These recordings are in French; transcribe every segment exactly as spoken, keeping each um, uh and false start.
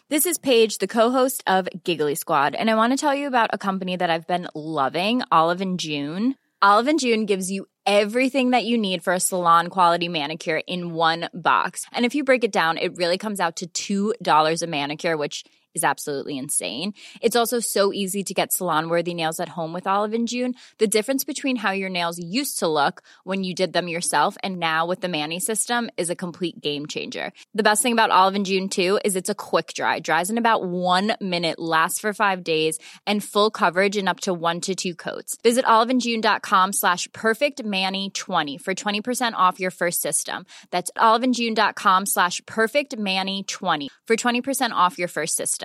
This is Paige, the co-host of Giggly Squad, and I want to tell you about a company that I've been loving, Olive and June. Olive and June gives you everything that you need for a salon-quality manicure in one box. And if you break it down, it really comes out to two dollars a manicure, which is absolutely insane. It's also so easy to get salon-worthy nails at home with Olive and June. The difference between how your nails used to look when you did them yourself and now with the Mani system is a complete game changer. The best thing about Olive and June, too, is it's a quick dry. Dries in about one minute, lasts for five days, and full coverage in up to one to two coats. Visit oliveandjune.com slash perfectmani20 for twenty percent off your first system. That's oliveandjune.com slash perfectmani20 for twenty percent off your first system.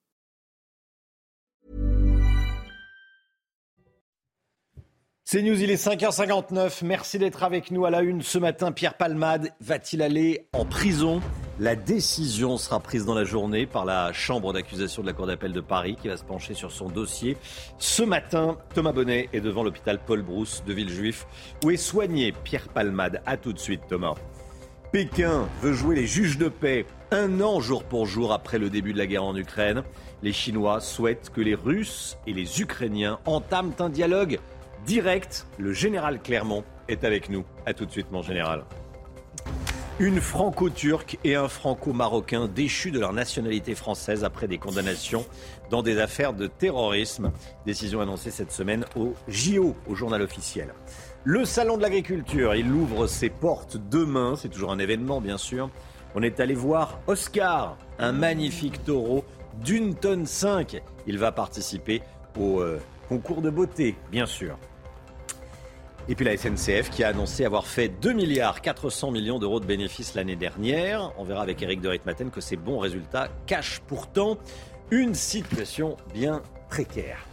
C'est News, il est cinq heures cinquante-neuf. Merci d'être avec nous à la une ce matin. Pierre Palmade va-t-il aller en prison ? La décision sera prise dans la journée par la chambre d'accusation de la Cour d'appel de Paris qui va se pencher sur son dossier. Ce matin, Thomas Bonnet est devant l'hôpital Paul Brousse de Villejuif où est soigné Pierre Palmade. A tout de suite, Thomas. Pékin veut jouer les juges de paix un an jour pour jour après le début de la guerre en Ukraine. Les Chinois souhaitent que les Russes et les Ukrainiens entament un dialogue direct. Le général Clermont est avec nous. A tout de suite, mon général. Une franco-turque et un franco-marocain déchus de leur nationalité française après des condamnations dans des affaires de terrorisme. Décision annoncée cette semaine au J O, au journal officiel. Le salon de l'agriculture, il ouvre ses portes demain. C'est toujours un événement, bien sûr. On est allé voir Oscar, un magnifique taureau d'une tonne cinq. Il va participer au euh, concours de beauté, bien sûr. Et puis la S N C F qui a annoncé avoir fait deux milliards quatre cents millions d'euros de bénéfices l'année dernière. On verra avec Éric de Ritmaten que ces bons résultats cachent pourtant une situation bien précaire.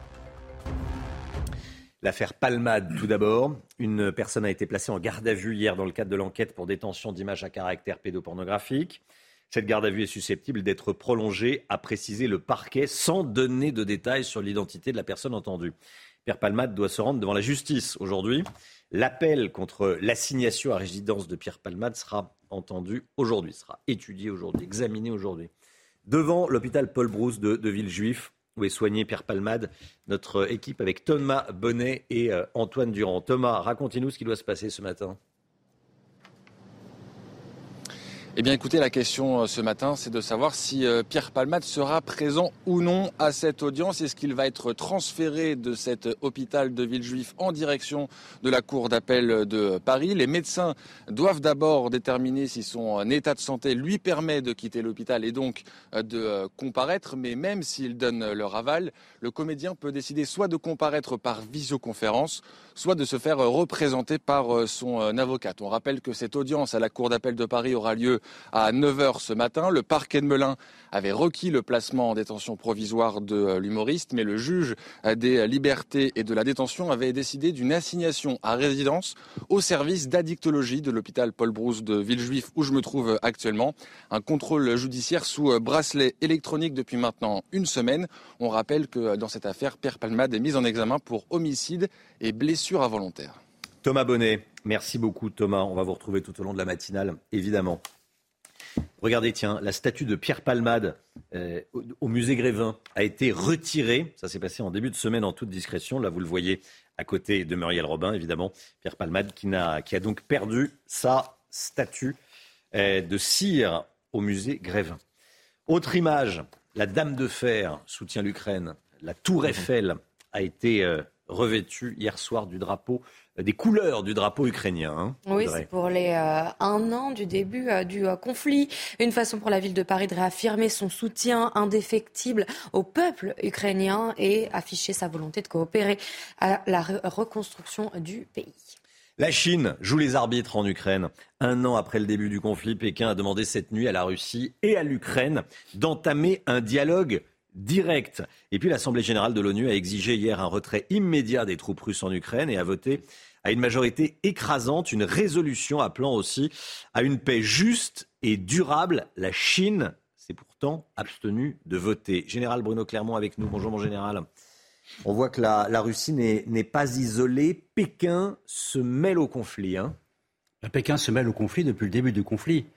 L'affaire Palmade, tout d'abord. Une personne a été placée en garde à vue hier dans le cadre de l'enquête pour détention d'images à caractère pédopornographique. Cette garde à vue est susceptible d'être prolongée, a précisé le parquet, sans donner de détails sur l'identité de la personne entendue. Pierre Palmade doit se rendre devant la justice aujourd'hui. L'appel contre l'assignation à résidence de Pierre Palmade sera entendu aujourd'hui, sera étudié aujourd'hui, examiné aujourd'hui. Devant l'hôpital Paul Brousse de, de Villejuif, où est soigné Pierre Palmade, notre équipe avec Thomas Bonnet et euh, Antoine Durand. Thomas, racontez-nous ce qui doit se passer ce matin. Eh bien écoutez, la question ce matin, c'est de savoir si euh, Pierre Palmade sera présent ou non à cette audience. Est-ce qu'il va être transféré de cet hôpital de Villejuif en direction de la cour d'appel de Paris ? Les médecins doivent d'abord déterminer si son état de santé lui permet de quitter l'hôpital et donc euh, de euh, comparaître. Mais même s'ils donnent leur aval, le comédien peut décider soit de comparaître par visioconférence, soit de se faire représenter par euh, son euh, avocate. On rappelle que cette audience à la cour d'appel de Paris aura lieu à neuf heures ce matin. Le parquet de Melun avait requis le placement en détention provisoire de l'humoriste, mais le juge des libertés et de la détention avait décidé d'une assignation à résidence au service d'addictologie de l'hôpital Paul Brousse de Villejuif, où je me trouve actuellement. Un contrôle judiciaire sous bracelet électronique depuis maintenant une semaine. On rappelle que dans cette affaire, Pierre Palmade est mis en examen pour homicide et blessure involontaire. Thomas Bonnet, merci beaucoup Thomas. On va vous retrouver tout au long de la matinale, évidemment. Regardez, tiens, la statue de Pierre Palmade euh, au, au musée Grévin a été retirée. Ça s'est passé en début de semaine en toute discrétion. Là, vous le voyez à côté de Muriel Robin, évidemment. Pierre Palmade qui, n'a, qui a donc perdu sa statue euh, de cire au musée Grévin. Autre image, la Dame de Fer soutient l'Ukraine. La Tour Eiffel a été euh, revêtue hier soir du drapeau des couleurs du drapeau ukrainien. Hein, oui, c'est pour les euh, un an du début euh, du euh, conflit. Une façon pour la ville de Paris de réaffirmer son soutien indéfectible au peuple ukrainien et afficher sa volonté de coopérer à la re- reconstruction du pays. La Chine joue les arbitres en Ukraine. Un an après le début du conflit, Pékin a demandé cette nuit à la Russie et à l'Ukraine d'entamer un dialogue direct. Et puis l'Assemblée générale de l'ONU a exigé hier un retrait immédiat des troupes russes en Ukraine et a voté à une majorité écrasante une résolution appelant aussi à une paix juste et durable. La Chine s'est pourtant abstenue de voter. Général Bruno Clermont avec nous. Bonjour mon général. On voit que la, la Russie n'est, n'est pas isolée. Pékin se mêle au conflit. Hein. Pékin se mêle au conflit depuis le début du conflit.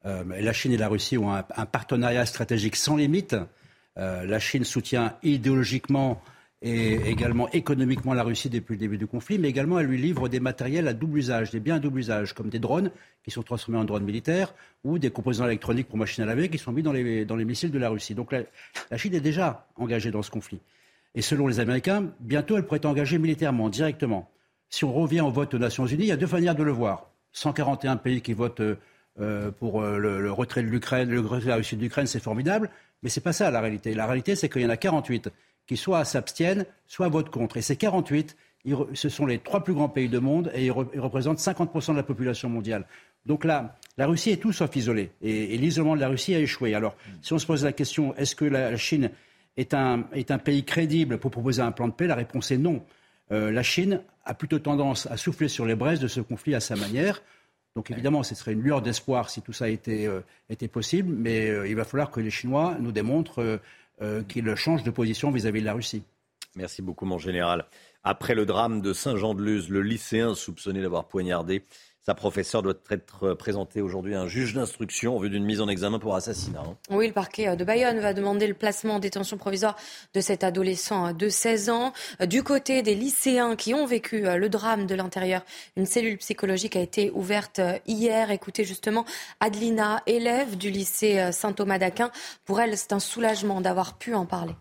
Euh, la Chine et la Russie ont un, un partenariat stratégique sans limite. Euh, la Chine soutient idéologiquement et également économiquement la Russie depuis le début du conflit, mais également elle lui livre des matériels à double usage, des biens à double usage, comme des drones qui sont transformés en drones militaires ou des composants électroniques pour machines à laver qui sont mis dans les, dans les missiles de la Russie. Donc la, la Chine est déjà engagée dans ce conflit. Et selon les Américains, bientôt elle pourrait être engagée militairement, directement. Si on revient au vote aux Nations Unies, il y a deux manières de le voir. cent quarante et un pays qui votent euh, pour euh, le, le retrait de l'Ukraine, le retrait de la Russie de l'Ukraine, c'est formidable, mais c'est pas ça la réalité. La réalité, c'est qu'il y en a quarante-huit qui soit s'abstiennent, soit votent contre. Et ces quarante-huit, ils, ce sont les trois plus grands pays du monde et ils, re, ils représentent cinquante pour cent de la population mondiale. Donc là, la Russie est tout sauf isolée. Et, et l'isolement de la Russie a échoué. Alors, si on se pose la question, est-ce que la, la Chine est un, est un pays crédible pour proposer un plan de paix ? La réponse est non. Euh, la Chine a plutôt tendance à souffler sur les braises de ce conflit à sa manière. Donc évidemment, ce serait une lueur d'espoir si tout ça était, euh, était possible. Mais euh, il va falloir que les Chinois nous démontrent... Euh, Euh, qu'il change de position vis-à-vis de la Russie. Merci beaucoup, mon général. Après le drame de Saint-Jean-de-Luz, le lycéen soupçonné d'avoir poignardé sa professeure doit être présenté aujourd'hui à un juge d'instruction en vue d'une mise en examen pour assassinat. Hein. Oui, le parquet de Bayonne va demander le placement en détention provisoire de cet adolescent de seize ans. Du côté des lycéens qui ont vécu le drame de l'intérieur, une cellule psychologique a été ouverte hier. Écoutez justement Adelina, élève du lycée Saint-Thomas d'Aquin. Pour elle, c'est un soulagement d'avoir pu en parler.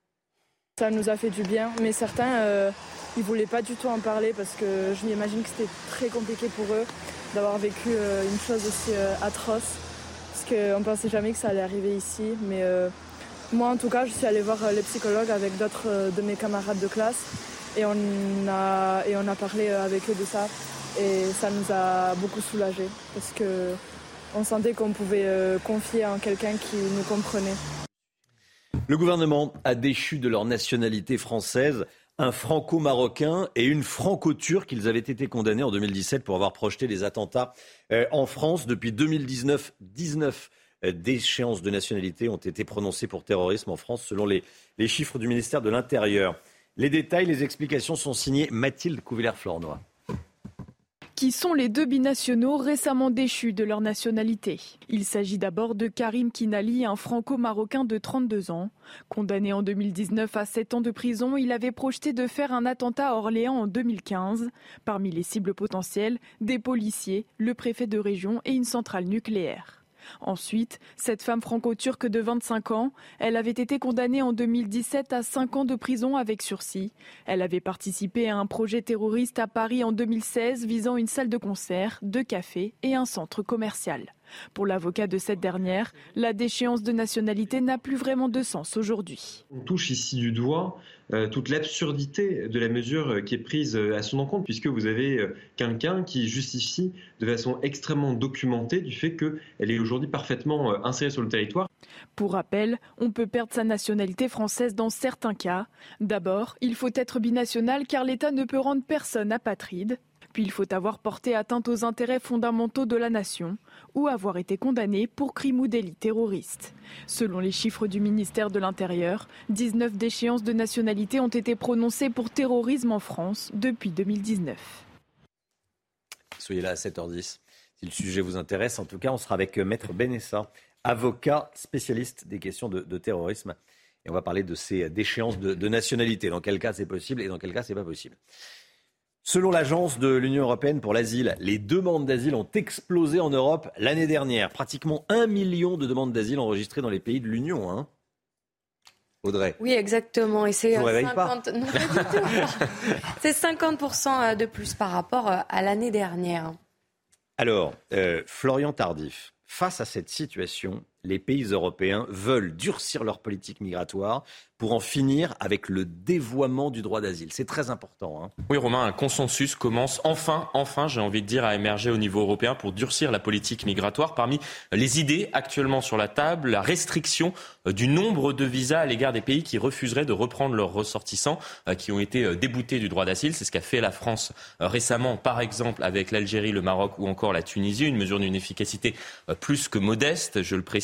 Ça nous a fait du bien, mais certains, euh, ils ne voulaient pas du tout en parler parce que je m'imagine que c'était très compliqué pour eux d'avoir vécu euh, une chose aussi euh, atroce. Parce qu'on ne pensait jamais que ça allait arriver ici. Mais euh, moi, en tout cas, je suis allée voir euh, les psychologues avec d'autres euh, de mes camarades de classe et on a, et on a parlé euh, avec eux de ça. Et ça nous a beaucoup soulagés parce qu'on sentait qu'on pouvait euh, confier en quelqu'un qui nous comprenait. Le gouvernement a déchu de leur nationalité française un franco-marocain et une franco-turque. Ils avaient été condamnés en deux mille dix-sept pour avoir projeté des attentats en France. Depuis deux mille dix-neuf, dix-neuf d'échéances de nationalité ont été prononcées pour terrorisme en France, selon les, les chiffres du ministère de l'Intérieur. Les détails, les explications sont signées Mathilde Couvillère-Flornoy. Qui sont les deux binationaux récemment déchus de leur nationalité. Il s'agit d'abord de Karim Kinali, un franco-marocain de trente-deux ans. Condamné en deux mille dix-neuf à sept ans de prison, il avait projeté de faire un attentat à Orléans en deux mille quinze. Parmi les cibles potentielles, des policiers, le préfet de région et une centrale nucléaire. Ensuite, cette femme franco-turque de vingt-cinq ans, elle avait été condamnée en deux mille dix-sept à cinq ans de prison avec sursis. Elle avait participé à un projet terroriste à Paris en deux mille seize visant une salle de concert, deux cafés et un centre commercial. Pour l'avocat de cette dernière, la déchéance de nationalité n'a plus vraiment de sens aujourd'hui. On touche ici du doigt euh, toute l'absurdité de la mesure qui est prise à son encontre, puisque vous avez euh, quelqu'un qui justifie de façon extrêmement documentée du fait qu'elle est aujourd'hui parfaitement euh, insérée sur le territoire. Pour rappel, on peut perdre sa nationalité française dans certains cas. D'abord, il faut être binational car l'État ne peut rendre personne apatride. Puis il faut avoir porté atteinte aux intérêts fondamentaux de la nation ou avoir été condamné pour crime ou délit terroriste. Selon les chiffres du ministère de l'Intérieur, dix-neuf déchéances de nationalité ont été prononcées pour terrorisme en France depuis deux mille dix-neuf. Soyez là à sept heures dix. Si le sujet vous intéresse, en tout cas, on sera avec Maître Benessa, avocat spécialiste des questions de, de terrorisme. Et on va parler de ces déchéances de, de nationalité. Dans quel cas c'est possible et dans quel cas c'est pas possible. Selon l'agence de l'Union européenne pour l'asile, les demandes d'asile ont explosé en Europe l'année dernière. Pratiquement un million de demandes d'asile enregistrées dans les pays de l'Union. Hein. Audrey. Oui, exactement. Et c'est, vous réveille cinquante... pas. Non, pas du tout. C'est cinquante pour cent de plus par rapport à l'année dernière. Alors, euh, Florian Tardif, face à cette situation, les pays européens veulent durcir leur politique migratoire pour en finir avec le dévoiement du droit d'asile. C'est très important. Hein. Oui, Romain, un consensus commence enfin, enfin, j'ai envie de dire, à émerger au niveau européen pour durcir la politique migratoire. Parmi les idées actuellement sur la table, la restriction du nombre de visas à l'égard des pays qui refuseraient de reprendre leurs ressortissants qui ont été déboutés du droit d'asile. C'est ce qu'a fait la France récemment, par exemple, avec l'Algérie, le Maroc ou encore la Tunisie. Une mesure d'une efficacité plus que modeste, je le précise.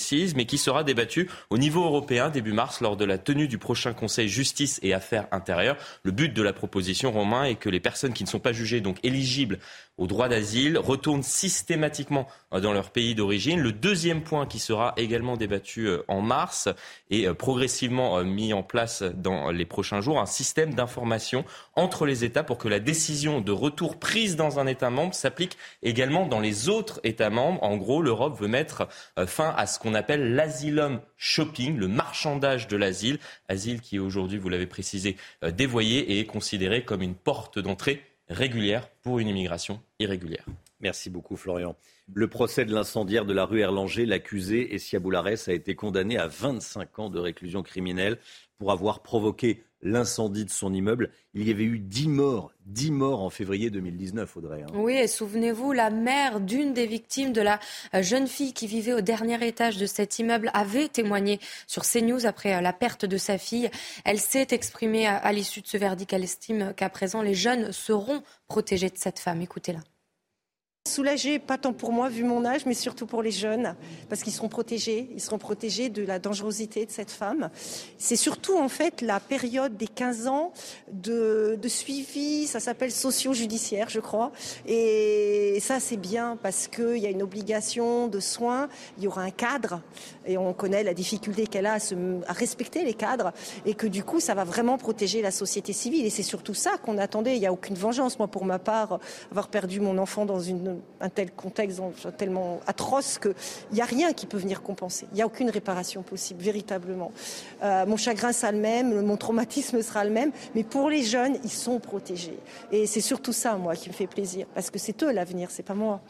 précise, mais qui sera débattue au niveau européen début mars lors de la tenue du prochain Conseil Justice et Affaires intérieures. Le but de la proposition, Romain, est que les personnes qui ne sont pas jugées donc éligibles au droit d'asile retournent systématiquement dans leur pays d'origine. Le deuxième point qui sera également débattu en mars et progressivement mis en place dans les prochains jours, un système d'information entre les États pour que la décision de retour prise dans un État membre s'applique également dans les autres États membres. En gros, l'Europe veut mettre fin à ce qu'on appelle l'asylum shopping, le marchandage de l'asile. Asile qui est aujourd'hui, vous l'avez précisé, dévoyé et est considéré comme une porte d'entrée régulière pour une immigration irrégulière. Merci beaucoup Florian. Le procès de l'incendiaire de la rue Erlanger, l'accusé Essia Boularès a été condamné à vingt-cinq ans de réclusion criminelle pour avoir provoqué l'incendie de son immeuble. Il y avait eu dix morts, dix morts en février deux mille dix-neuf, Audrey. Hein. Oui, et souvenez-vous, la mère d'une des victimes de la jeune fille qui vivait au dernier étage de cet immeuble avait témoigné sur CNews après la perte de sa fille. Elle s'est exprimée à l'issue de ce verdict. Elle estime qu'à présent, les jeunes seront protégés de cette femme. Écoutez-la. Soulagée, pas tant pour moi vu mon âge, mais surtout pour les jeunes, parce qu'ils seront protégés, ils seront protégés de la dangerosité de cette femme. C'est surtout en fait la période des quinze ans de, de suivi, ça s'appelle socio-judiciaire je crois, et ça c'est bien parce qu'il y a une obligation de soins, il y aura un cadre, et on connaît la difficulté qu'elle a à, se, à respecter les cadres, et que du coup ça va vraiment protéger la société civile, et c'est surtout ça qu'on attendait. Il n'y a aucune vengeance, moi pour ma part, avoir perdu mon enfant dans une un tel contexte tellement atroce qu'il n'y a rien qui peut venir compenser. Il n'y a aucune réparation possible, véritablement. Euh, mon chagrin sera le même, mon traumatisme sera le même, mais pour les jeunes, ils sont protégés. Et c'est surtout ça, moi, qui me fait plaisir, parce que c'est eux l'avenir, c'est pas moi.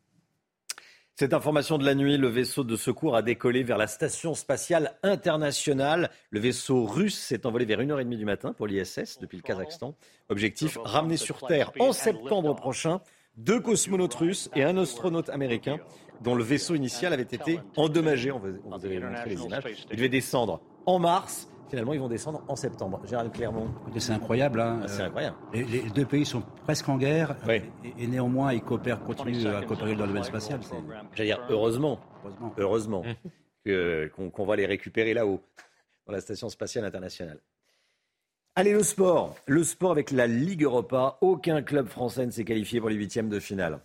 Cette information de la nuit, le vaisseau de secours a décollé vers la Station spatiale internationale. Le vaisseau russe s'est envolé vers une heure trente du matin pour l'I S S depuis le Kazakhstan. Objectif, ramener sur Terre en septembre prochain deux cosmonautes russes et un astronaute américain dont le vaisseau initial avait été endommagé. On vous avait montré les images. Il devait descendre en mars. Finalement, ils vont descendre en septembre. Gérald Clermont. C'est incroyable. Hein. Ah, c'est incroyable. Les, les deux pays sont presque en guerre. Oui. Et, et néanmoins, ils coopèrent, continuent à coopérer dans le domaine spatial. C'est... J'allais dire heureusement. Heureusement. Heureusement mmh. que, qu'on, qu'on va les récupérer là-haut, dans la Station spatiale internationale. Allez, le sport. Le sport avec la Ligue Europa. Aucun club français ne s'est qualifié pour les huitièmes de finale.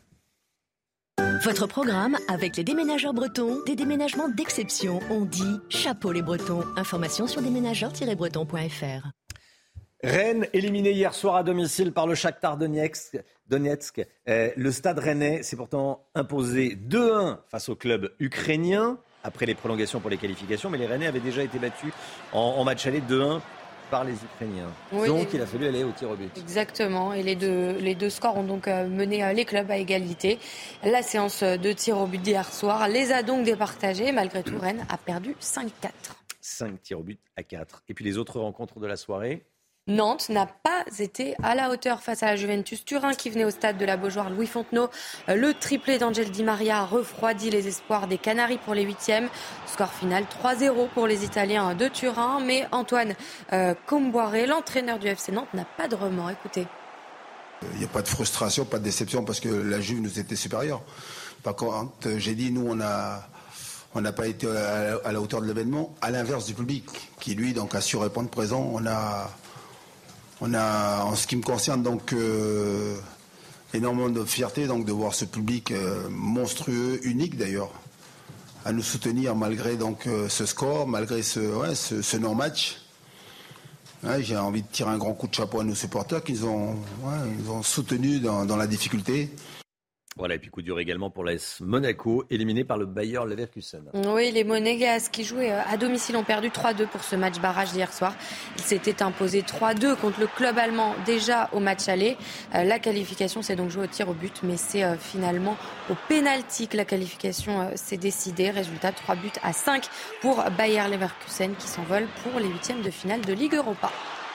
Votre programme avec les déménageurs bretons, des déménagements d'exception. On dit chapeau les bretons. Information sur déménageurs tiret breton point f r. Rennes éliminé hier soir à domicile par le Shakhtar Donetsk. Donetsk. Euh, le Stade Rennais s'est pourtant imposé deux un face au club ukrainien après les prolongations pour les qualifications. Mais les Rennais avaient déjà été battus en, en match aller deux un par les Ukrainiens. Oui, donc il a fallu aller au tir au but. Exactement. Et les deux, les deux scores ont donc mené les clubs à égalité. La séance de tir au but d'hier soir les a donc départagés. Malgré tout, Rennes a perdu cinq quatre. cinq tirs au but à quatre. Et puis les autres rencontres de la soirée. Nantes n'a pas été à la hauteur face à la Juventus Turin qui venait au stade de la Beaujoire Louis Fontenot. Le triplé d'Angel Di Maria a refroidi les espoirs des Canaries pour les huitièmes. Score final trois zéro pour les Italiens de Turin. Mais Antoine euh, Comboiré, l'entraîneur du F C Nantes, n'a pas de remords. Écoutez. Il n'y a pas de frustration, pas de déception parce que la Juve nous était supérieure. Par contre, j'ai dit, nous on a... On n'a pas été à la hauteur de l'événement, à l'inverse du public, qui lui donc a su répondre présent. On a, on a, en ce qui me concerne, donc euh, énormément de fierté donc de voir ce public euh, monstrueux, unique d'ailleurs, à nous soutenir malgré donc euh, ce score, malgré ce, ouais, ce, ce non-match. Ouais, j'ai envie de tirer un grand coup de chapeau à nos supporters qui nous ont, ouais, ils nous ont soutenus dans, dans la difficulté. Voilà, et puis coup dur également pour l'A S Monaco, éliminé par le Bayer Leverkusen. Oui, les Monégasques qui jouaient à domicile ont perdu trois deux pour ce match barrage d'hier soir. Ils s'étaient imposés trois deux contre le club allemand déjà au match aller. La qualification s'est donc jouée au tir au but, mais c'est finalement au pénalty que la qualification s'est décidée. Résultat, trois buts à cinq pour Bayer Leverkusen qui s'envole pour les huitièmes de finale de Ligue Europa.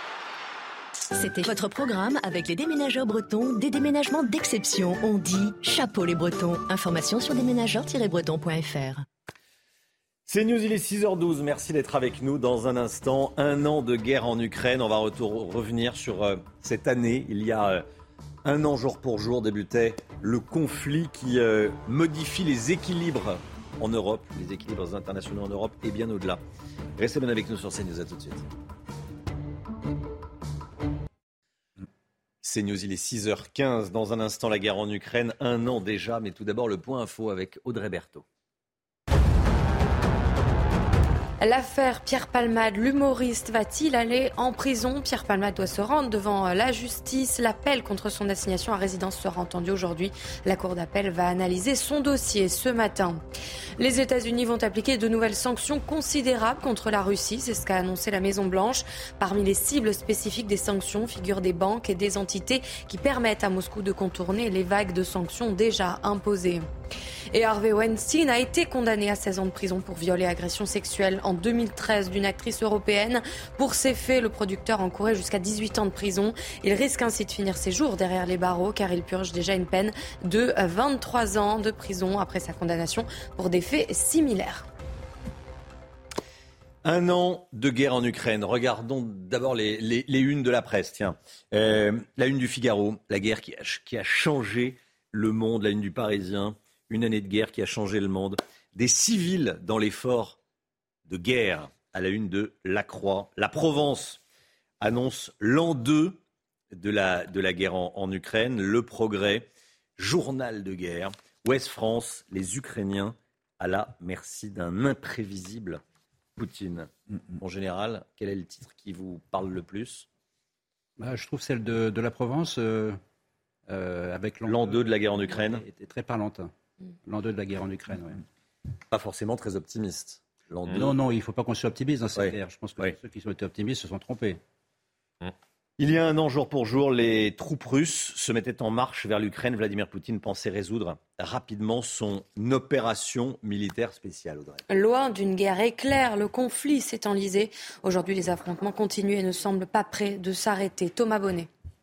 C'était votre programme avec les déménageurs bretons, des déménagements d'exception. On dit chapeau les bretons. Information sur déménageurs tiret breton point f r. C'est News, il est six heures douze. Merci d'être avec nous. Dans un instant, un an de guerre en Ukraine. On va retour, revenir sur euh, cette année. Il y a euh, un an, jour pour jour, débutait le conflit qui euh, modifie les équilibres en Europe, les équilibres internationaux en Europe et bien au-delà. Restez bien avec nous sur CNews, à tout de suite. CNews, il est six heures quinze. Dans un instant, la guerre en Ukraine, un an déjà. Mais tout d'abord, le point info avec Audrey Berthaud. L'affaire Pierre Palmade, l'humoriste, va-t-il aller en prison ? Pierre Palmade doit se rendre devant la justice. L'appel contre son assignation à résidence sera entendu aujourd'hui. La cour d'appel va analyser son dossier ce matin. Les États-Unis vont appliquer de nouvelles sanctions considérables contre la Russie. C'est ce qu'a annoncé la Maison-Blanche. Parmi les cibles spécifiques des sanctions figurent des banques et des entités qui permettent à Moscou de contourner les vagues de sanctions déjà imposées. Et Harvey Weinstein a été condamné à seize ans de prison pour viol et agression sexuelle en deux mille treize d'une actrice européenne. Pour ces faits, le producteur encourait jusqu'à dix-huit ans de prison. Il risque ainsi de finir ses jours derrière les barreaux car il purge déjà une peine de vingt-trois ans de prison après sa condamnation pour des faits similaires. Un an de guerre en Ukraine. Regardons d'abord les, les, les unes de la presse. Tiens, euh, la une du Figaro, la guerre qui a, qui a changé le monde. La une du Parisien, une année de guerre qui a changé le monde. Des civils dans les forts de guerre, à la une de La Croix. La Provence annonce l'an deux de la, de la guerre en, en Ukraine. Le Progrès, journal de guerre. Ouest France, les Ukrainiens à la merci d'un imprévisible Poutine. En général, quel est le titre qui vous parle le plus ? Bah, je trouve celle de, de La Provence, euh, euh, avec l'an, l'an deux de la guerre en Ukraine. Était très parlante. L'an deux de la guerre en Ukraine, oui. Pas forcément très optimiste. L'an deux. Non, non, il ne faut pas qu'on soit optimiste dans cette ouais. guerre. Je pense que ouais. ceux qui ont été optimistes se sont trompés. Il y a un an, jour pour jour, les troupes russes se mettaient en marche vers l'Ukraine. Vladimir Poutine pensait résoudre rapidement son opération militaire spéciale. Audrey. Loin d'une guerre éclair, le conflit s'est enlisé. Aujourd'hui, les affrontements continuent et ne semblent pas prêts de s'arrêter. Thomas Bonnet.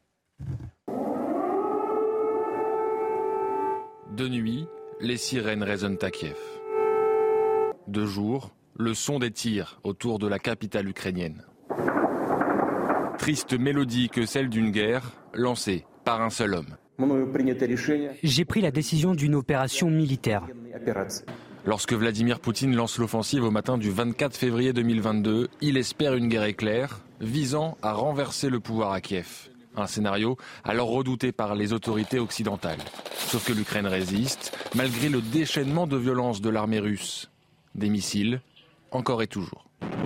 De nuit, les sirènes résonnent à Kiev. De jour, le son des tirs autour de la capitale ukrainienne. Triste mélodie que celle d'une guerre lancée par un seul homme. J'ai pris la décision d'une opération militaire. Lorsque Vladimir Poutine lance l'offensive au matin du vingt-quatre février deux mille vingt-deux, il espère une guerre éclair visant à renverser le pouvoir à Kiev. Un scénario alors redouté par les autorités occidentales. Sauf que l'Ukraine résiste, malgré le déchaînement de violence de l'armée russe. Des missiles, encore et toujours.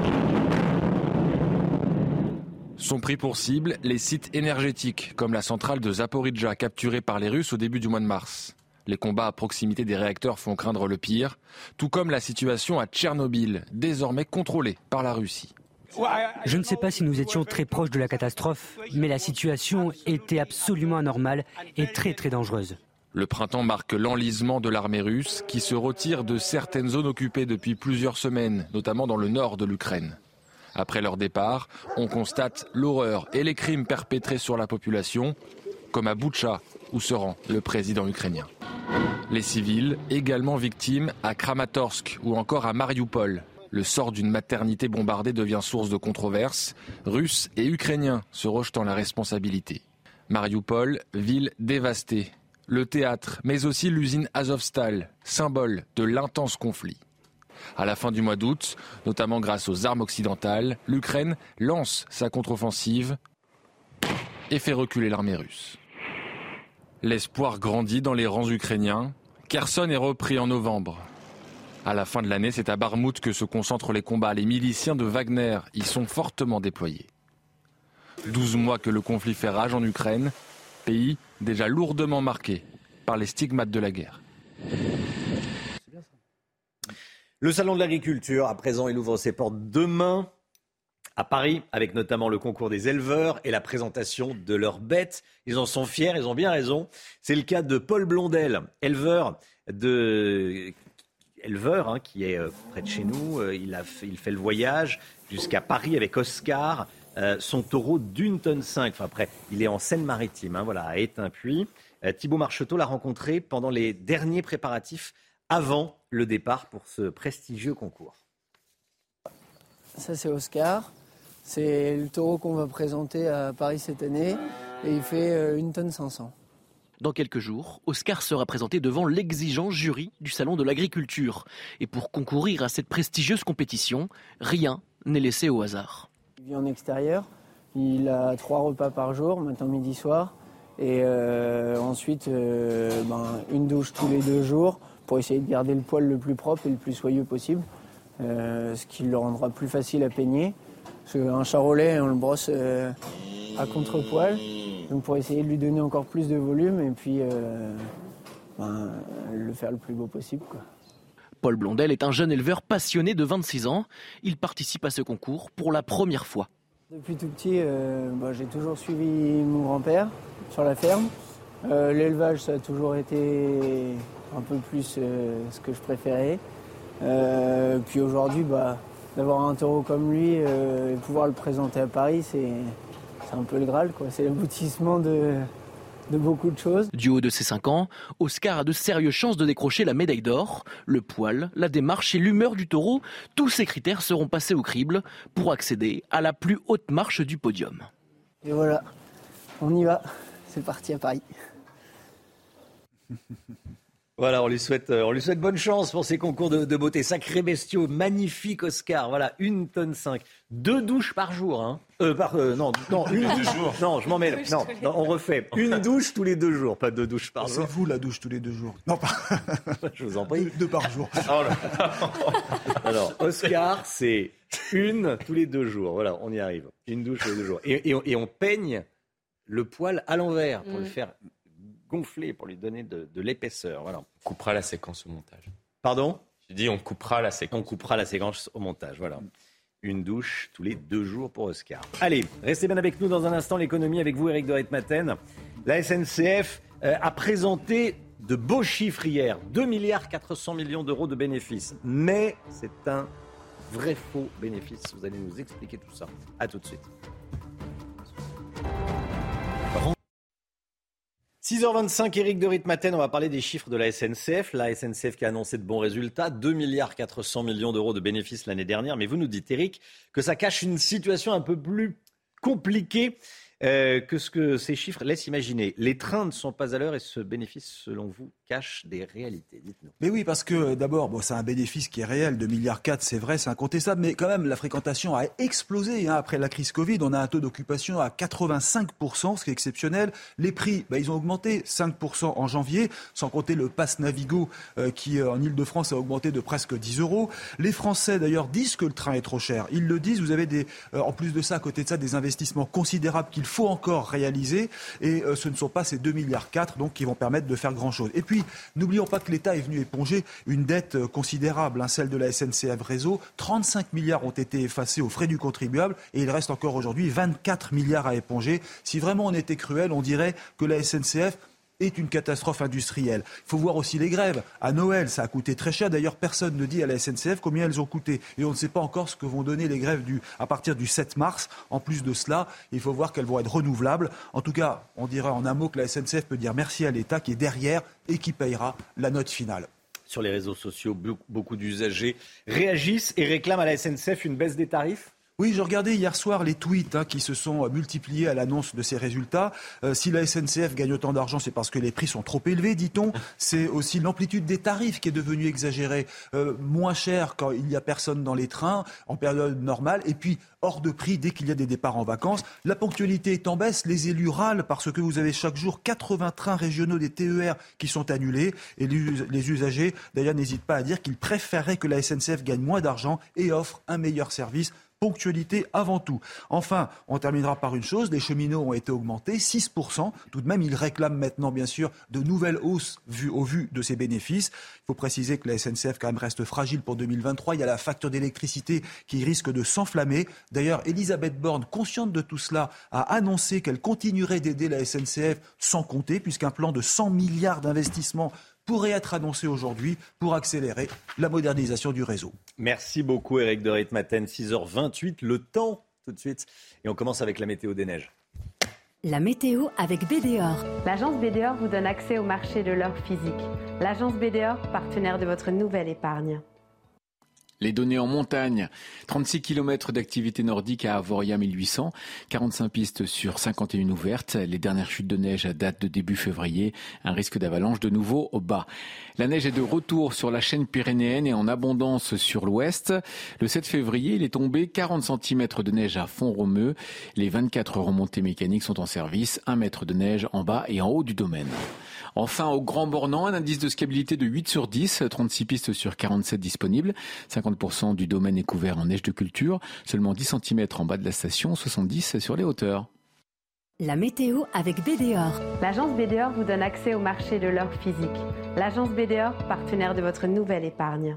Sont pris pour cible les sites énergétiques, comme la centrale de Zaporijjia, capturée par les Russes au début du mois de mars. Les combats à proximité des réacteurs font craindre le pire, tout comme la situation à Tchernobyl, désormais contrôlée par la Russie. Je ne sais pas si nous étions très proches de la catastrophe, mais la situation était absolument anormale et très très dangereuse. Le printemps marque l'enlisement de l'armée russe qui se retire de certaines zones occupées depuis plusieurs semaines, notamment dans le nord de l'Ukraine. Après leur départ, on constate l'horreur et les crimes perpétrés sur la population, comme à Boutcha, où se rend le président ukrainien. Les civils, également victimes à Kramatorsk ou encore à Mariupol. Le sort d'une maternité bombardée devient source de controverses, Russes et Ukrainiens se rejetant la responsabilité. Mariupol, ville dévastée. Le théâtre, mais aussi l'usine Azovstal, symbole de l'intense conflit. À la fin du mois d'août, notamment grâce aux armes occidentales, l'Ukraine lance sa contre-offensive et fait reculer l'armée russe. L'espoir grandit dans les rangs ukrainiens. Kherson est repris en novembre. À la fin de l'année, c'est à Barmout que se concentrent les combats. Les miliciens de Wagner y sont fortement déployés. douze mois que le conflit fait rage en Ukraine, pays déjà lourdement marqué par les stigmates de la guerre. Le salon de l'agriculture, à présent, il ouvre ses portes demain à Paris, avec notamment le concours des éleveurs et la présentation de leurs bêtes. Ils en sont fiers, ils ont bien raison. C'est le cas de Paul Blondel, éleveur, de... éleveur hein, qui est près de chez nous. Il, a fait, il fait le voyage jusqu'à Paris avec Oscar, euh, son taureau d'une tonne cinq. Enfin, après, il est en Seine-Maritime, hein, voilà, à Étain-Puy. Euh, Thibaut Marcheteau l'a rencontré pendant les derniers préparatifs avant le départ pour ce prestigieux concours. Ça, c'est Oscar. C'est le taureau qu'on va présenter à Paris cette année. Et il fait une tonne cinq cents. Dans quelques jours, Oscar sera présenté devant l'exigeant jury du Salon de l'Agriculture. Et pour concourir à cette prestigieuse compétition, rien n'est laissé au hasard. Il vit en extérieur, il a trois repas par jour, matin, midi, soir. Et euh, ensuite, euh, ben, une douche tous les deux jours pour essayer de garder le poil le plus propre et le plus soyeux possible. Euh, ce qui le rendra plus facile à peigner. Parce qu'un charolais, on le brosse euh, à contre-poil. Donc pour essayer de lui donner encore plus de volume et puis euh, ben, le faire le plus beau possible, quoi. Paul Blondel est un jeune éleveur passionné de vingt-six ans. Il participe à ce concours pour la première fois. Depuis tout petit, euh, bah, j'ai toujours suivi mon grand-père sur la ferme. Euh, l'élevage, ça a toujours été un peu plus euh, ce que je préférais. Euh, puis aujourd'hui, bah, d'avoir un taureau comme lui euh, et pouvoir le présenter à Paris, c'est, c'est un peu le Graal, quoi. C'est l'aboutissement de, de beaucoup de choses. Du haut de ses cinq ans, Oscar a de sérieuses chances de décrocher la médaille d'or. Le poil, la démarche et l'humeur du taureau, tous ces critères seront passés au crible pour accéder à la plus haute marche du podium. Et voilà, on y va. C'est parti à Paris. Voilà, on lui souhaite, on lui souhaite bonne chance pour ces concours de, de beauté. Sacré bestiaux, magnifique Oscar. Voilà, une tonne cinq. Deux douches par jour, hein. Euh, par, euh, non, non, une douche. Non, je m'en mêle. Non, non, on refait. Une douche tous les deux jours, pas deux douches par jour. C'est vous la douche tous les deux jours. Non, pas. Je vous en prie. Deux, deux par jour. Oh là. Alors, Oscar, c'est une tous les deux jours. Voilà, on y arrive. Une douche tous les deux jours. Et, et, on, et on peigne le poil à l'envers pour mmh. le faire gonfler, pour lui donner de, de l'épaisseur. Voilà. On coupera la séquence au montage. Pardon ? J'ai dit on coupera la séquence. On coupera la séquence au montage, voilà. Une douche tous les deux jours pour Oscar. Allez, restez bien avec nous dans un instant, l'économie avec vous, Éric de Ritmaten. La S N C F euh, a présenté de beaux chiffres hier, deux milliards quatre cents millions d'euros de bénéfices. Mais c'est un vrai faux bénéfice. Vous allez nous expliquer tout ça. À tout de suite. six heures vingt-cinq, Éric de Ritmaten, on va parler des chiffres de la S N C F. La S N C F qui a annoncé de bons résultats, deux milliards quatre cents millions d'euros de bénéfices l'année dernière. Mais vous nous dites, Éric, que ça cache une situation un peu plus compliquée euh, que ce que ces chiffres laissent imaginer. Les trains ne sont pas à l'heure et ce bénéfice, selon vous, cache des réalités. Dites-nous. Mais oui, parce que d'abord, bon, c'est un bénéfice qui est réel, deux virgule quatre milliards, c'est vrai, c'est incontestable, mais quand même, la fréquentation a explosé hein, après la crise Covid. On a un taux d'occupation à quatre-vingt-cinq pour cent, ce qui est exceptionnel. Les prix, bah, ils ont augmenté cinq pour cent en janvier, sans compter le pass Navigo euh, qui, euh, en Ile-de-France, a augmenté de presque dix euros. Les Français, d'ailleurs, disent que le train est trop cher. Ils le disent, vous avez des, euh, en plus de ça, à côté de ça, des investissements considérables qu'il faut encore réaliser, et euh, ce ne sont pas ces deux virgule quatre milliards donc, qui vont permettre de faire grand-chose. Et puis, n'oublions pas que l'État est venu éponger une dette considérable, hein, celle de la S N C F Réseau. trente-cinq milliards ont été effacés aux frais du contribuable et il reste encore aujourd'hui vingt-quatre milliards à éponger. Si vraiment on était cruel, on dirait que la S N C F est une catastrophe industrielle. Il faut voir aussi les grèves. À Noël, ça a coûté très cher. D'ailleurs, personne ne dit à la S N C F combien elles ont coûté. Et on ne sait pas encore ce que vont donner les grèves du, à partir du sept mars. En plus de cela, il faut voir qu'elles vont être renouvelables. En tout cas, on dira en un mot que la S N C F peut dire merci à l'État qui est derrière et qui payera la note finale. Sur les réseaux sociaux, beaucoup d'usagers réagissent et réclament à la S N C F une baisse des tarifs. Oui, je regardais hier soir les tweets hein, qui se sont multipliés à l'annonce de ces résultats. Euh, si la S N C F gagne autant d'argent, c'est parce que les prix sont trop élevés, dit-on. C'est aussi l'amplitude des tarifs qui est devenue exagérée. Euh, moins cher quand il n'y a personne dans les trains, en période normale, et puis hors de prix dès qu'il y a des départs en vacances. La ponctualité est en baisse, les élus râlent parce que vous avez chaque jour quatre-vingts trains régionaux des T E R qui sont annulés. Et les usagers, d'ailleurs, n'hésitent pas à dire qu'ils préféreraient que la S N C F gagne moins d'argent et offre un meilleur service. Ponctualité avant tout. Enfin, on terminera par une chose, les cheminots ont été augmentés, six pour cent. Tout de même, ils réclament maintenant, bien sûr, de nouvelles hausses vues, au vu de ces bénéfices. Il faut préciser que la S N C F quand même reste fragile pour deux mille vingt-trois. Il y a la facture d'électricité qui risque de s'enflammer. D'ailleurs, Elisabeth Borne, consciente de tout cela, a annoncé qu'elle continuerait d'aider la S N C F sans compter, puisqu'un plan de cent milliards d'investissements pourrait être annoncé aujourd'hui pour accélérer la modernisation du réseau. Merci beaucoup Éric de Ritmaten, six heures vingt-huit, le temps tout de suite. Et on commence avec la météo des neiges. La météo avec B D O R. L'agence B D O R vous donne accès au marché de l'or physique. L'agence B D O R, partenaire de votre nouvelle épargne. Les données en montagne, trente-six kilomètres d'activité nordique à Avoria mille huit cents, quarante-cinq pistes sur cinquante et une ouvertes. Les dernières chutes de neige datent de début février, un risque d'avalanche de nouveau au bas. La neige est de retour sur la chaîne pyrénéenne et en abondance sur l'ouest. Le sept février, il est tombé quarante centimètres de neige à Font-Romeu. Les vingt-quatre remontées mécaniques sont en service, un mètre de neige en bas et en haut du domaine. Enfin, au Grand Bornand, un indice de scalabilité de huit sur dix, trente-six pistes sur quarante-sept disponibles. cinquante pour cent du domaine est couvert en neige de culture, seulement dix centimètres en bas de la station, soixante-dix sur les hauteurs. La météo avec B D O R. L'agence B D O R vous donne accès au marché de l'or physique. L'agence B D O R, partenaire de votre nouvelle épargne.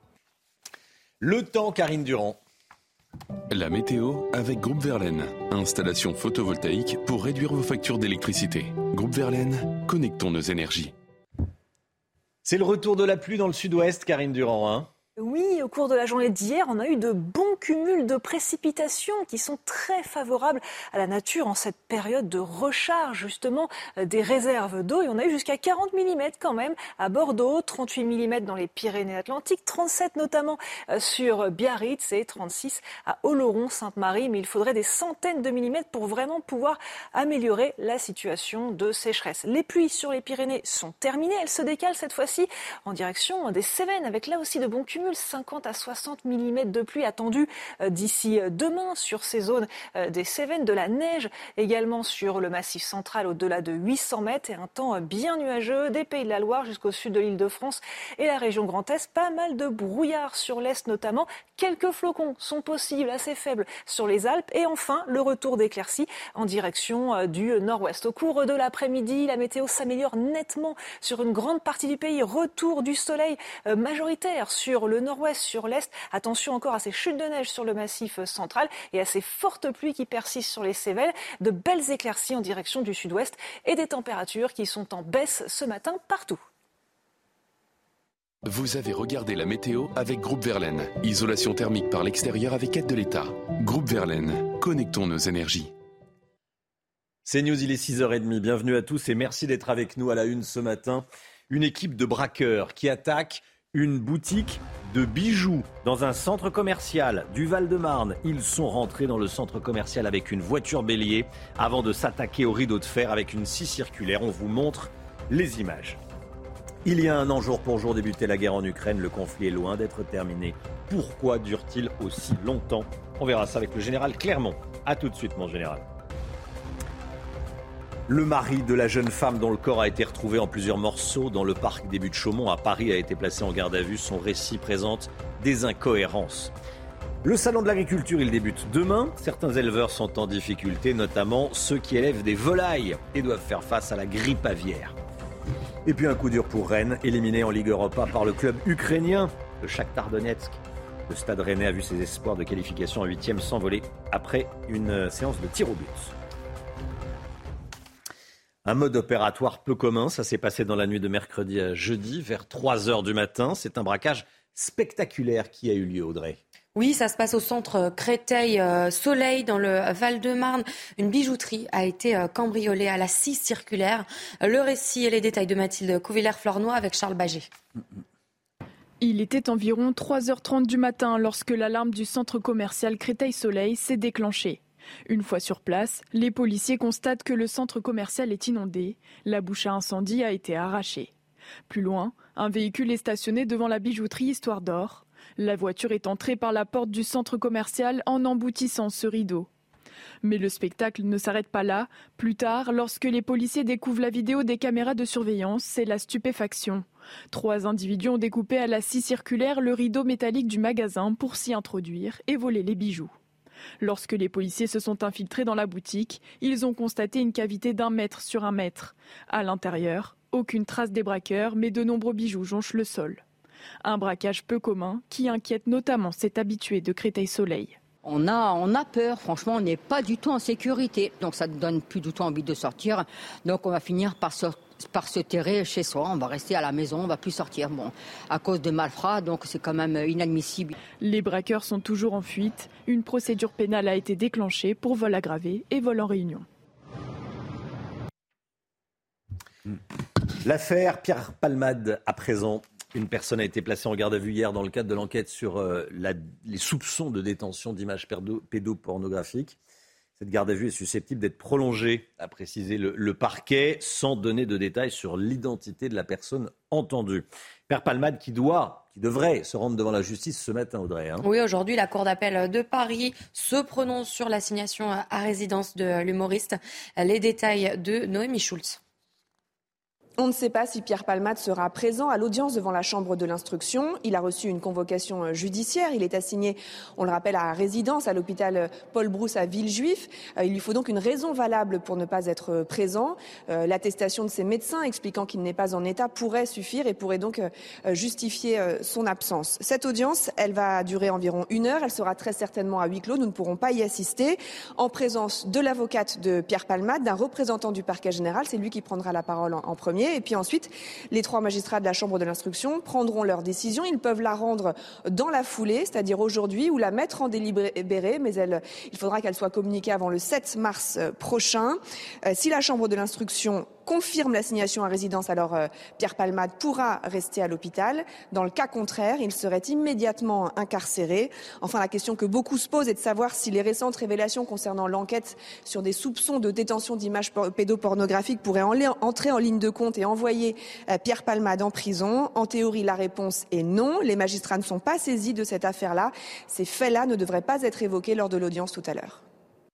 Le temps, Karine Durand. La météo avec Groupe Verlaine. Installation photovoltaïque pour réduire vos factures d'électricité. Groupe Verlaine, connectons nos énergies. C'est le retour de la pluie dans le sud-ouest, Karine Durand, hein ? Oui, au cours de la journée d'hier, on a eu de bons cumuls de précipitations qui sont très favorables à la nature en cette période de recharge justement des réserves d'eau. Et on a eu jusqu'à quarante millimètres quand même à Bordeaux, trente-huit millimètres dans les Pyrénées-Atlantiques, trente-sept notamment sur Biarritz et trente-six à Oloron, Sainte-Marie. Mais il faudrait des centaines de millimètres pour vraiment pouvoir améliorer la situation de sécheresse. Les pluies sur les Pyrénées sont terminées. Elles se décalent cette fois-ci en direction des Cévennes avec là aussi de bons cumuls. cinquante à soixante millimètres de pluie attendus d'ici demain sur ces zones des Cévennes, de la neige également sur le massif central au-delà de huit cents mètres et un temps bien nuageux des Pays de la Loire jusqu'au sud de l'Île-de-France et la région Grand Est. Pas mal de brouillard sur l'Est notamment. Quelques flocons sont possibles, assez faibles sur les Alpes. Et enfin, le retour d'éclaircies en direction du nord-ouest. Au cours de l'après-midi, la météo s'améliore nettement sur une grande partie du pays. Retour du soleil majoritaire sur le le nord-ouest, sur l'est. Attention encore à ces chutes de neige sur le massif central et à ces fortes pluies qui persistent sur les Cévennes. De belles éclaircies en direction du sud-ouest et des températures qui sont en baisse ce matin partout. Vous avez regardé la météo avec Groupe Verlaine. Isolation thermique par l'extérieur avec aide de l'État. Groupe Verlaine, connectons nos énergies. C'est News, il est six heures trente. Bienvenue à tous et merci d'être avec nous à la une ce matin. Une équipe de braqueurs qui attaque une boutique de bijoux dans un centre commercial du Val-de-Marne. Ils sont rentrés dans le centre commercial avec une voiture bélier avant de s'attaquer au rideau de fer avec une scie circulaire. On vous montre les images. Il y a un an, jour pour jour, débutait la guerre en Ukraine. Le conflit est loin d'être terminé. Pourquoi dure-t-il aussi longtemps ? On verra ça avec le général Clermont. A tout de suite, mon général. Le mari de la jeune femme dont le corps a été retrouvé en plusieurs morceaux dans le parc des Buttes-Chaumont à Paris a été placé en garde à vue. Son récit présente des incohérences. Le salon de l'agriculture, il débute demain. Certains éleveurs sont en difficulté, notamment ceux qui élèvent des volailles et doivent faire face à la grippe aviaire. Et puis un coup dur pour Rennes, éliminé en Ligue Europa par le club ukrainien, le Shakhtar Donetsk. Le Stade Rennais a vu ses espoirs de qualification en huitième s'envoler après une séance de tir au but. Un mode opératoire peu commun, ça s'est passé dans la nuit de mercredi à jeudi, vers trois heures du matin. C'est un braquage spectaculaire qui a eu lieu, Audrey. Oui, ça se passe au centre Créteil-Soleil, dans le Val-de-Marne. Une bijouterie a été cambriolée à la scie circulaire. Le récit et les détails de Mathilde Couvillère-Flornois avec Charles Baget. Il était environ trois heures trente du matin lorsque l'alarme du centre commercial Créteil-Soleil s'est déclenchée. Une fois sur place, les policiers constatent que le centre commercial est inondé. La bouche à incendie a été arrachée. Plus loin, un véhicule est stationné devant la bijouterie Histoire d'Or. La voiture est entrée par la porte du centre commercial en emboutissant ce rideau. Mais le spectacle ne s'arrête pas là. Plus tard, lorsque les policiers découvrent la vidéo des caméras de surveillance, c'est la stupéfaction. Trois individus ont découpé à la scie circulaire le rideau métallique du magasin pour s'y introduire et voler les bijoux. Lorsque les policiers se sont infiltrés dans la boutique, ils ont constaté une cavité d'un mètre sur un mètre. À l'intérieur, aucune trace des braqueurs, mais de nombreux bijoux jonchent le sol. Un braquage peu commun qui inquiète notamment cet habitué de Créteil-Soleil. On a, on a peur, franchement, on n'est pas du tout en sécurité. Donc ça ne donne plus du tout envie de sortir. Donc on va finir par se, par se terrer chez soi, on va rester à la maison, on ne va plus sortir. Bon, à cause de malfrats, donc c'est quand même inadmissible. Les braqueurs sont toujours en fuite. Une procédure pénale a été déclenchée pour vol aggravé et vol en réunion. L'affaire Pierre Palmade à présent. Une personne a été placée en garde à vue hier dans le cadre de l'enquête sur euh, la, les soupçons de détention d'images pédopornographiques. Cette garde à vue est susceptible d'être prolongée, a précisé le, le parquet, sans donner de détails sur l'identité de la personne entendue. Père Palmade qui doit, qui devrait se rendre devant la justice ce matin, Audrey. Hein. Oui, aujourd'hui, la Cour d'appel de Paris se prononce sur l'assignation à résidence de l'humoriste. Les détails de Noémie Schulz. On ne sait pas si Pierre Palmade sera présent à l'audience devant la chambre de l'instruction. Il a reçu une convocation judiciaire. Il est assigné, on le rappelle, à résidence à l'hôpital Paul Brousse à Villejuif. Il lui faut donc une raison valable pour ne pas être présent. L'attestation de ses médecins expliquant qu'il n'est pas en état pourrait suffire et pourrait donc justifier son absence. Cette audience, elle va durer environ une heure. Elle sera très certainement à huis clos. Nous ne pourrons pas y assister. En présence de l'avocate de Pierre Palmade, d'un représentant du parquet général, c'est lui qui prendra la parole en premier. Et puis ensuite, les trois magistrats de la chambre de l'instruction prendront leur décision. Ils peuvent la rendre dans la foulée, c'est-à-dire aujourd'hui, ou la mettre en délibéré, mais elle, il faudra qu'elle soit communiquée avant le sept mars prochain. Euh, si la chambre de l'instruction confirme l'assignation à résidence, alors euh, Pierre Palmade pourra rester à l'hôpital. Dans le cas contraire, il serait immédiatement incarcéré. Enfin, la question que beaucoup se posent est de savoir si les récentes révélations concernant l'enquête sur des soupçons de détention d'images pédopornographiques pourraient en entrer en ligne de compte et envoyer euh, Pierre Palmade en prison. En théorie, la réponse est non. Les magistrats ne sont pas saisis de cette affaire-là. Ces faits-là ne devraient pas être évoqués lors de l'audience tout à l'heure.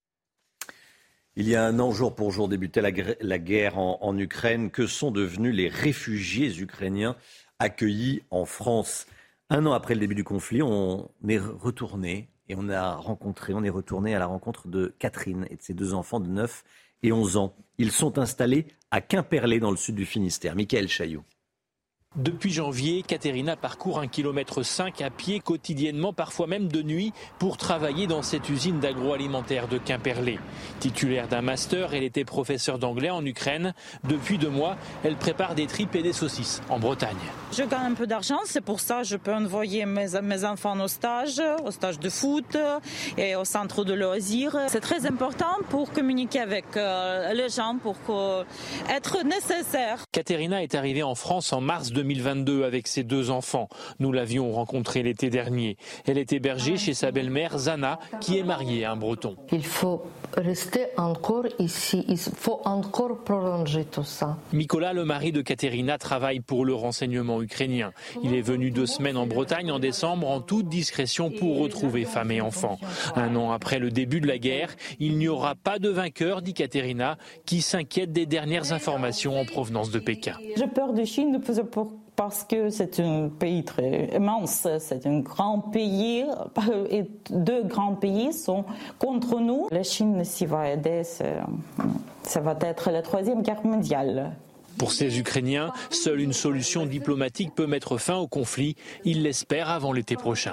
Il y a un an, jour pour jour, débutait la, la guerre en, en Ukraine. Que sont devenus les réfugiés ukrainiens accueillis en France ? Un an après le début du conflit, on est retourné et on a rencontré, on est retourné à la rencontre de Catherine et de ses deux enfants de neuf et onze ans. Ils sont installés à Quimperlé, dans le sud du Finistère. Mickaël Chailloux. Depuis janvier, Caterina parcourt un kilomètre cinq à pied quotidiennement, parfois même de nuit, pour travailler dans cette usine d'agroalimentaire de Quimperlé. Titulaire d'un master, elle était professeure d'anglais en Ukraine. Depuis deux mois, elle prépare des tripes et des saucisses en Bretagne. Je gagne un peu d'argent, c'est pour ça que je peux envoyer mes, mes enfants au stage, au stage de foot et au centre de loisirs. C'est très important pour communiquer avec euh, les gens, pour euh, être nécessaire. Caterina est arrivée en France en mars deux mille vingt-deux avec ses deux enfants. Nous l'avions rencontrée l'été dernier. Elle est hébergée chez sa belle-mère Zana, qui est mariée à un Breton. Il faut rester encore ici, il faut encore prolonger tout ça. Nicolas, le mari de Caterina, travaille pour le renseignement ukrainien. Il est venu deux semaines en Bretagne en décembre en toute discrétion pour retrouver femme et enfants. Un an après le début de la guerre, il n'y aura pas de vainqueur, dit Caterina, qui s'inquiète des dernières informations en provenance de Pékin. J'ai peur de Chine parce que c'est un pays très immense, c'est un grand pays et deux grands pays sont contre nous. La Chine s'y va aider, ça va être la troisième guerre mondiale. Pour ces Ukrainiens, seule une solution diplomatique peut mettre fin au conflit. Ils l'espèrent avant l'été prochain.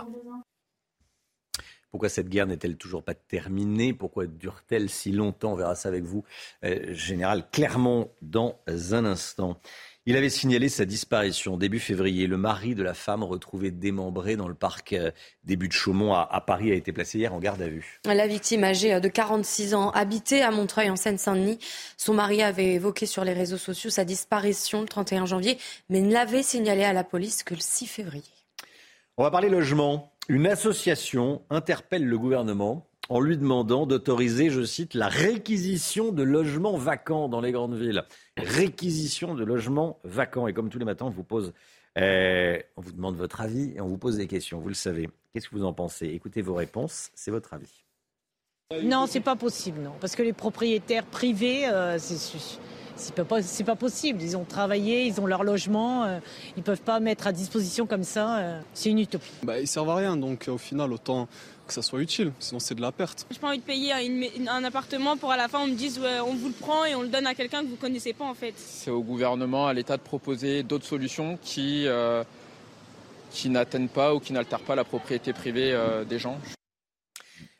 Pourquoi cette guerre n'est-elle toujours pas terminée ? Pourquoi dure-t-elle si longtemps ? On verra ça avec vous, euh, Général Clermont, dans un instant. Il avait signalé sa disparition début février. Le mari de la femme retrouvée démembrée dans le parc euh, des Buttes-Chaumont à, à Paris a été placé hier en garde à vue. La victime, âgée de quarante-six ans, habitait à Montreuil en Seine-Saint-Denis. Son mari avait évoqué sur les réseaux sociaux sa disparition le trente et un janvier, mais ne l'avait signalé à la police que le six février. On va parler logement. Une association interpelle le gouvernement en lui demandant d'autoriser, je cite, la réquisition de logements vacants dans les grandes villes. Réquisition de logements vacants. Et comme tous les matins, on vous pose, euh, on vous demande votre avis et on vous pose des questions. Vous le savez. Qu'est-ce que vous en pensez ? Écoutez vos réponses. C'est votre avis. Non, c'est pas possible, non. Parce que les propriétaires privés, euh, c'est, c'est, pas, c'est pas possible. Ils ont travaillé, ils ont leur logement. Euh, ils peuvent pas mettre à disposition comme ça. Euh, c'est une utopie. Bah, ils servent à rien, donc au final, autant que ça soit utile, sinon c'est de la perte. J'ai pas envie de payer une, un appartement pour à la fin on me dise ouais, on vous le prend et on le donne à quelqu'un que vous connaissez pas en fait. C'est au gouvernement, à l'État de proposer d'autres solutions qui, euh, qui n'atteignent pas ou qui n'altèrent pas la propriété privée euh, des gens.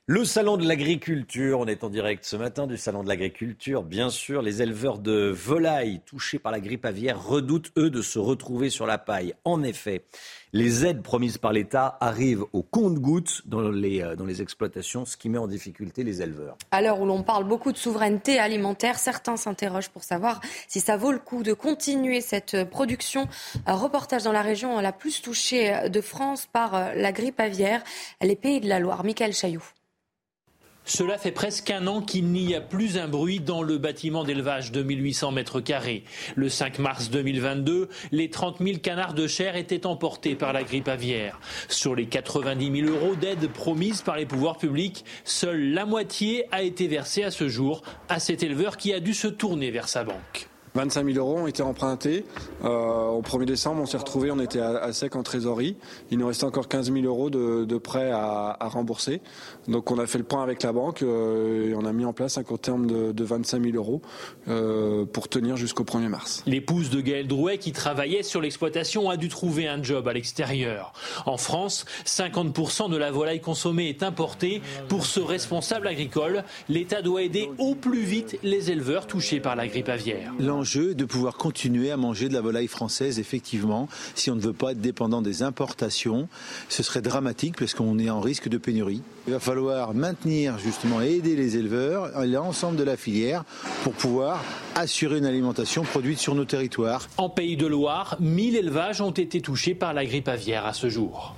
Le salon de l'agriculture, on est en direct ce matin du salon de l'agriculture. Bien sûr, les éleveurs de volailles touchés par la grippe aviaire redoutent, eux, de se retrouver sur la paille. En effet, les aides promises par l'État arrivent au compte-gouttes dans les, dans les exploitations, ce qui met en difficulté les éleveurs. À l'heure où l'on parle beaucoup de souveraineté alimentaire, certains s'interrogent pour savoir si ça vaut le coup de continuer cette production. Un reportage dans la région la plus touchée de France par la grippe aviaire, les Pays de la Loire. Michael Chailloux. Cela fait presque un an qu'il n'y a plus un bruit dans le bâtiment d'élevage de mille huit cents mètres carrés. Le cinq mars deux mille vingt-deux, les trente mille canards de chair étaient emportés par la grippe aviaire. Sur les quatre-vingt-dix mille euros d'aide promises par les pouvoirs publics, seule la moitié a été versée à ce jour à cet éleveur qui a dû se tourner vers sa banque. vingt-cinq mille euros ont été empruntés. Euh, au premier décembre, on s'est retrouvé, on était à, à sec en trésorerie. Il nous restait encore quinze mille euros de, de prêts à, à rembourser. Donc on a fait le point avec la banque euh, et on a mis en place un compte terme de, de vingt-cinq mille euros euh, pour tenir jusqu'au premier mars. L'épouse de Gaël Drouet, qui travaillait sur l'exploitation, a dû trouver un job à l'extérieur. En France, cinquante pour cent de la volaille consommée est importée. Pour ce responsable agricole, l'État doit aider au plus vite les éleveurs touchés par la grippe aviaire. L'enjeu est de pouvoir continuer à manger de la volaille française, effectivement. Si on ne veut pas être dépendant des importations, ce serait dramatique parce qu'on est en risque de pénurie. Il va falloir maintenir justement et aider les éleveurs et l'ensemble de la filière pour pouvoir assurer une alimentation produite sur nos territoires. En Pays de Loire, mille élevages ont été touchés par la grippe aviaire à ce jour.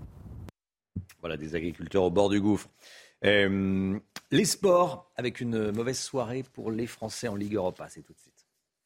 Voilà, des agriculteurs au bord du gouffre. Euh, les sports, avec une mauvaise soirée pour les Français en Ligue Europa, c'est tout de suite.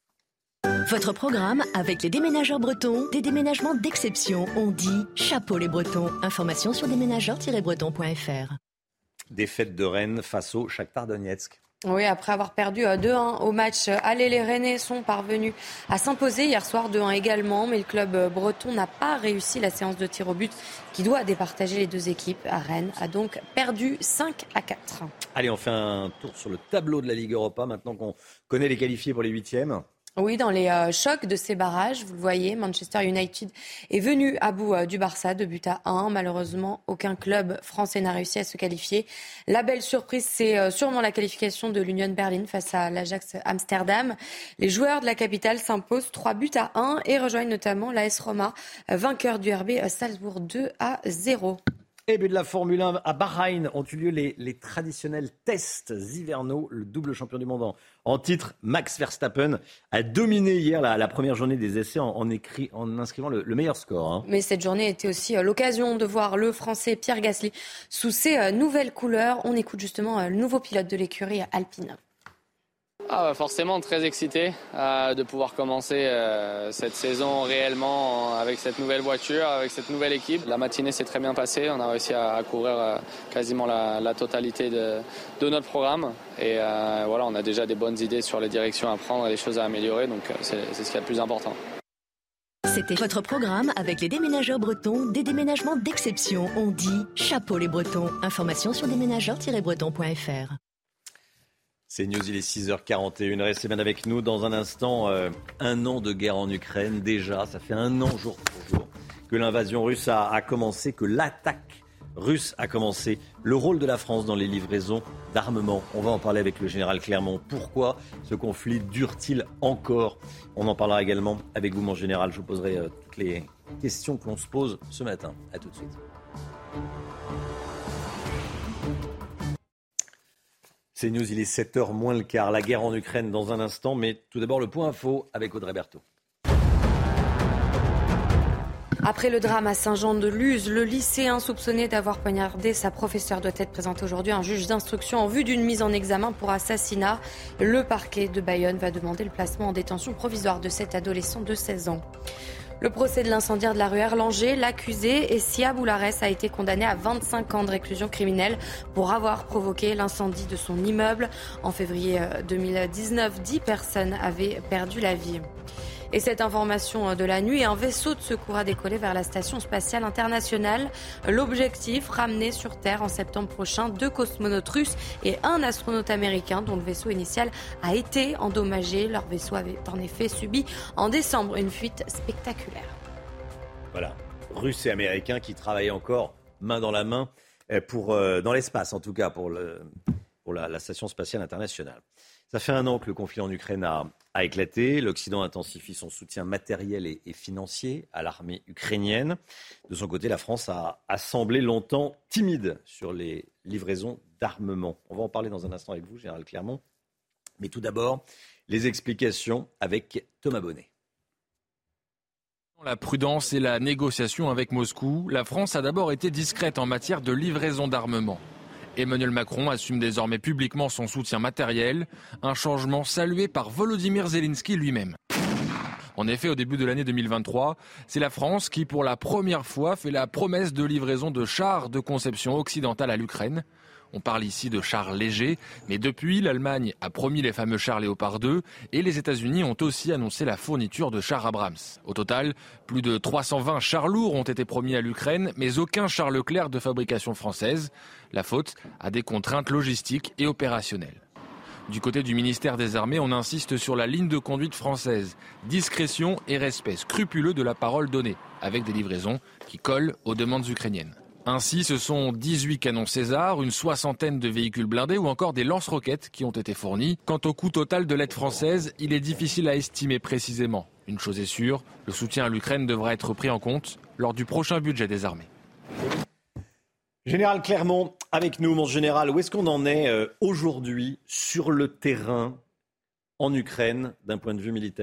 Votre programme avec les déménageurs bretons, des déménagements d'exception. On dit chapeau les Bretons. Information sur déménageurs tiret breton point f r. Défaite de Rennes face au Shakhtar Donetsk. Oui, après avoir perdu deux un au match aller, les Rennais sont parvenus à s'imposer hier soir deux un également, mais le club breton n'a pas réussi la séance de tir au but qui doit départager les deux équipes. Rennes a donc perdu cinq à quatre. Allez, on fait un tour sur le tableau de la Ligue Europa maintenant qu'on connaît les qualifiés pour les huitièmes. Oui, dans les euh, chocs de ces barrages, vous le voyez, Manchester United est venu à bout euh, du Barça, deux buts à un. Malheureusement, aucun club français n'a réussi à se qualifier. La belle surprise, c'est euh, sûrement la qualification de l'Union Berlin face à l'Ajax Amsterdam. Les joueurs de la capitale s'imposent trois buts à un et rejoignent notamment l'A S Roma, euh, vainqueur du R B Salzbourg deux à zéro. Et but de la Formule un à Bahreïn ont eu lieu les, les traditionnels tests hivernaux. Le double champion du monde en, en titre, Max Verstappen, a dominé hier la, la première journée des essais en, en, écrit, en inscrivant le, le meilleur score. Hein. Mais cette journée était aussi euh, l'occasion de voir le Français Pierre Gasly sous ses euh, nouvelles couleurs. On écoute justement euh, le nouveau pilote de l'écurie Alpine. Ah, forcément très excité euh, de pouvoir commencer euh, cette saison réellement avec cette nouvelle voiture, avec cette nouvelle équipe. La matinée s'est très bien passée, on a réussi à, à couvrir euh, quasiment la, la totalité de, de notre programme et euh, voilà, on a déjà des bonnes idées sur les directions à prendre et les choses à améliorer, donc euh, c'est, c'est ce qui est le plus important. C'était votre programme avec les déménageurs bretons, des déménagements d'exception. On dit chapeau les Bretons. Information sur déménageurs tiret breton point f r. C'est News, il est six heures quarante et une. Restez bien avec nous dans un instant. Euh, un an de guerre en Ukraine, déjà, ça fait un an jour pour jour que l'invasion russe a, a commencé, que l'attaque russe a commencé. Le rôle de la France dans les livraisons d'armement, on va en parler avec le général Clermont. Pourquoi ce conflit dure-t-il encore ? On en parlera également avec vous, mon général. Je vous poserai euh, toutes les questions que l'on se pose ce matin. À tout de suite. C'est News, il est sept heures moins le quart. La guerre en Ukraine dans un instant, mais tout d'abord le point info avec Audrey Berthaud. Après le drame à Saint-Jean-de-Luz, le lycéen soupçonné d'avoir poignardé sa professeure doit être présenté aujourd'hui à un juge d'instruction en vue d'une mise en examen pour assassinat. Le parquet de Bayonne va demander le placement en détention provisoire de cet adolescent de seize ans. Le procès de l'incendiaire de la rue Erlanger, l'accusé, Essia Boularès, a été condamné à vingt-cinq ans de réclusion criminelle pour avoir provoqué l'incendie de son immeuble. En février deux mille dix-neuf, dix personnes avaient perdu la vie. Et cette information de la nuit, un vaisseau de secours a décollé vers la Station spatiale internationale. L'objectif, ramener sur Terre en septembre prochain deux cosmonautes russes et un astronaute américain dont le vaisseau initial a été endommagé. Leur vaisseau avait en effet subi en décembre une fuite spectaculaire. Voilà, Russes et Américains qui travaillent encore main dans la main pour, euh, dans l'espace, en tout cas, pour, le, pour la, la Station spatiale internationale. Ça fait un an que le conflit en Ukraine a, a éclaté. L'Occident intensifie son soutien matériel et, et financier à l'armée ukrainienne. De son côté, la France a, a semblé longtemps timide sur les livraisons d'armement. On va en parler dans un instant avec vous, Général Clermont. Mais tout d'abord, les explications avec Thomas Bonnet. La prudence et la négociation avec Moscou, la France a d'abord été discrète en matière de livraison d'armement. Emmanuel Macron assume désormais publiquement son soutien matériel, un changement salué par Volodymyr Zelensky lui-même. En effet, au début de l'année deux mille vingt-trois, c'est la France qui, pour la première fois, fait la promesse de livraison de chars de conception occidentale à l'Ukraine. On parle ici de chars légers, mais depuis, l'Allemagne a promis les fameux chars Léopard deux et les États-Unis ont aussi annoncé la fourniture de chars Abrams. Au total, plus de trois cent vingt chars lourds ont été promis à l'Ukraine, mais aucun char Leclerc de fabrication française. La faute à des contraintes logistiques et opérationnelles. Du côté du ministère des Armées, on insiste sur la ligne de conduite française. Discrétion et respect scrupuleux de la parole donnée, avec des livraisons qui collent aux demandes ukrainiennes. Ainsi, ce sont dix-huit canons César, une soixantaine de véhicules blindés ou encore des lance-roquettes qui ont été fournis. Quant au coût total de l'aide française, il est difficile à estimer précisément. Une chose est sûre, le soutien à l'Ukraine devra être pris en compte lors du prochain budget des armées. Général Clermont, avec nous, mon général, où est-ce qu'on en est euh, aujourd'hui sur le terrain en Ukraine d'un point de vue militaire ?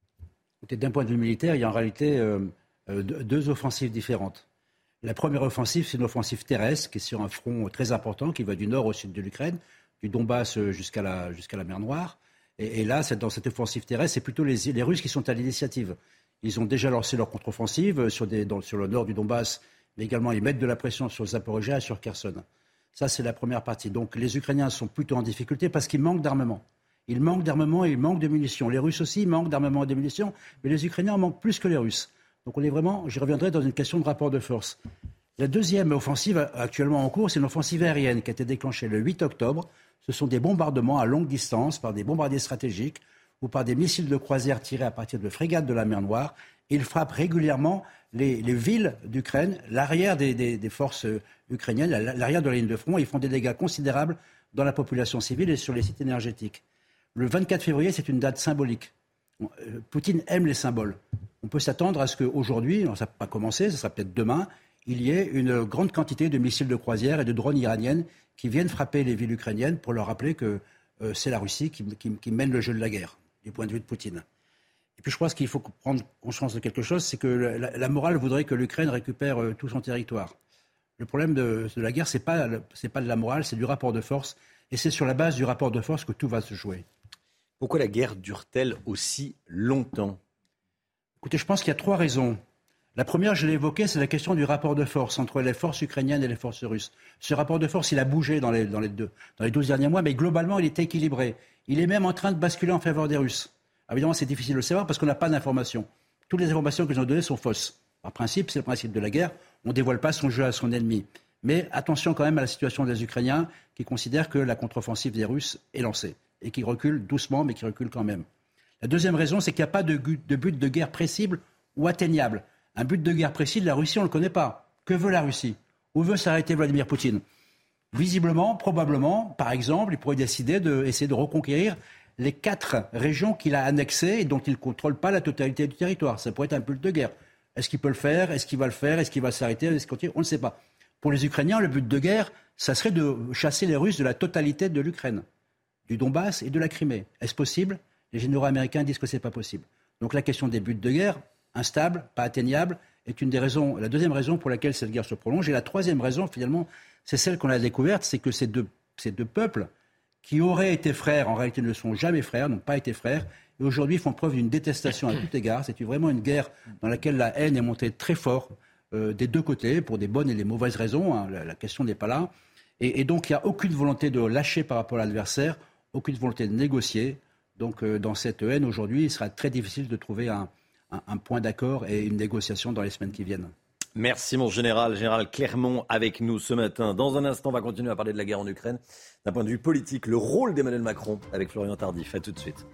D'un point de vue militaire, il y a en réalité euh, deux offensives différentes. La première offensive, c'est une offensive terrestre qui est sur un front très important qui va du nord au sud de l'Ukraine, du Donbass jusqu'à la, jusqu'à la mer Noire. Et, et là, c'est, dans cette offensive terrestre, c'est plutôt les, les Russes qui sont à l'initiative. Ils ont déjà lancé leur contre-offensive sur, des, dans, sur le nord du Donbass, mais également ils mettent de la pression sur Zaporijia et sur Kherson. Ça, c'est la première partie. Donc les Ukrainiens sont plutôt en difficulté parce qu'ils manquent d'armement. Ils manquent d'armement et ils manquent de munitions. Les Russes aussi manquent d'armement et de munitions, mais les Ukrainiens en manquent plus que les Russes. Donc on est vraiment, j'y reviendrai, dans une question de rapport de force. La deuxième offensive actuellement en cours, c'est une offensive aérienne qui a été déclenchée le huit octobre. Ce sont des bombardements à longue distance par des bombardiers stratégiques ou par des missiles de croisière tirés à partir de frégates de la mer Noire. Ils frappent régulièrement les, les villes d'Ukraine, l'arrière des, des, des forces ukrainiennes, l'arrière de la ligne de front. Ils font des dégâts considérables dans la population civile et sur les sites énergétiques. Le vingt-quatre février, c'est une date symbolique. Poutine aime les symboles. On peut s'attendre à ce qu'aujourd'hui, ça n'a pas commencé, ça sera peut-être demain, il y ait une grande quantité de missiles de croisière et de drones iraniennes qui viennent frapper les villes ukrainiennes pour leur rappeler que euh, c'est la Russie qui, qui, qui mène le jeu de la guerre, du point de vue de Poutine. Et puis je pense qu'il faut prendre conscience de quelque chose, c'est que la, la morale voudrait que l'Ukraine récupère euh, tout son territoire. Le problème de, de la guerre, ce n'est pas, c'est pas de la morale, c'est du rapport de force. Et c'est sur la base du rapport de force que tout va se jouer. Pourquoi la guerre dure-t-elle aussi longtemps ? Écoutez, je pense qu'il y a trois raisons. La première, je l'ai évoquée, c'est la question du rapport de force entre les forces ukrainiennes et les forces russes. Ce rapport de force, il a bougé dans les, dans les, deux, dans les douze derniers mois, mais globalement, il est équilibré. Il est même en train de basculer en faveur des Russes. Évidemment, c'est difficile de le savoir parce qu'on n'a pas d'informations. Toutes les informations que j'ai données sont fausses. Par principe, c'est le principe de la guerre. On ne dévoile pas son jeu à son ennemi. Mais attention quand même à la situation des Ukrainiens qui considèrent que la contre-offensive des Russes est lancée et qui reculent doucement, mais qui reculent quand même. La deuxième raison, c'est qu'il n'y a pas de but de guerre précible ou atteignable. Un but de guerre précis de la Russie, on ne le connaît pas. Que veut la Russie ? Où veut s'arrêter Vladimir Poutine ? Visiblement, probablement, par exemple, il pourrait décider d'essayer de reconquérir les quatre régions qu'il a annexées et dont il ne contrôle pas la totalité du territoire. Ça pourrait être un but de guerre. Est-ce qu'il peut le faire ? Est-ce qu'il va le faire ? Est-ce qu'il va s'arrêter ? Est-ce qu'il continue ? On ne sait pas. Pour les Ukrainiens, le but de guerre, ça serait de chasser les Russes de la totalité de l'Ukraine, du Donbass et de la Crimée. Est-ce possible ? Les généraux américains disent que ce n'est pas possible. Donc la question des buts de guerre, instables, pas atteignables, est une des raisons, la deuxième raison pour laquelle cette guerre se prolonge. Et la troisième raison, finalement, c'est celle qu'on a découverte, c'est que ces deux, ces deux peuples, qui auraient été frères, en réalité ne sont jamais frères, n'ont pas été frères, et aujourd'hui font preuve d'une détestation à tout égard. C'est vraiment une guerre dans laquelle la haine est montée très fort, euh, des deux côtés, pour des bonnes et des mauvaises raisons, hein, la, la question n'est pas là. Et, et donc il n'y a aucune volonté de lâcher par rapport à l'adversaire, aucune volonté de négocier. Donc euh, dans cette haine, aujourd'hui, il sera très difficile de trouver un, un, un point d'accord et une négociation dans les semaines qui viennent. Merci mon général, général Clermont avec nous ce matin. Dans un instant, on va continuer à parler de la guerre en Ukraine. D'un point de vue politique, le rôle d'Emmanuel Macron avec Florian Tardif. À tout de suite.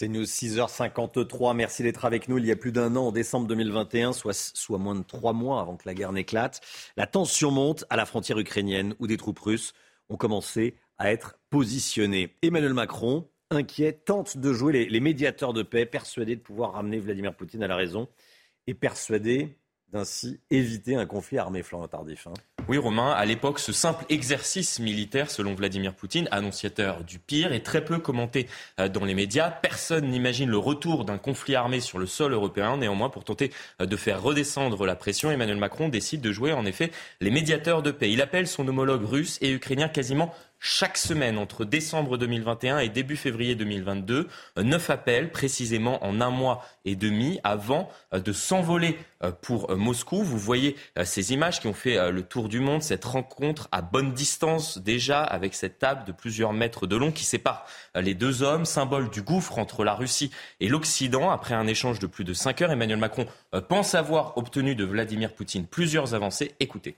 C'est News six heures cinquante-trois. Merci d'être avec nous. Il y a plus d'un an, en décembre deux mille vingt et un, soit, soit moins de trois mois avant que la guerre n'éclate, la tension monte à la frontière ukrainienne où des troupes russes ont commencé à être positionnées. Emmanuel Macron, inquiet, tente de jouer les, les médiateurs de paix, persuadé de pouvoir ramener Vladimir Poutine à la raison et persuadé d'ainsi éviter un conflit armé. Florent Tardif. Hein. Oui, Romain, à l'époque, ce simple exercice militaire, selon Vladimir Poutine, annonciateur du pire, est très peu commenté dans les médias. Personne n'imagine le retour d'un conflit armé sur le sol européen. Néanmoins, pour tenter de faire redescendre la pression, Emmanuel Macron décide de jouer en effet les médiateurs de paix. Il appelle son homologue russe et ukrainien quasiment chaque semaine entre décembre deux mille vingt et un et début février deux mille vingt-deux. Neuf appels précisément en un mois et demi avant de s'envoler pour Moscou. Vous voyez ces images qui ont fait le tour du monde, cette rencontre à bonne distance déjà avec cette table de plusieurs mètres de long qui sépare les deux hommes, symbole du gouffre entre la Russie et l'Occident. Après un échange de plus de cinq heures, Emmanuel Macron pense avoir obtenu de Vladimir Poutine plusieurs avancées. Écoutez.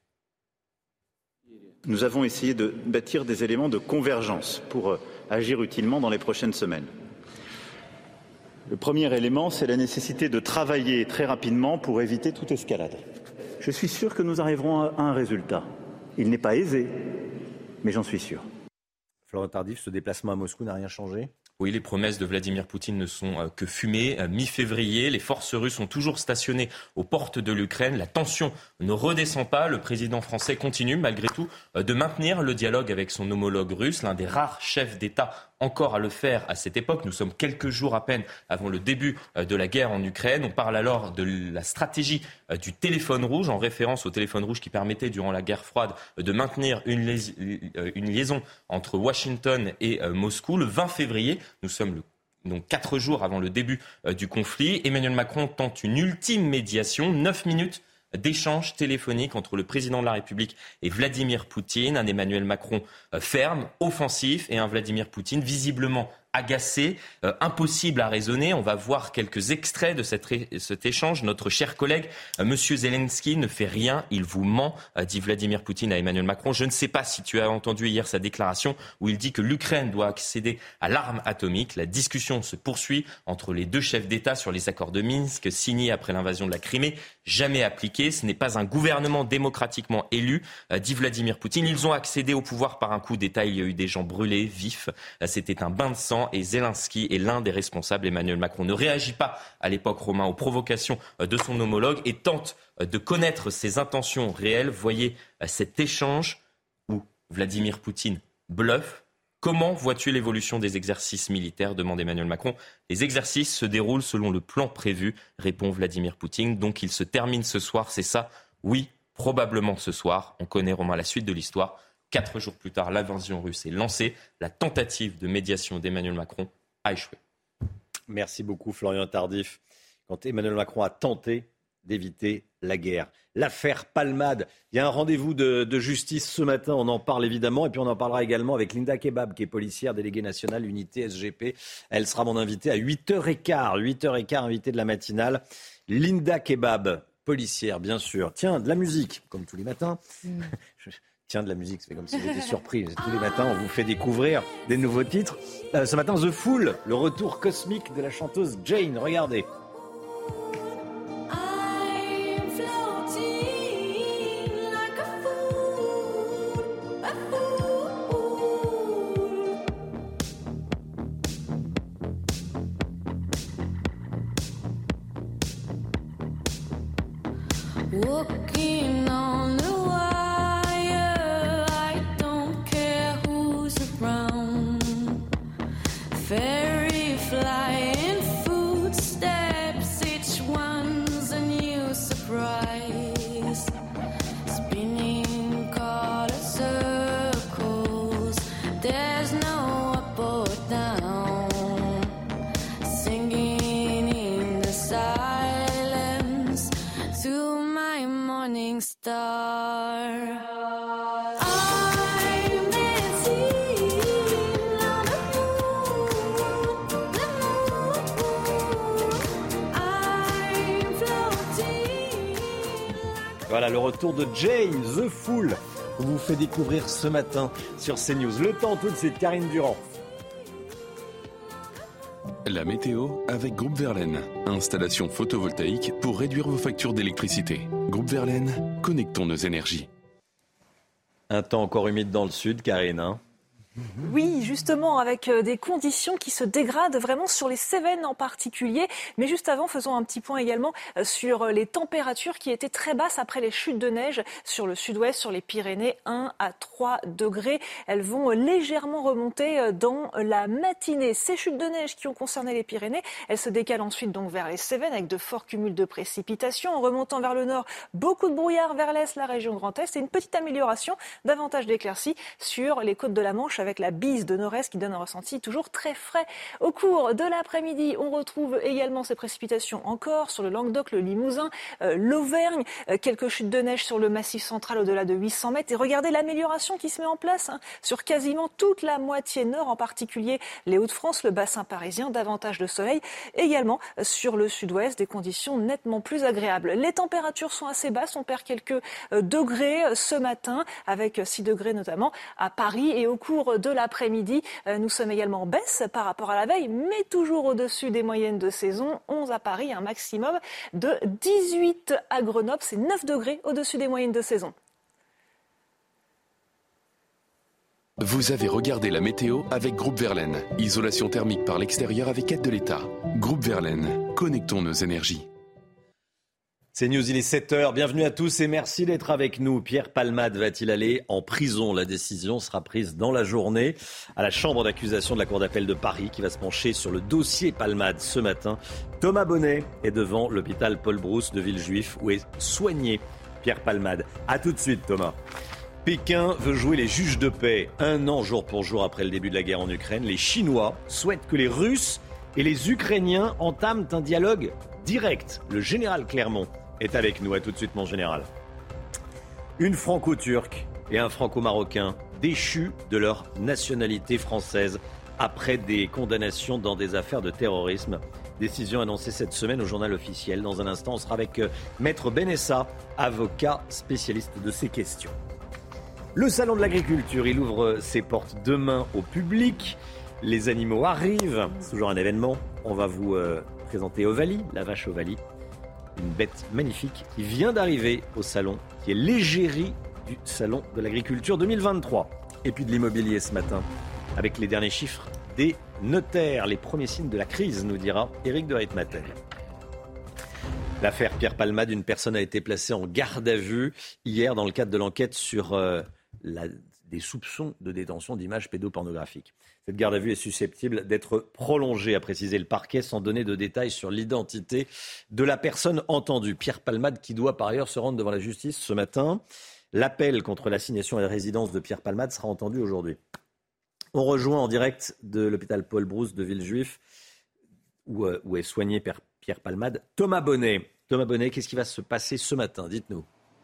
Nous avons essayé de bâtir des éléments de convergence pour agir utilement dans les prochaines semaines. Le premier élément, c'est la nécessité de travailler très rapidement pour éviter toute escalade. Je suis sûr que nous arriverons à un résultat. Il n'est pas aisé, mais j'en suis sûr. Florent Tardif, ce déplacement à Moscou n'a rien changé ? Oui, les promesses de Vladimir Poutine ne sont que fumée. Mi-février, les forces russes sont toujours stationnées aux portes de l'Ukraine. La tension ne redescend pas. Le président français continue, malgré tout, de maintenir le dialogue avec son homologue russe, l'un des rares chefs d'État encore à le faire à cette époque. Nous sommes quelques jours à peine avant le début de la guerre en Ukraine. On parle alors de la stratégie du téléphone rouge, en référence au téléphone rouge qui permettait, durant la guerre froide, de maintenir une, lis- une liaison entre Washington et Moscou. Le vingt février, nous sommes le donc quatre jours avant le début euh, du conflit. Emmanuel Macron tente une ultime médiation, neuf minutes d'échange téléphonique entre le président de la République et Vladimir Poutine. Un Emmanuel Macron euh, ferme, offensif, et un Vladimir Poutine visiblement agacé, euh, impossible à raisonner. On va voir quelques extraits de cette ré- cet échange. Notre cher collègue, euh, Monsieur Zelensky, ne fait rien, il vous ment, euh, dit Vladimir Poutine à Emmanuel Macron. Je ne sais pas si tu as entendu hier sa déclaration où il dit que l'Ukraine doit accéder à l'arme atomique. La discussion se poursuit entre les deux chefs d'État sur les accords de Minsk signés après l'invasion de la Crimée, jamais appliqués. Ce n'est pas un gouvernement démocratiquement élu, euh, dit Vladimir Poutine. Ils ont accédé au pouvoir par un coup d'État. Il y a eu des gens brûlés, vifs. Euh, c'était un bain de sang. Et Zelensky est l'un des responsables. Emmanuel Macron ne réagit pas à l'époque, Romain, aux provocations de son homologue et tente de connaître ses intentions réelles. Voyez cet échange où Vladimir Poutine bluffe. Comment vois-tu l'évolution des exercices militaires ? Demande Emmanuel Macron. Les exercices se déroulent selon le plan prévu, répond Vladimir Poutine. Donc ils se terminent ce soir, c'est ça ? Oui, probablement ce soir. On connaît, Romain, la suite de l'histoire. Quatre jours plus tard, l'invasion russe est lancée. La tentative de médiation d'Emmanuel Macron a échoué. Merci beaucoup, Florian Tardif. Quand Emmanuel Macron a tenté d'éviter la guerre. L'affaire Palmade. Il y a un rendez-vous de, de justice ce matin, on en parle évidemment. Et puis on en parlera également avec Linda Kebab, qui est policière, déléguée nationale, unité S G P. Elle sera mon invitée à huit heures quinze. huit heures quinze, invitée de la matinale. Linda Kebab, policière, bien sûr. Tiens, de la musique, comme tous les matins. Mm. Tiens, de la musique, c'est comme si j'étais surpris. Tous les matins, on vous fait découvrir des nouveaux titres. Euh, ce matin, The Fool, le retour cosmique de la chanteuse Jane. Regardez. Walking on the wire, I don't care who's around. Fairy flying footsteps, each one's a new surprise. Spinning color circles, there's no up or down. Singing in the silence to my morning star. I'm dancing on the moon, the moon. I'm floating. Voilà le retour de Jane, The Fool, qu'on vous fait découvrir ce matin sur CNews. Le temps tout de suite, Karine Durand. La météo avec Groupe Verlaine. Installation photovoltaïque pour réduire vos factures d'électricité. Groupe Verlaine, connectons nos énergies. Un temps encore humide dans le sud, Karine. Hein. Oui, justement, avec des conditions qui se dégradent vraiment sur les Cévennes en particulier. Mais juste avant, faisons un petit point également sur les températures qui étaient très basses après les chutes de neige sur le sud-ouest, sur les Pyrénées, un à trois degrés. Elles vont légèrement remonter dans la matinée. Ces chutes de neige qui ont concerné les Pyrénées, elles se décalent ensuite donc vers les Cévennes avec de forts cumuls de précipitations. En remontant vers le nord, beaucoup de brouillard vers l'est, la région Grand Est et une petite amélioration, davantage d'éclaircies sur les côtes de la Manche avec la bise de nord-est qui donne un ressenti toujours très frais. Au cours de l'après-midi, on retrouve également ces précipitations encore sur le Languedoc, le Limousin, euh, l'Auvergne, euh, quelques chutes de neige sur le Massif central au-delà de huit cents mètres. Et regardez l'amélioration qui se met en place hein, sur quasiment toute la moitié nord, en particulier les Hauts-de-France, le bassin parisien, davantage de soleil. Également euh, sur le sud-ouest, des conditions nettement plus agréables. Les températures sont assez basses, on perd quelques euh, degrés euh, ce matin, avec six degrés notamment à Paris. Et au cours de l'après-midi, nous sommes également en baisse par rapport à la veille, mais toujours au-dessus des moyennes de saison. onze à Paris, un maximum de dix-huit à Grenoble, c'est neuf degrés au-dessus des moyennes de saison. Vous avez regardé la météo avec Groupe Verlaine. Isolation thermique par l'extérieur avec aide de l'État. Groupe Verlaine, connectons nos énergies. C'est News, il est sept heures. Bienvenue à tous et merci d'être avec nous. Pierre Palmade va-t-il aller en prison ? La décision sera prise dans la journée à la chambre d'accusation de la Cour d'appel de Paris qui va se pencher sur le dossier Palmade ce matin. Thomas Bonnet est devant l'hôpital Paul Brousse de Villejuif où est soigné Pierre Palmade. A tout de suite Thomas. Pékin veut jouer les juges de paix. Un an jour pour jour après le début de la guerre en Ukraine, les Chinois souhaitent que les Russes et les Ukrainiens entament un dialogue direct. Le général Clermont est avec nous. À tout de suite, mon général. Une franco-turque et un franco-marocain déchus de leur nationalité française après des condamnations dans des affaires de terrorisme. Décision annoncée cette semaine au journal officiel. Dans un instant, on sera avec Maître Benessa, avocat spécialiste de ces questions. Le salon de l'agriculture, il ouvre ses portes demain au public. Les animaux arrivent, c'est toujours un événement. On va vous euh, présenter Ovalie, la vache Ovalie. Une bête magnifique qui vient d'arriver au salon, qui est l'égérie du salon de l'agriculture deux mille vingt-trois. Et puis de l'immobilier ce matin, avec les derniers chiffres des notaires. Les premiers signes de la crise, nous dira Éric de Ritmaten. L'affaire Pierre Palmade, une personne a été placée en garde à vue hier dans le cadre de l'enquête sur euh, la, des soupçons de détention d'images pédopornographiques. Cette garde à vue est susceptible d'être prolongée, a précisé le parquet, sans donner de détails sur l'identité de la personne entendue. Pierre Palmade, qui doit par ailleurs se rendre devant la justice ce matin. L'appel contre l'assignation à la résidence de Pierre Palmade sera entendu aujourd'hui. On rejoint en direct de l'hôpital Paul Brousse de Villejuif, où, euh, où est soigné Pierre, Pierre Palmade, Thomas Bonnet. Thomas Bonnet, qu'est-ce qui va se passer ce matin ? Dites-nous.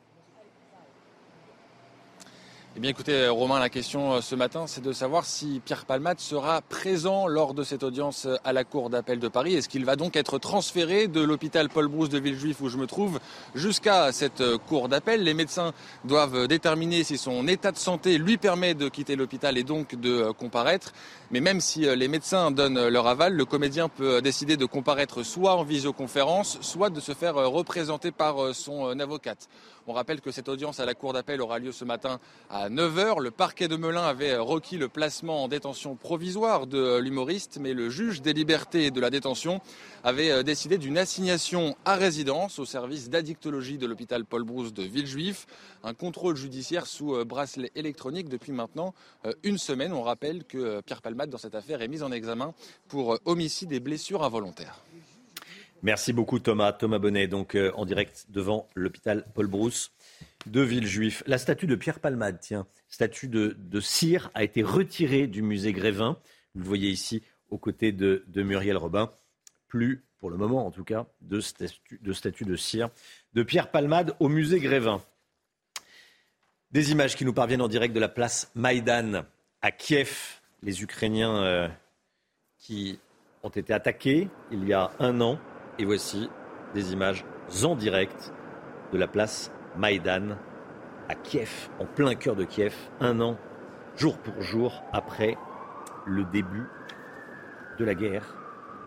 Eh bien écoutez Romain, la question ce matin c'est de savoir si Pierre Palmade sera présent lors de cette audience à la Cour d'appel de Paris. Est-ce qu'il va donc être transféré de l'hôpital Paul Brousse de Villejuif où je me trouve jusqu'à cette Cour d'appel ? Les médecins doivent déterminer si son état de santé lui permet de quitter l'hôpital et donc de comparaître. Mais même si les médecins donnent leur aval, le comédien peut décider de comparaître soit en visioconférence, soit de se faire représenter par son avocate. On rappelle que cette audience à la Cour d'appel aura lieu ce matin à neuf heures. Le parquet de Melun avait requis le placement en détention provisoire de l'humoriste, mais le juge des libertés et de la détention avait décidé d'une assignation à résidence au service d'addictologie de l'hôpital Paul Brousse de Villejuif. Un contrôle judiciaire sous bracelet électronique depuis maintenant une semaine. On rappelle que Pierre Palmade, dans cette affaire, est mis en examen pour homicide et blessures involontaires. Merci beaucoup Thomas. Thomas Bonnet, donc euh, en direct devant l'hôpital Paul Brousse de Villejuif. La statue de Pierre Palmade, tiens, statue de, de cire, a été retirée du musée Grévin. Vous le voyez ici aux côtés de, de Muriel Robin. Plus, pour le moment en tout cas, de statue de, statue de cire de Pierre Palmade au musée Grévin. Des images qui nous parviennent en direct de la place Maïdan à Kiev. Les Ukrainiens euh, qui ont été attaqués il y a un an. Et voici des images en direct de la place Maïdan à Kiev, en plein cœur de Kiev, un an, jour pour jour, après le début de la guerre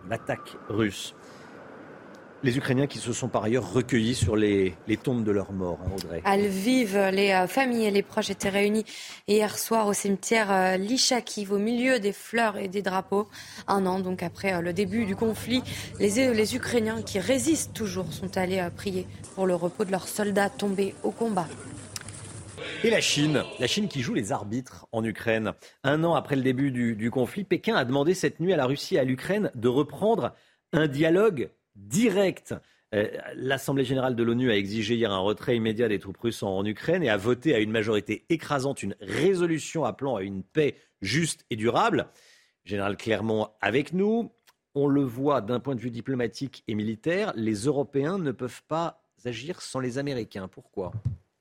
l'attaque russe. Les Ukrainiens qui se sont par ailleurs recueillis sur les, les tombes de leurs morts, hein, Audrey. À Lviv, les euh, familles et les proches étaient réunis hier soir au cimetière euh, Lychakiv, au milieu des fleurs et des drapeaux. Un an donc après euh, le début du conflit, les, les Ukrainiens qui résistent toujours sont allés euh, prier pour le repos de leurs soldats tombés au combat. Et la Chine, la Chine qui joue les arbitres en Ukraine. Un an après le début du, du conflit, Pékin a demandé cette nuit à la Russie et à l'Ukraine de reprendre un dialogue direct. Euh, L'Assemblée générale de l'ONU a exigé hier un retrait immédiat des troupes russes en, en Ukraine et a voté à une majorité écrasante une résolution appelant à une paix juste et durable. Général Clermont avec nous. On le voit d'un point de vue diplomatique et militaire, les Européens ne peuvent pas agir sans les Américains. Pourquoi ?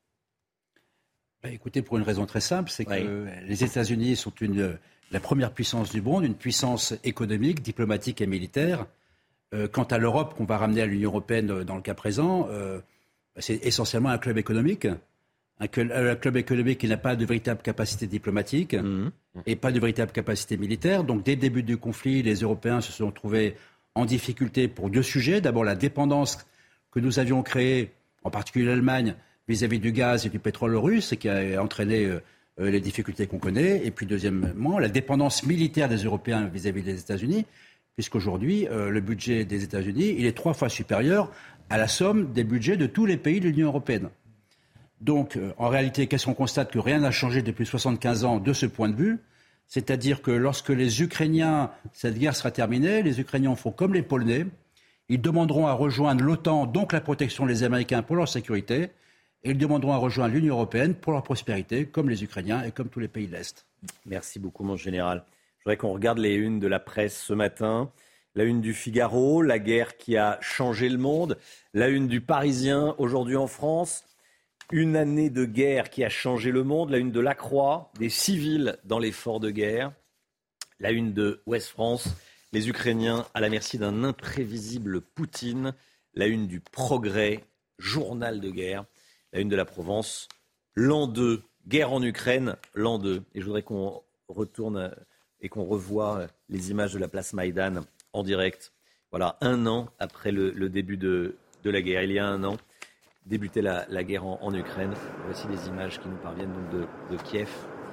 Ben, écoutez, pour une raison très simple, c'est que Oui. les États-Unis sont une, la première puissance du monde, une puissance économique, diplomatique et militaire. Euh, quant à l'Europe, qu'on va ramener à l'Union européenne euh, dans le cas présent, euh, c'est essentiellement un club économique. Un, cl- un club économique qui n'a pas de véritable capacité diplomatique mmh. et pas de véritable capacité militaire. Donc, dès le début du conflit, les Européens se sont trouvés en difficulté pour deux sujets. D'abord, la dépendance que nous avions créée, en particulier l'Allemagne, vis-à-vis du gaz et du pétrole russe, et qui a entraîné euh, les difficultés qu'on connaît. Et puis, deuxièmement, la dépendance militaire des Européens vis-à-vis des États-Unis, puisqu'aujourd'hui, euh, le budget des États-Unis, il est trois fois supérieur à la somme des budgets de tous les pays de l'Union européenne. Donc, euh, en réalité, qu'est-ce qu'on constate ? Que rien n'a changé depuis soixante-quinze ans de ce point de vue. C'est-à-dire que lorsque les Ukrainiens, cette guerre sera terminée, les Ukrainiens font comme les Polonais. Ils demanderont à rejoindre l'OTAN, donc la protection des Américains pour leur sécurité. Et ils demanderont à rejoindre l'Union européenne pour leur prospérité, comme les Ukrainiens et comme tous les pays de l'Est. Merci beaucoup, mon général. Je voudrais qu'on regarde les unes de la presse ce matin. La une du Figaro, la guerre qui a changé le monde. La une du Parisien, aujourd'hui en France. Une année de guerre qui a changé le monde. La une de La Croix, des civils dans l'effort de guerre. La une de Ouest France, les Ukrainiens à la merci d'un imprévisible Poutine. La une du Progrès, journal de guerre. La une de la Provence, l'an deux, guerre en Ukraine, l'an deux. Et je voudrais qu'on retourne et qu'on revoie les images de la place Maïdan en direct. Voilà, un an après le, le début de, de la guerre. Il y a un an, débutait la, la guerre en, en Ukraine. Voici les images qui nous parviennent donc de, de Kiev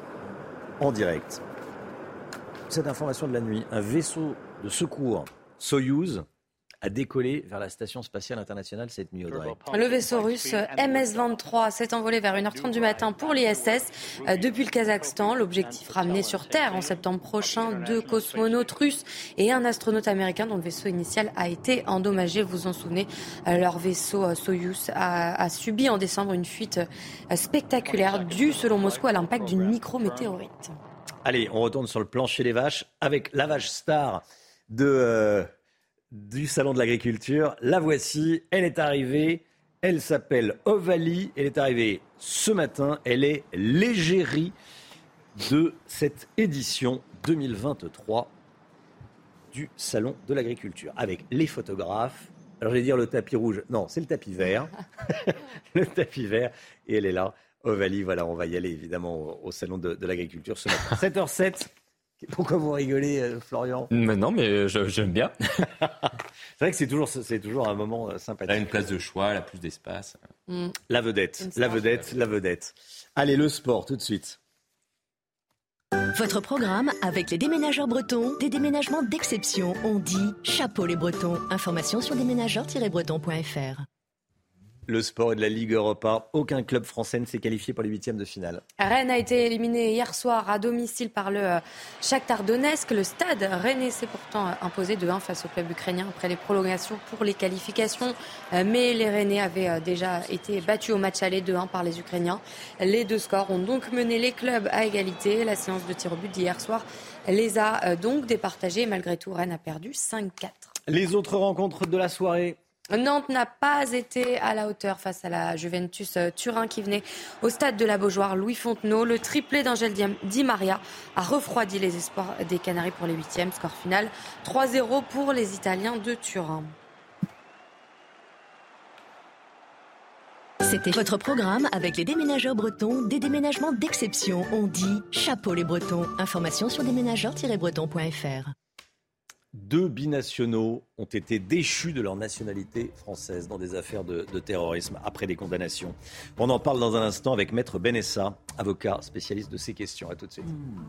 en direct. Cette information de la nuit, un vaisseau de secours Soyouz a décollé vers la Station spatiale internationale cette nuit, Audrey. Le vaisseau russe M S vingt-trois s'est envolé vers une heure trente du matin pour l'I S S euh, depuis le Kazakhstan. L'objectif, ramener sur Terre en septembre prochain deux cosmonautes russes et un astronaute américain dont le vaisseau initial a été endommagé. Vous vous en souvenez, euh, leur vaisseau euh, Soyouz a, a subi en décembre une fuite euh, spectaculaire due, selon Moscou, à l'impact d'une micrométéorite. Allez, on retourne sur le plancher des vaches avec la vache star de... Euh... du Salon de l'Agriculture. La voici, elle est arrivée, elle s'appelle Ovalie, elle est arrivée ce matin, elle est l'égérie de cette édition deux mille vingt-trois du Salon de l'Agriculture, avec les photographes. Alors je vais dire le tapis rouge, non, c'est le tapis vert, le tapis vert, et elle est là, Ovalie, voilà, on va y aller évidemment au, au Salon de, de l'Agriculture ce matin. sept heures zéro sept. Pourquoi vous rigolez, euh, Florian ? Mais non, mais je, j'aime bien. C'est vrai que c'est toujours, c'est toujours un moment euh, sympathique. Elle a une place de choix, elle a plus d'espace. Mm. La vedette, la vedette, la vedette. Allez, le sport, tout de suite. Votre programme avec les déménageurs bretons, des déménagements d'exception. On dit chapeau les bretons. Information sur déménageurs tiret breton point f r. Le sport et de la Ligue Europa. Aucun club français ne s'est qualifié pour les huitièmes de finale. Rennes a été éliminé hier soir à domicile par le euh, Shakhtar Donetsk. Le stade rennais s'est pourtant euh, imposé de un face au club ukrainien après les prolongations pour les qualifications. Euh, mais les Rennais avaient euh, déjà été battus au match aller de un par les Ukrainiens. Les deux scores ont donc mené les clubs à égalité. La séance de tir au but d'hier soir les a euh, donc départagés. Malgré tout, Rennes a perdu cinq quatre. Les autres rencontres de la soirée. Nantes n'a pas été à la hauteur face à la Juventus Turin qui venait au stade de la Beaujoire Louis Fontenot. Le triplé d'Angel Di Maria a refroidi les espoirs des Canaries pour les huitièmes. Score final trois zéro pour les Italiens de Turin. C'était votre programme avec les déménageurs bretons, des déménagements d'exception. On dit chapeau les bretons. Information sur déménageurs tiret breton point f r. Deux binationaux ont été déchus de leur nationalité française dans des affaires de, de terrorisme après des condamnations. On en parle dans un instant avec Maître Benessa, avocat spécialiste de ces questions. À tout de suite.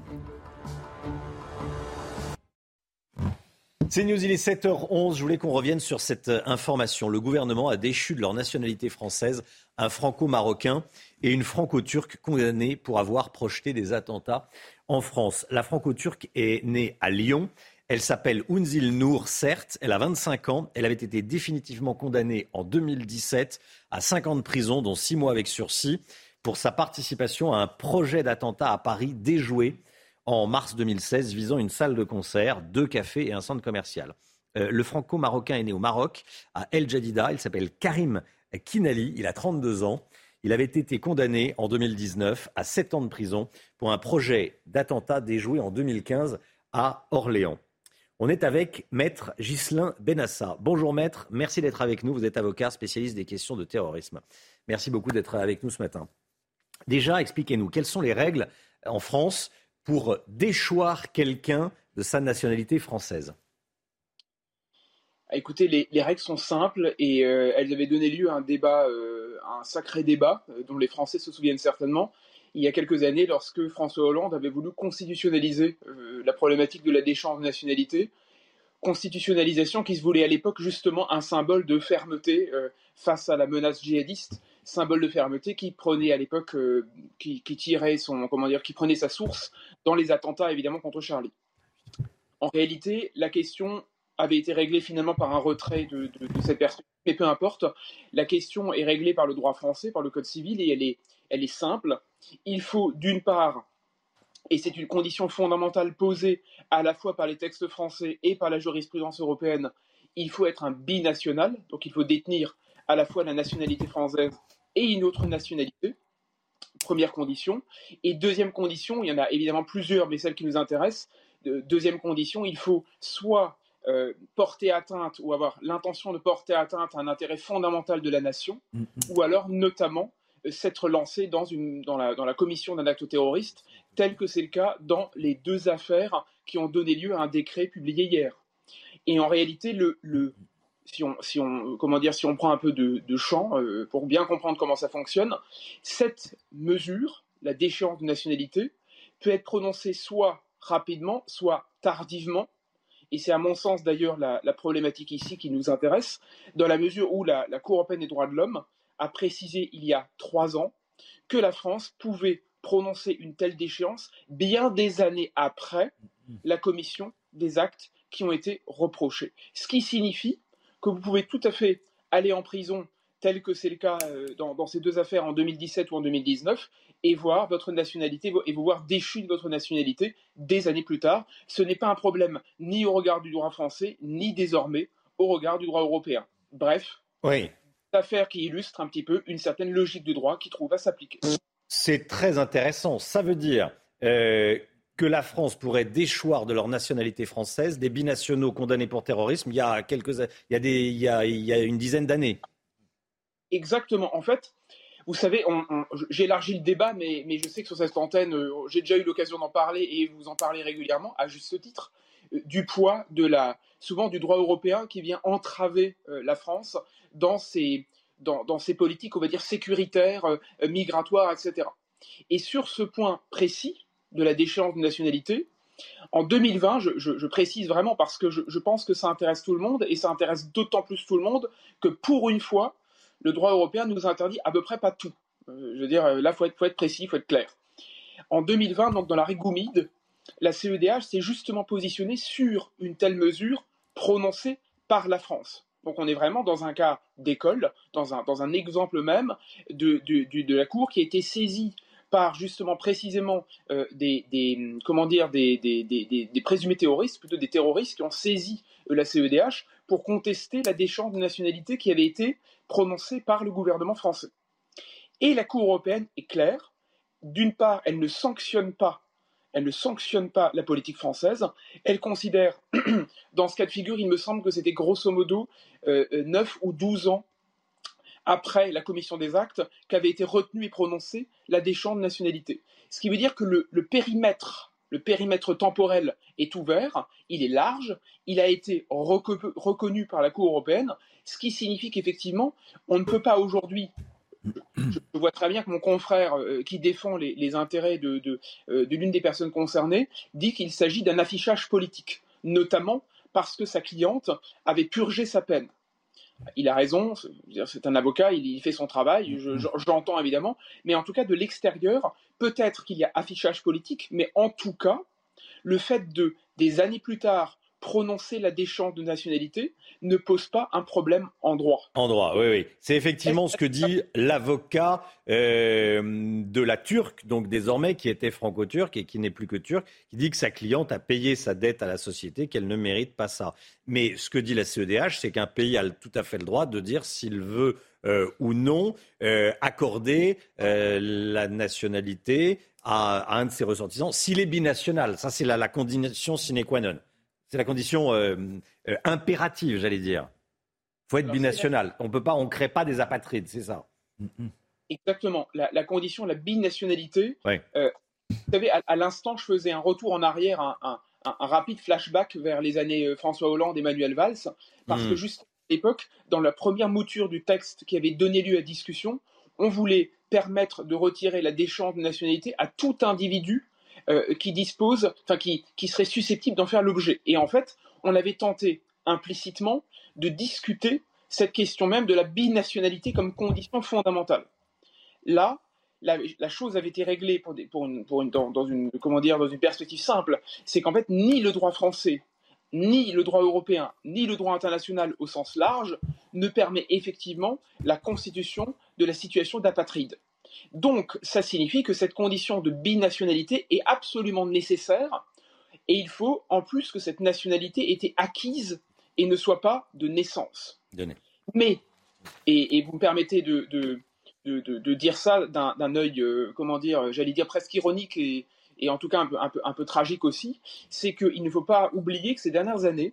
C'est News, il est sept heures onze. Je voulais qu'on revienne sur cette information. Le gouvernement a déchu de leur nationalité française un franco-marocain et une franco-turque condamnés pour avoir projeté des attentats en France. La franco-turque est née à Lyon. Elle s'appelle Ounzil Nour, certes. Elle a vingt-cinq ans. Elle avait été définitivement condamnée en deux mille dix-sept à cinq ans de prison, dont six mois avec sursis, pour sa participation à un projet d'attentat à Paris déjoué en mars deux mille seize, visant une salle de concert, deux cafés et un centre commercial. Euh, le franco-marocain est né au Maroc, à El Jadida. Il s'appelle Karim Kinali. Il a trente-deux ans. Il avait été condamné en deux mille dix-neuf à sept ans de prison pour un projet d'attentat déjoué en deux mille quinze à Orléans. On est avec Maître Ghislain Benassa. Bonjour Maître, merci d'être avec nous. Vous êtes avocat spécialiste des questions de terrorisme. Merci beaucoup d'être avec nous ce matin. Déjà, expliquez-nous, quelles sont les règles en France pour déchoir quelqu'un de sa nationalité française? Écoutez, les, les règles sont simples et euh, elles avaient donné lieu à un débat, euh, un sacré débat euh, dont les Français se souviennent certainement. Il y a quelques années, lorsque François Hollande avait voulu constitutionnaliser euh, la problématique de la déchéance de nationalité, constitutionnalisation qui se voulait à l'époque justement un symbole de fermeté euh, face à la menace djihadiste, symbole de fermeté qui prenait à l'époque, euh, qui, qui tirait son, comment dire, qui prenait sa source dans les attentats évidemment contre Charlie. En réalité, la question avait été réglée finalement par un retrait de, de, de cette personne, mais peu importe, la question est réglée par le droit français, par le Code civil, et elle est, elle est simple. Il faut d'une part, et c'est une condition fondamentale posée à la fois par les textes français et par la jurisprudence européenne, il faut être un binational, donc il faut détenir à la fois la nationalité française et une autre nationalité, première condition. Et deuxième condition, il y en a évidemment plusieurs, mais celle qui nous intéresse, deuxième condition, il faut soit euh, porter atteinte ou avoir l'intention de porter atteinte à un intérêt fondamental de la nation, mmh. ou alors notamment s'être lancé dans, une, dans, la, dans la commission d'un acte terroriste, tel que c'est le cas dans les deux affaires qui ont donné lieu à un décret publié hier. Et en réalité, le, le, si, on, si, on, comment dire, si on prend un peu de, de champ, euh, pour bien comprendre comment ça fonctionne, cette mesure, la déchéance de nationalité, peut être prononcée soit rapidement, soit tardivement, et c'est à mon sens d'ailleurs la, la problématique ici qui nous intéresse, dans la mesure où la, la Cour européenne des droits de l'homme a précisé il y a trois ans que la France pouvait prononcer une telle déchéance bien des années après la commission des actes qui ont été reprochés. Ce qui signifie que vous pouvez tout à fait aller en prison, tel que c'est le cas dans, dans ces deux affaires en deux mille dix-sept ou en deux mille dix-neuf, et voir votre nationalité et vous voir déchu de votre nationalité des années plus tard. Ce n'est pas un problème ni au regard du droit français, ni désormais au regard du droit européen. Bref. Oui. Affaire qui illustre un petit peu une certaine logique du droit qui trouve à s'appliquer. C'est très intéressant. Ça veut dire euh, que la France pourrait déchoir de leur nationalité française des binationaux condamnés pour terrorisme il y a, quelques, il y a, des, il y a, il y a une dizaine d'années. Exactement. En fait, vous savez, on, on, j'élargis le débat, mais, mais je sais que sur cette antenne, euh, j'ai déjà eu l'occasion d'en parler et vous en parlez régulièrement, à juste titre, euh, du poids de la, souvent du droit européen qui vient entraver euh, la France dans ses, dans, dans ses politiques, on va dire, sécuritaires, euh, migratoires, et cetera. Et sur ce point précis de la déchéance de nationalité, en deux mille vingt, je, je, je précise vraiment parce que je, je pense que ça intéresse tout le monde, et ça intéresse d'autant plus tout le monde que pour une fois, le droit européen nous interdit à peu près pas tout. Euh, je veux dire, là, il faut être, faut être précis, il faut être clair. En deux mille vingt, donc dans l'arrêt Goumide, la C E D H s'est justement positionnée sur une telle mesure prononcée par la France. Donc on est vraiment dans un cas d'école, dans un, dans un exemple même de, de, de, de la Cour qui a été saisie par justement précisément euh, des, des, comment dire, des, des, des, des présumés terroristes, plutôt des terroristes qui ont saisi euh, la C E D H pour contester la déchéance de nationalité qui avait été prononcée par le gouvernement français. Et la Cour européenne est claire. D'une part, elle ne sanctionne pas Elle ne sanctionne pas la politique française. Elle considère, dans ce cas de figure, il me semble que c'était grosso modo euh, neuf ou douze ans après la commission des actes qu'avait été retenue et prononcée la déchéance de nationalité. Ce qui veut dire que le, le périmètre le périmètre temporel est ouvert, il est large, il a été reco- reconnu par la Cour européenne, ce qui signifie qu'effectivement, on ne peut pas aujourd'hui. Je vois très bien que mon confrère euh, qui défend les, les intérêts de, de, euh, de l'une des personnes concernées dit qu'il s'agit d'un affichage politique, notamment parce que sa cliente avait purgé sa peine. Il a raison, c'est un avocat, il fait son travail, je, je, j'entends évidemment, mais en tout cas de l'extérieur, peut-être qu'il y a affichage politique, mais en tout cas, le fait de, des années plus tard, prononcer la déchéance de nationalité ne pose pas un problème en droit. En droit, oui, oui. C'est effectivement ce que dit l'avocat euh, de la Turque, donc désormais qui était franco-turque et qui n'est plus que turque, qui dit que sa cliente a payé sa dette à la société, qu'elle ne mérite pas ça. Mais ce que dit la C E D H, c'est qu'un pays a tout à fait le droit de dire s'il veut euh, ou non euh, accorder euh, la nationalité à, à un de ses ressortissants, s'il est binational. Ça, c'est la, la condition sine qua non. C'est la condition euh, euh, impérative, j'allais dire. Il faut être binational. On peut pas, on crée pas des apatrides, c'est ça. Exactement. La, la condition, la binationalité. Ouais. Euh, vous savez, à, à l'instant, je faisais un retour en arrière, un, un, un, un rapide flashback vers les années euh, François Hollande et Manuel Valls, parce Mm. que juste à l'époque, dans la première mouture du texte qui avait donné lieu à discussion, on voulait permettre de retirer la déchéance de nationalité à tout individu Euh, qui dispose, enfin qui, qui serait susceptible d'en faire l'objet. Et en fait, on avait tenté implicitement de discuter cette question même de la binationalité comme condition fondamentale. Là, la, la chose avait été réglée pour des, pour une, pour une, dans, dans, une, comment dire, dans une perspective simple, c'est qu'en fait, ni le droit français, ni le droit européen, ni le droit international au sens large ne permet effectivement la constitution de la situation d'apatride. Donc, ça signifie que cette condition de binationalité est absolument nécessaire et il faut en plus que cette nationalité ait été acquise et ne soit pas de naissance. Donné. Mais, et, et vous me permettez de, de, de, de, de dire ça d'un, d'un œil, euh, comment dire, j'allais dire presque ironique et, et en tout cas un peu, un peu, un peu tragique aussi, c'est qu'il ne faut pas oublier que ces dernières années,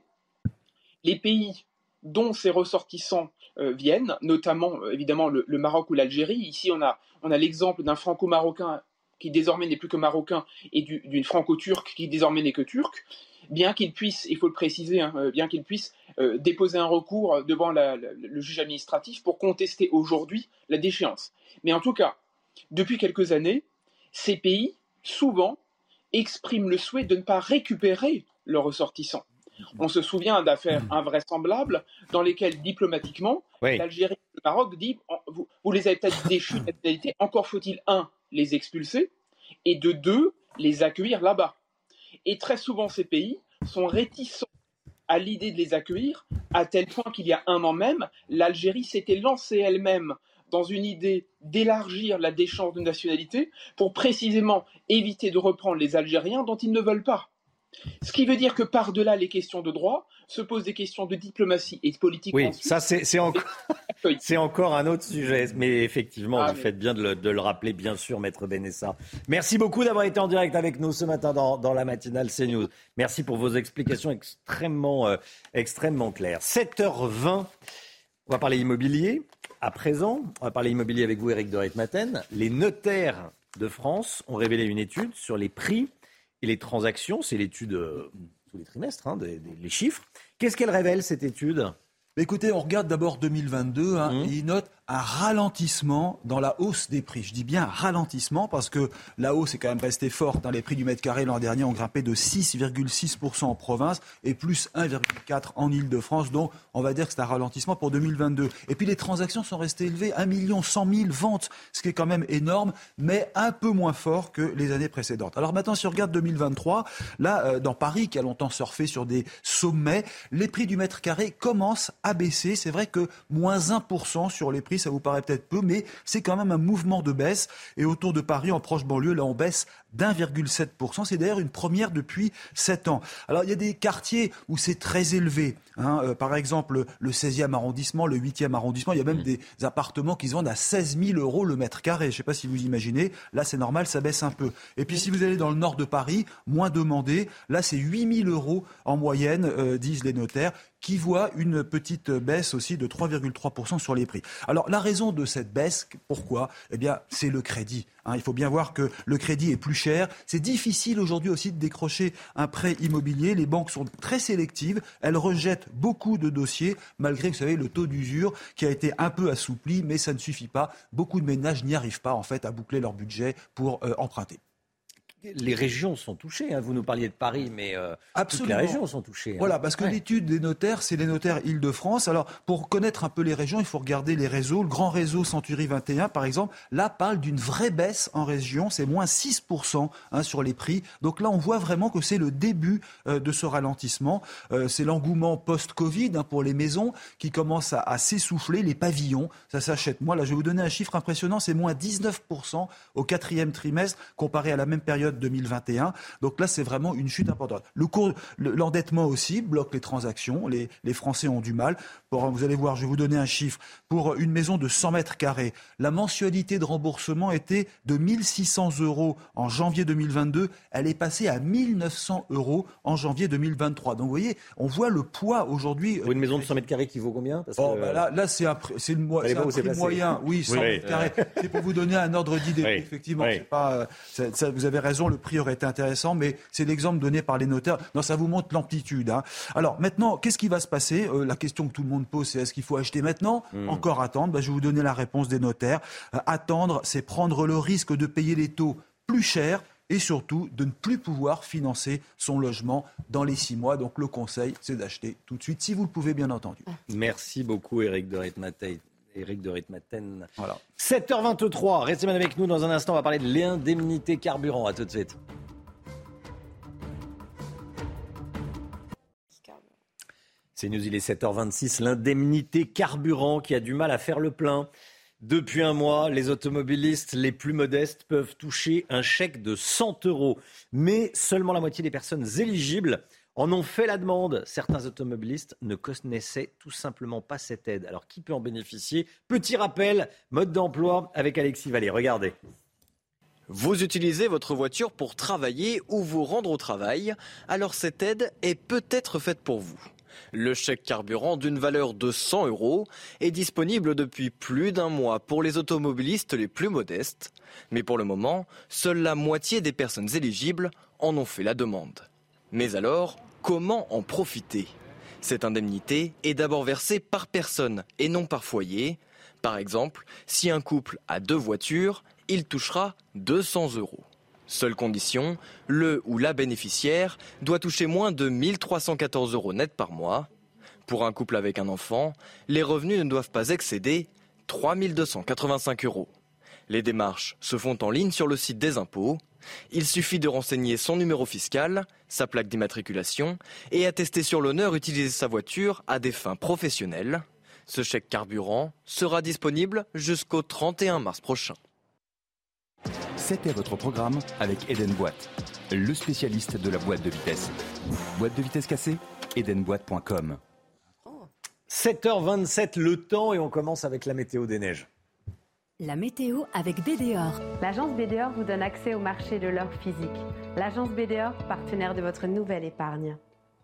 les pays dont ces ressortissants euh, viennent, notamment euh, évidemment le, le Maroc ou l'Algérie. Ici, on a, on a l'exemple d'un franco-marocain qui désormais n'est plus que marocain et du, d'une franco-turque qui désormais n'est que turque, bien qu'il puisse, il faut le préciser, hein, bien qu'il puisse euh, déposer un recours devant la, la, le juge administratif pour contester aujourd'hui la déchéance. Mais en tout cas, depuis quelques années, ces pays, souvent, expriment le souhait de ne pas récupérer leurs ressortissants. On se souvient d'affaires invraisemblables dans lesquelles, diplomatiquement, oui. l'Algérie et le Maroc disent vous, vous les avez peut-être déchus de nationalité, encore faut-il, un, les expulser, et de deux, les accueillir là-bas. Et très souvent, ces pays sont réticents à l'idée de les accueillir, à tel point qu'il y a un an même, l'Algérie s'était lancée elle-même dans une idée d'élargir la déchéance de nationalité pour précisément éviter de reprendre les Algériens dont ils ne veulent pas. Ce qui veut dire que par-delà les questions de droit, se posent des questions de diplomatie et de politique. Oui, ensuite. ça c'est, c'est, encore... c'est encore un autre sujet. Mais effectivement, Ah, vous mais... faites bien de le, de le rappeler, bien sûr, Maître Benessa. Merci beaucoup d'avoir été en direct avec nous ce matin dans, dans la matinale CNews. Merci pour vos explications extrêmement, euh, extrêmement claires. sept heures vingt, on va parler immobilier. À présent, on va parler immobilier avec vous, Éric de Ritmaten. Les notaires de France ont révélé une étude sur les prix et les transactions. C'est l'étude euh, tous les trimestres, hein, des, des, les chiffres. Qu'est-ce qu'elle révèle, cette étude ? Écoutez, on regarde d'abord deux mille vingt-deux, hein, Mmh. et il note un ralentissement dans la hausse des prix. Je dis bien ralentissement parce que la hausse est quand même restée forte. Hein. Les prix du mètre carré l'an dernier ont grimpé de six virgule six pour cent en province et plus un virgule quatre pour cent en Ile-de-France. Donc, on va dire que c'est un ralentissement pour deux mille vingt-deux. Et puis, les transactions sont restées élevées, un million cent mille ventes, ce qui est quand même énorme, mais un peu moins fort que les années précédentes. Alors maintenant, si on regarde deux mille vingt-trois, là, euh, dans Paris, qui a longtemps surfé sur des sommets, les prix du mètre carré commencent à baisser. C'est vrai que moins un pour cent sur les prix, ça vous paraît peut-être peu, mais c'est quand même un mouvement de baisse. Et autour de Paris, en proche banlieue, là, on baisse d'un virgule sept pour cent. C'est d'ailleurs une première depuis sept ans. Alors, il y a des quartiers où c'est très élevé. Hein. Euh, par exemple, le seizième arrondissement, le huitième arrondissement, il y a même mmh. des appartements qui se vendent à seize mille euros le mètre carré. Je ne sais pas si vous imaginez. Là, c'est normal, ça baisse un peu. Et puis, si vous allez dans le nord de Paris, moins demandé. Là, c'est huit mille euros en moyenne, euh, disent les notaires, qui voit une petite baisse aussi de trois virgule trois pour cent sur les prix. Alors, la raison de cette baisse, pourquoi ? Eh bien, c'est le crédit. Hein, il faut bien voir que le crédit est plus cher. C'est difficile aujourd'hui aussi de décrocher un prêt immobilier. Les banques sont très sélectives. Elles rejettent beaucoup de dossiers, malgré, vous savez, le taux d'usure qui a été un peu assoupli, mais ça ne suffit pas. Beaucoup de ménages n'y arrivent pas, en fait, à boucler leur budget pour euh, emprunter. Les régions sont touchées. Hein. Vous nous parliez de Paris, mais euh, toutes les régions sont touchées. Hein. Voilà, parce que ouais. l'étude des notaires, c'est les notaires Île-de-France. Alors, pour connaître un peu les régions, il faut regarder les réseaux. Le grand réseau Century vingt et un, par exemple, là, parle d'une vraie baisse en région. C'est moins six pour cent hein, sur les prix. Donc là, on voit vraiment que c'est le début euh, de ce ralentissement. Euh, c'est l'engouement post-Covid hein, pour les maisons qui commence à, à s'essouffler. Les pavillons, ça s'achète. Moi, là, je vais vous donner un chiffre impressionnant. C'est moins dix-neuf pour cent au quatrième trimestre comparé à la même période deux mille vingt et un. Donc là, c'est vraiment une chute importante. Le cours, le, l'endettement aussi bloque les transactions. Les, les Français ont du mal. Pour, vous allez voir, je vais vous donner un chiffre. Pour une maison de cent mètres carrés, la mensualité de remboursement était de mille six cents euros en janvier deux mille vingt-deux. Elle est passée à mille neuf cents euros en janvier deux mille vingt-trois. Donc vous voyez, on voit le poids aujourd'hui. Pour une maison de cent mètres carrés qui vaut combien? Parce oh, que... bah là, là, c'est un, c'est le, c'est un prix moyen. Oui, cent mètres carrés. C'est pour vous donner un ordre d'idée. Oui. Effectivement, oui. C'est pas, ça, ça, vous avez raison, le prix aurait été intéressant, mais c'est l'exemple donné par les notaires. Non, ça vous montre l'amplitude. Hein. Alors maintenant, qu'est-ce qui va se passer? euh, La question que tout le monde pose, c'est est-ce qu'il faut acheter maintenant? mmh. Encore attendre? Ben, je vais vous donner la réponse des notaires. Euh, attendre, c'est prendre le risque de payer les taux plus chers et surtout de ne plus pouvoir financer son logement dans les six mois. Donc le conseil, c'est d'acheter tout de suite, si vous le pouvez, bien entendu. Merci beaucoup, Éric de Ritmaten. Éric de Ritmaten. Voilà. sept heures vingt-trois, restez bien avec nous. Dans un instant, on va parler de l'indemnité carburant. À tout de suite. C'est News, il est sept heures vingt-six. L'indemnité carburant qui a du mal à faire le plein. Depuis un mois, les automobilistes les plus modestes peuvent toucher un chèque de cent euros. Mais seulement la moitié des personnes éligibles en ont fait la demande. Certains automobilistes ne connaissaient tout simplement pas cette aide. Alors qui peut en bénéficier? Petit rappel, mode d'emploi avec Alexis Vallée. Regardez. Vous utilisez votre voiture pour travailler ou vous rendre au travail. Alors cette aide est peut-être faite pour vous. Le chèque carburant d'une valeur de cent euros est disponible depuis plus d'un mois pour les automobilistes les plus modestes. Mais pour le moment, seule la moitié des personnes éligibles en ont fait la demande. Mais alors, comment en profiter? Cette indemnité est d'abord versée par personne et non par foyer. Par exemple, si un couple a deux voitures, il touchera deux cents euros. Seule condition, le ou la bénéficiaire doit toucher moins de mille trois cent quatorze euros net par mois. Pour un couple avec un enfant, les revenus ne doivent pas excéder trois mille deux cent quatre-vingt-cinq euros. Les démarches se font en ligne sur le site des impôts. Il suffit de renseigner son numéro fiscal, sa plaque d'immatriculation et attester sur l'honneur utiliser sa voiture à des fins professionnelles. Ce chèque carburant sera disponible jusqu'au trente et un mars prochain. C'était votre programme avec Eden Boîte, le spécialiste de la boîte de vitesse. Boîte de vitesse cassée, eden boîte point com. sept heures vingt-sept, le temps, et on commence avec la météo des neiges. La météo avec B D O R. L'agence B D O R vous donne accès au marché de l'or physique. L'agence B D O R, partenaire de votre nouvelle épargne.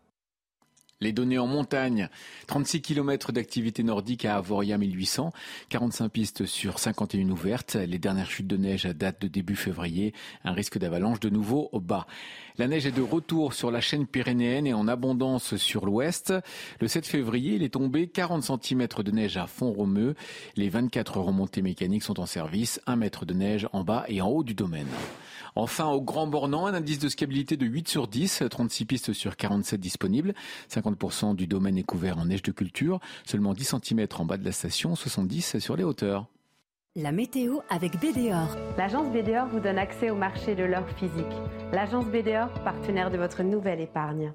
Les données en montagne, trente-six kilomètres d'activité nordique à Avoria mille huit cents, quarante-cinq pistes sur cinquante et une ouvertes. Les dernières chutes de neige datent de début février, un risque d'avalanche de nouveau au bas. La neige est de retour sur la chaîne pyrénéenne et en abondance sur l'ouest. Le sept février, il est tombé quarante centimètres de neige à Font-Romeu. Les vingt-quatre remontées mécaniques sont en service, un mètre de neige en bas et en haut du domaine. Enfin, au Grand Bornand, un indice de scalabilité de huit sur dix, trente-six pistes sur quarante-sept disponibles. cinquante pour cent du domaine est couvert en neige de culture, seulement dix centimètres en bas de la station, soixante-dix sur les hauteurs. La météo avec B D O R. L'agence B D O R vous donne accès au marché de l'or physique. L'agence B D O R, partenaire de votre nouvelle épargne.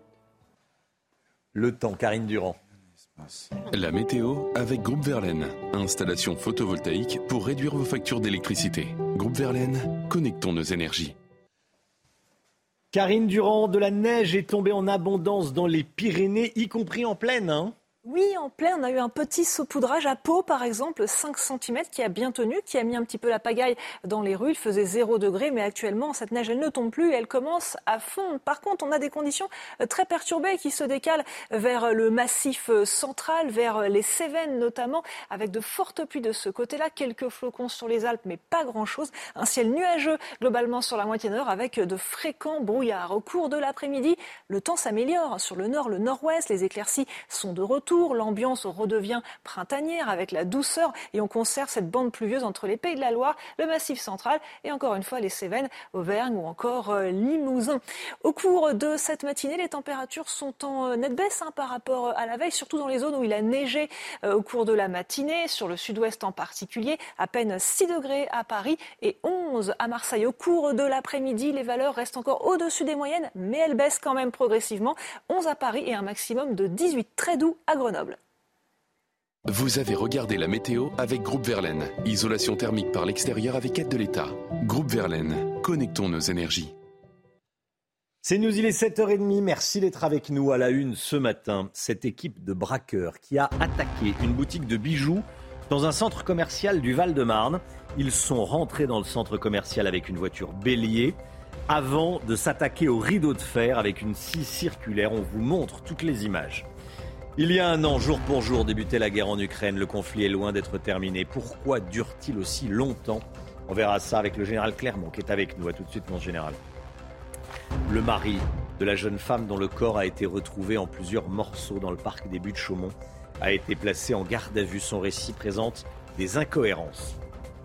Le temps, Karine Durand. La météo avec Groupe Verlaine. Installation photovoltaïque pour réduire vos factures d'électricité. Groupe Verlaine, connectons nos énergies. Karine Durand, de la neige est tombée en abondance dans les Pyrénées, y compris en plaine. Hein. Oui, en plein, on a eu un petit saupoudrage à Pau, par exemple, cinq centimètres, qui a bien tenu, qui a mis un petit peu la pagaille dans les rues. Il faisait zéro degré, mais actuellement, cette neige, elle ne tombe plus et elle commence à fondre. Par contre, on a des conditions très perturbées qui se décalent vers le massif central, vers les Cévennes notamment, avec de fortes pluies de ce côté-là, quelques flocons sur les Alpes, mais pas grand-chose. Un ciel nuageux globalement sur la moitié nord, avec de fréquents brouillards. Au cours de l'après-midi, le temps s'améliore. Sur le nord, le nord-ouest, les éclaircies sont de retour. L'ambiance redevient printanière avec la douceur et on conserve cette bande pluvieuse entre les Pays de la Loire, le Massif central et encore une fois les Cévennes, Auvergne ou encore euh, Limousin. Au cours de cette matinée, les températures sont en euh, nette baisse hein, par rapport à la veille, surtout dans les zones où il a neigé euh, au cours de la matinée, sur le sud-ouest en particulier, à peine six degrés à Paris et onze à Marseille. Au cours de l'après-midi, les valeurs restent encore au-dessus des moyennes, mais elles baissent quand même progressivement. onze à Paris et un maximum de dix-huit très doux à Grenoble. Vous avez regardé la météo avec Groupe Verlaine. Isolation thermique par l'extérieur avec aide de l'État. Groupe Verlaine, connectons nos énergies. C'est News, il est sept heures trente. Merci d'être avec nous à la une ce matin. Cette équipe de braqueurs qui a attaqué une boutique de bijoux dans un centre commercial du Val-de-Marne. Ils sont rentrés dans le centre commercial avec une voiture bélier avant de s'attaquer au rideau de fer avec une scie circulaire. On vous montre toutes les images. Il y a un an, jour pour jour, débutait la guerre en Ukraine. Le conflit est loin d'être terminé. Pourquoi dure-t-il aussi longtemps ? On verra ça avec le général Clermont qui est avec nous. À tout de suite, mon général. Le mari de la jeune femme dont le corps a été retrouvé en plusieurs morceaux dans le parc des Buttes-Chaumont a été placé en garde à vue. Son récit présente des incohérences.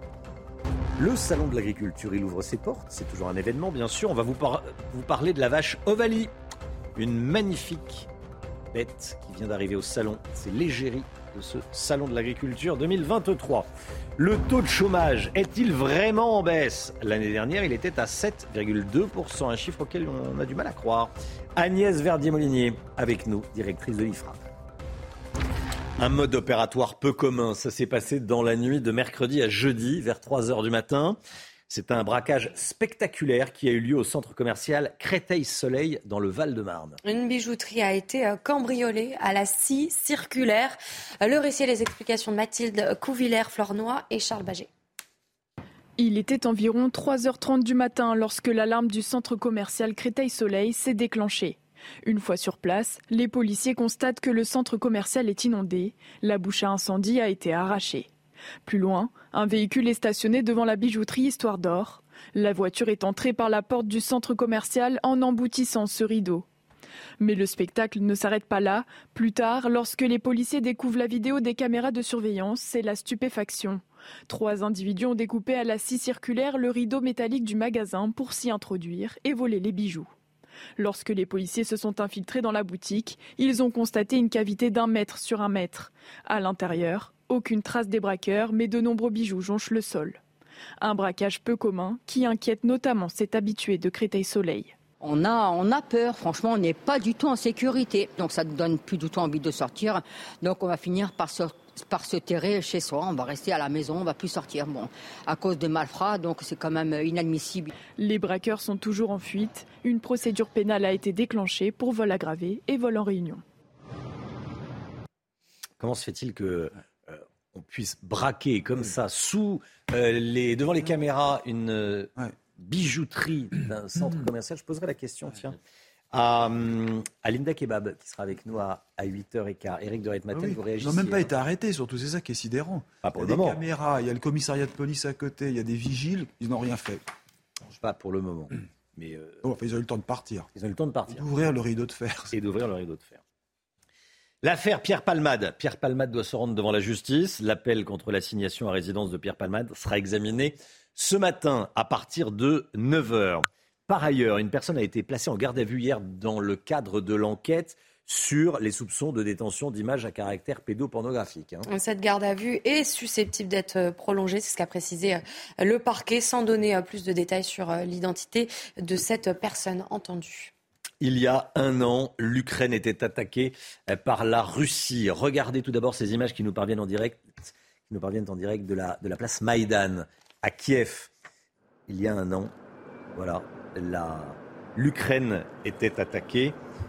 Le salon de l'agriculture, il ouvre ses portes. C'est toujours un événement, bien sûr. On va vous, par- vous parler de la vache Ovalie. Une magnifique bête qui vient d'arriver au salon. C'est l'égérie de ce salon de l'agriculture deux mille vingt-trois. Le taux de chômage est-il vraiment en baisse ? L'année dernière, il était à sept virgule deux pour cent, un chiffre auquel on a du mal à croire. Agnès Verdier-Molinier, avec nous, directrice de l'I F R A P. Un mode opératoire peu commun, ça s'est passé dans la nuit de mercredi à jeudi, vers trois heures du matin. C'est un braquage spectaculaire qui a eu lieu au centre commercial Créteil-Soleil dans le Val-de-Marne. Une bijouterie a été cambriolée à la scie circulaire. Le récit et les explications de Mathilde Couvillère-Flornois et Charles Baget. Il était environ trois heures trente du matin lorsque l'alarme du centre commercial Créteil-Soleil s'est déclenchée. Une fois sur place, les policiers constatent que le centre commercial est inondé. La bouche à incendie a été arrachée. Plus loin, un véhicule est stationné devant la bijouterie Histoire d'Or. La voiture est entrée par la porte du centre commercial en emboutissant ce rideau. Mais le spectacle ne s'arrête pas là. Plus tard, lorsque les policiers découvrent la vidéo des caméras de surveillance, c'est la stupéfaction. Trois individus ont découpé à la scie circulaire le rideau métallique du magasin pour s'y introduire et voler les bijoux. Lorsque les policiers se sont infiltrés dans la boutique, ils ont constaté une cavité d'un mètre sur un mètre. À l'intérieur, aucune trace des braqueurs, mais de nombreux bijoux jonchent le sol. Un braquage peu commun qui inquiète notamment cet habitué de Créteil-Soleil. On a, on a peur, franchement, on n'est pas du tout en sécurité. Donc ça ne donne plus du tout envie de sortir. Donc on va finir par se, par se terrer chez soi, on va rester à la maison, on ne va plus sortir. Bon, à cause de malfrats, donc c'est quand même inadmissible. Les braqueurs sont toujours en fuite. Une procédure pénale a été déclenchée pour vol aggravé et vol en réunion. Comment se fait-il que euh, on puisse braquer comme ça sous euh, les devant les caméras une euh, ouais. bijouterie d'un centre commercial? Je poserai la question, tiens, à, à Linda Kebab qui sera avec nous à, à huit heures quinze. Éric de Ritmaten, oui, vous réagissez. Ils n'ont même pas hein. été arrêtés, surtout, c'est ça qui est sidérant. Pas pour il y a le des moment. caméras, il y a le commissariat de police à côté, il y a des vigiles, ils n'ont rien fait. Pas pour le moment. Mais euh... bon, enfin, ils ont eu le temps de partir. Ils ont eu le temps de partir. D'ouvrir le rideau de fer. Et d'ouvrir le rideau de fer. L'affaire Pierre Palmade. Pierre Palmade doit se rendre devant la justice. L'appel contre l'assignation à résidence de Pierre Palmade sera examiné ce matin à partir de neuf heures. Par ailleurs, une personne a été placée en garde à vue hier dans le cadre de l'enquête sur les soupçons de détention d'images à caractère pédopornographique. Hein. Cette garde à vue est susceptible d'être prolongée, c'est ce qu'a précisé le parquet, sans donner plus de détails sur l'identité de cette personne entendue. Il y a un an, l'Ukraine était attaquée par la Russie. Regardez tout d'abord ces images qui nous parviennent en direct, qui nous parviennent en direct de la, de la place Maïdan à Kiev. Il y a un an, voilà, la, l'Ukraine était attaquée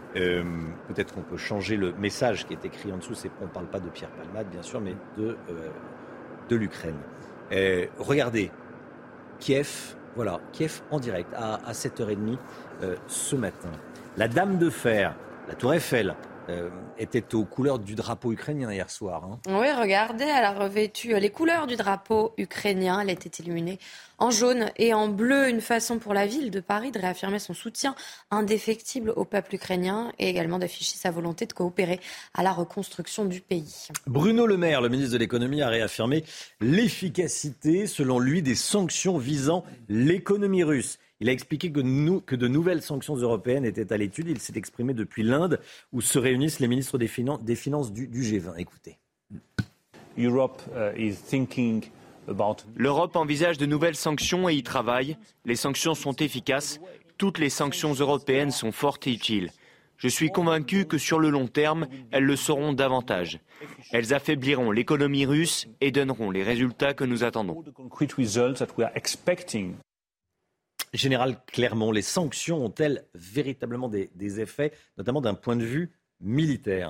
Euh, peut-être qu'on peut changer le message qui est écrit en dessous. C'est, on ne parle pas de Pierre Palmade, bien sûr, mais de, euh, de l'Ukraine. Euh, regardez, Kiev, voilà, Kiev en direct à, à sept heures trente euh, ce matin. La Dame de Fer, la Tour Eiffel, euh, était aux couleurs du drapeau ukrainien hier soir. Hein. Oui, regardez, elle a revêtu les couleurs du drapeau ukrainien. Elle était illuminée en jaune et en bleu, une façon pour la ville de Paris de réaffirmer son soutien indéfectible au peuple ukrainien et également d'afficher sa volonté de coopérer à la reconstruction du pays. Bruno Le Maire, le ministre de l'économie, a réaffirmé l'efficacité, selon lui, des sanctions visant l'économie russe. Il a expliqué que, nous, que de nouvelles sanctions européennes étaient à l'étude. Il s'est exprimé depuis l'Inde, où se réunissent les ministres des Finances, des finances du, du G vingt. Écoutez. Europe, uh, is thinking about... L'Europe envisage de nouvelles sanctions et y travaille. Les sanctions sont efficaces. Toutes les sanctions européennes sont fortes et utiles. Je suis convaincu que sur le long terme, elles le seront davantage. Elles affaibliront l'économie russe et donneront les résultats que nous attendons. Général Clermont, les sanctions ont-elles véritablement des, des effets, notamment d'un point de vue militaire ?